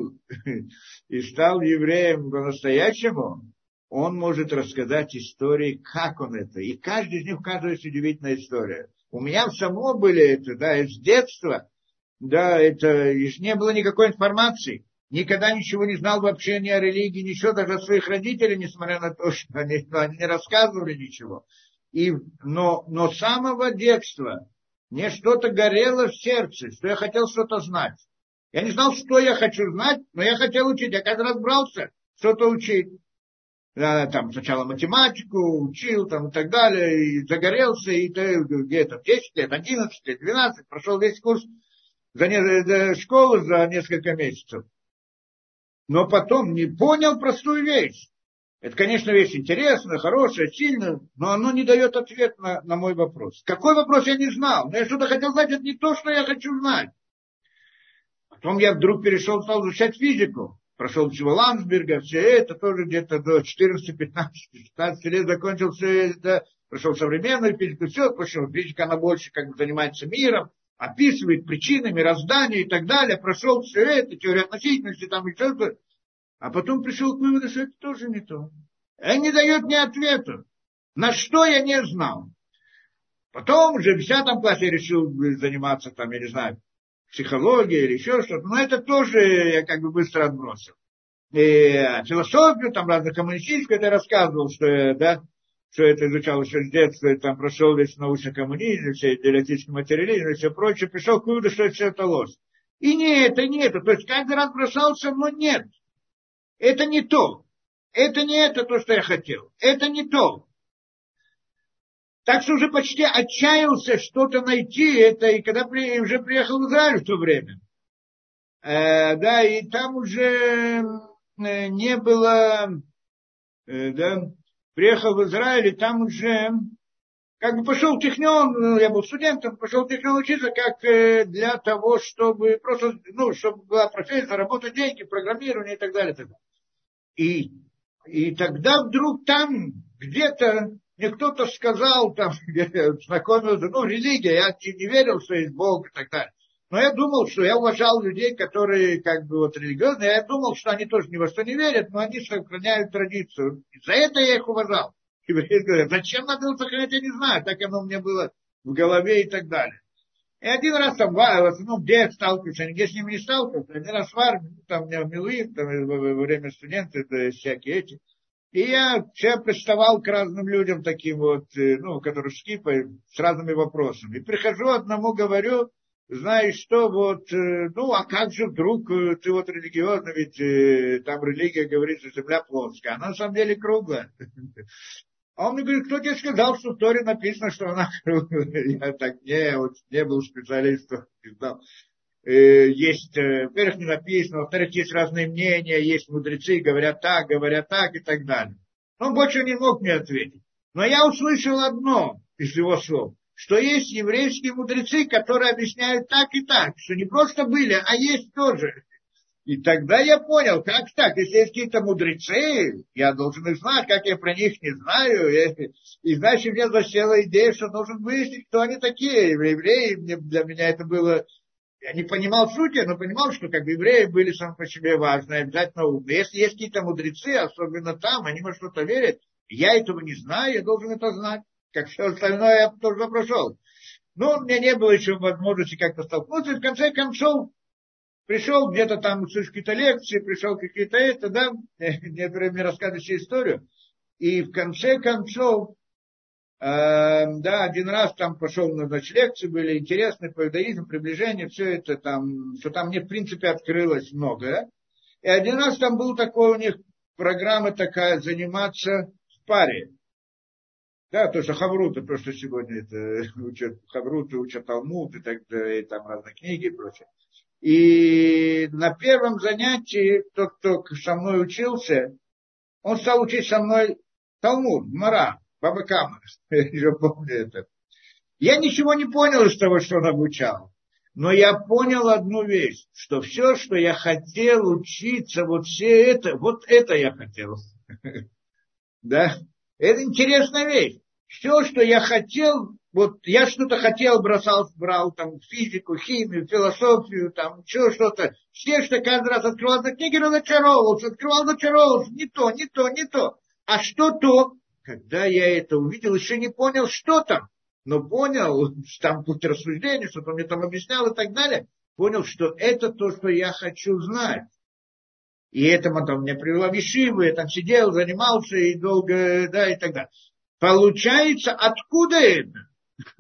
и стал евреем по-настоящему, он может рассказать истории, как он это. И каждый из них, у каждого есть удивительная история. У меня само были это, да, из детства, да, это, не было никакой информации. Никогда ничего не знал вообще ни о религии, ничего, даже о своих родителях, несмотря на то, что они, ну, они не рассказывали ничего. И, но, но с самого детства мне что-то горело в сердце, что я хотел что-то знать. Я не знал, что я хочу знать, но я хотел учить. Я каждый раз брался что-то учить. Я, там, сначала математику учил там, и так далее, и загорелся, и где-то десять лет, одиннадцать лет, двенадцать, прошел весь курс за не, школы за несколько месяцев. Но потом не понял простую вещь. Это, конечно, вещь интересная, хорошая, сильная, но оно не дает ответ на, на мой вопрос. Какой вопрос, я не знал. Но я что-то хотел знать, это не то, что я хочу знать. Потом я вдруг перешел, стал изучать физику. Прошел всего Ландсберга, все это, тоже где-то до четырнадцати, пятнадцати, шестнадцати лет закончил все это. Прошел современную физику, все, прошел. Физика, она больше как бы занимается миром, описывает причины, мироздания и так далее. Прошел все это, теория относительности, там и что-то. А потом пришел к выводу, что это тоже не то. Он не дает мне ответа. На что я не знал. Потом уже в десятом классе я решил заниматься там, я не знаю, психологией или еще что-то. Но это тоже я как бы быстро отбросил. И философию, там разных коммунистическую, это я рассказывал, что, да, что это изучал еще с детства, и там прошел весь научный коммунизм, все диалектический материализм и все прочее. Пришел к выводу, что это все это ложь. И не это, не это. То есть каждый раз бросался, но нет. Это не то. Это не это то, что я хотел. Это не то. Так что уже почти отчаялся что-то найти. Это и когда при, уже приехал в Израиль в то время. Э, да, и там уже э, не было... Э, да, приехал в Израиль, и там уже... Как бы пошел в Технион, я был студентом, пошел в Технион учиться как э, для того, чтобы просто, ну, чтобы была профессия, заработать деньги, программирование и так далее. И так далее. И, и тогда вдруг там где-то мне кто-то сказал, там, где знакомился, ну, религия, я не верил, что есть Бог и так далее. Но я думал, что я уважал людей, которые как бы вот религиозные, я думал, что они тоже ни во что не верят, но они сохраняют традицию. И за это я их уважал. И говорят, зачем надо его сохранять, я не знаю, так оно у меня было в голове и так далее. И один раз там, в основном, где я сталкивался, я нигде с ними не сталкивался, один раз в армии, там у меня в Милуим, там во время студентов, это всякие эти. И я все приставал к разным людям таким вот, ну, которые скипают, с разными вопросами. И прихожу одному, говорю, знаешь что, вот, ну, а как же вдруг ты вот религиозный, ведь там религия говорит, что земля плоская, она на самом деле круглая. А он мне говорит, кто тебе сказал, что в Торе написано, что она круглая? Я так, не, вот не был специалистом, не знал. э, есть, э, во-первых, не написано, во-вторых, есть разные мнения, есть мудрецы, говорят так, говорят так и так далее. Он больше не мог мне ответить. Но я услышал одно из его слов, что есть еврейские мудрецы, которые объясняют так и так, что не просто были, а есть тоже. И тогда я понял, как так, если есть какие-то мудрецы, я должен их знать, как я про них не знаю. И, и значит, мне засела идея, что нужно выяснить, кто они такие. Евреи, мне, для меня это было... Я не понимал сути, но понимал, что как бы евреи были сам по себе важны, обязательно умные. Если есть какие-то мудрецы, особенно там, они во что-то верят, я этого не знаю, я должен это знать. Как все остальное я тоже прошел. Но у меня не было еще возможности как-то столкнуться. И в конце концов пришел где-то там, услышал какие-то лекции, пришел какие-то это, да, некоторые мне рассказывали всю историю. И в конце концов, э, да, один раз там пошел на значит, лекции, были интересные по иудаизму, приближение, все это там, что там мне в принципе открылось многое. И один раз там был такой у них программа такая, заниматься в паре. Да, то, что Хаврута, то, что сегодня это учат Хавруту, учат Талмуд и так далее, и там разные книги и прочее. И на первом занятии тот, кто со мной учился, он стал учить со мной Талмуд, Мара, Баба Кама. Я помню это. Я ничего не понял из того, что он обучал. Но я понял одну вещь, что все, что я хотел учиться, вот все это, вот это я хотел. Да? Это интересная вещь. Все, что я хотел, вот я что-то хотел, бросал, брал там физику, химию, философию, там еще что-то. Все, что каждый раз открывал за книги, он очаровывался, открывал, очаровывался. Не то, не то, не то. А что то? Когда я это увидел, еще не понял, что там. Но понял, там путь рассуждения, что-то мне там объяснял и так далее. Понял, что это то, что я хочу знать. И этому там меня привело в Ешиву, я там сидел, занимался и долго, да, и так далее. Получается, откуда это?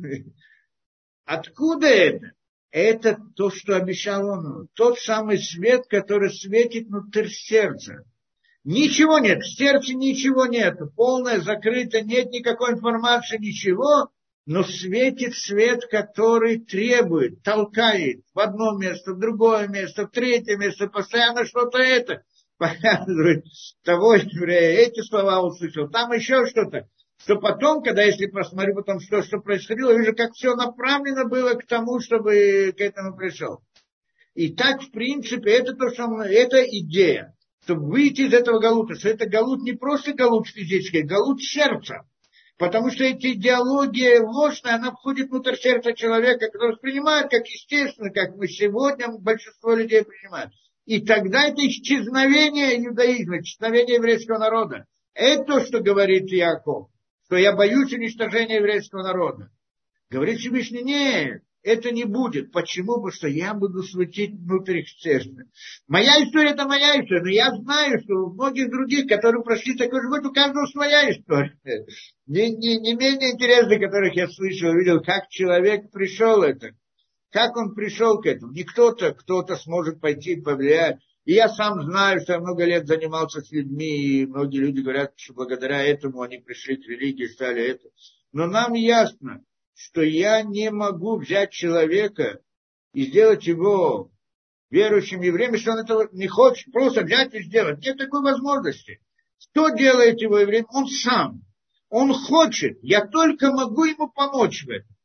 Откуда это? Это то, что обещал он. Тот самый свет, который светит внутрь сердца. Ничего нет, в сердце ничего нет. Полное закрыто, нет никакой информации, ничего. Но светит свет, который требует, толкает в одно место, в другое место, в третье место, постоянно что-то это показывает. Того еврея эти слова услышал, там еще что-то. Что потом, когда если посмотрю потом, что, что происходило, вижу, как все направлено было к тому, чтобы к этому пришел. И так, в принципе, это то, что это идея, чтобы выйти из этого галута, что это галут не просто галут физический, галут сердца. Потому что эта идеология ложная, она входит внутрь сердца человека, который воспринимает как естественно, как мы сегодня большинство людей принимают. И тогда это исчезновение иудаизма, исчезновение еврейского народа. Это то, что говорит Иаков, что я боюсь уничтожения еврейского народа. Говорит Всевышний, нет, это не будет. Почему? Потому что я буду светить внутрь сердца. Моя история – это моя история, но я знаю, что у многих других, которые прошли такой же путь, у каждого своя история. Не, не, не менее интересных, которых я слышал, видел, как человек пришел это. Как он пришел к этому? Не кто-то, кто-то сможет пойти и повлиять. И я сам знаю, что я много лет занимался с людьми, и многие люди говорят, что благодаря этому они пришли к религии, стали это. Но нам ясно, что я не могу взять человека и сделать его верующим евреем, если он этого не хочет, просто взять и сделать. Нет такой возможности. Кто делает его евреем? Он сам. Он хочет. Я только могу ему помочь в этом.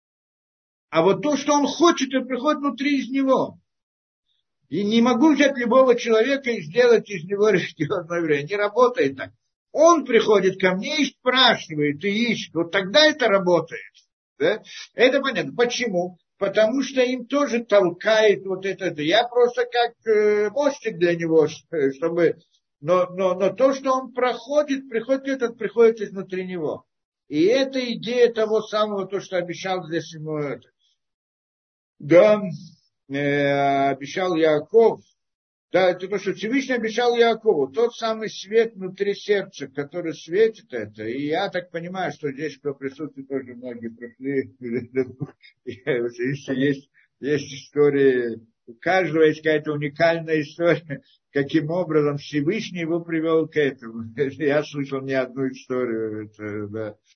А вот то, что он хочет, это приходит внутри из него. И не могу взять любого человека и сделать из него религиозного еврея. Не работает так. Он приходит ко мне и спрашивает, и ищет. Вот тогда это работает. Да? Это понятно. Почему? Потому что им тоже толкает вот это. Я просто как э, мостик для него, чтобы... Но, но, но то, что он проходит, приходит этот, приходит изнутри него. И это идея того самого, то, что обещал здесь ему это. Да, э, обещал Яаков. Да, это то, что Всевышний обещал Яакову. Тот самый свет внутри сердца, который светит это. И я так понимаю, что здесь, кто присутствует, тоже многие прошли. Есть, есть истории. У каждого есть какая-то уникальная история, каким образом Всевышний его привел к этому. Я слышал не одну историю. Это, да.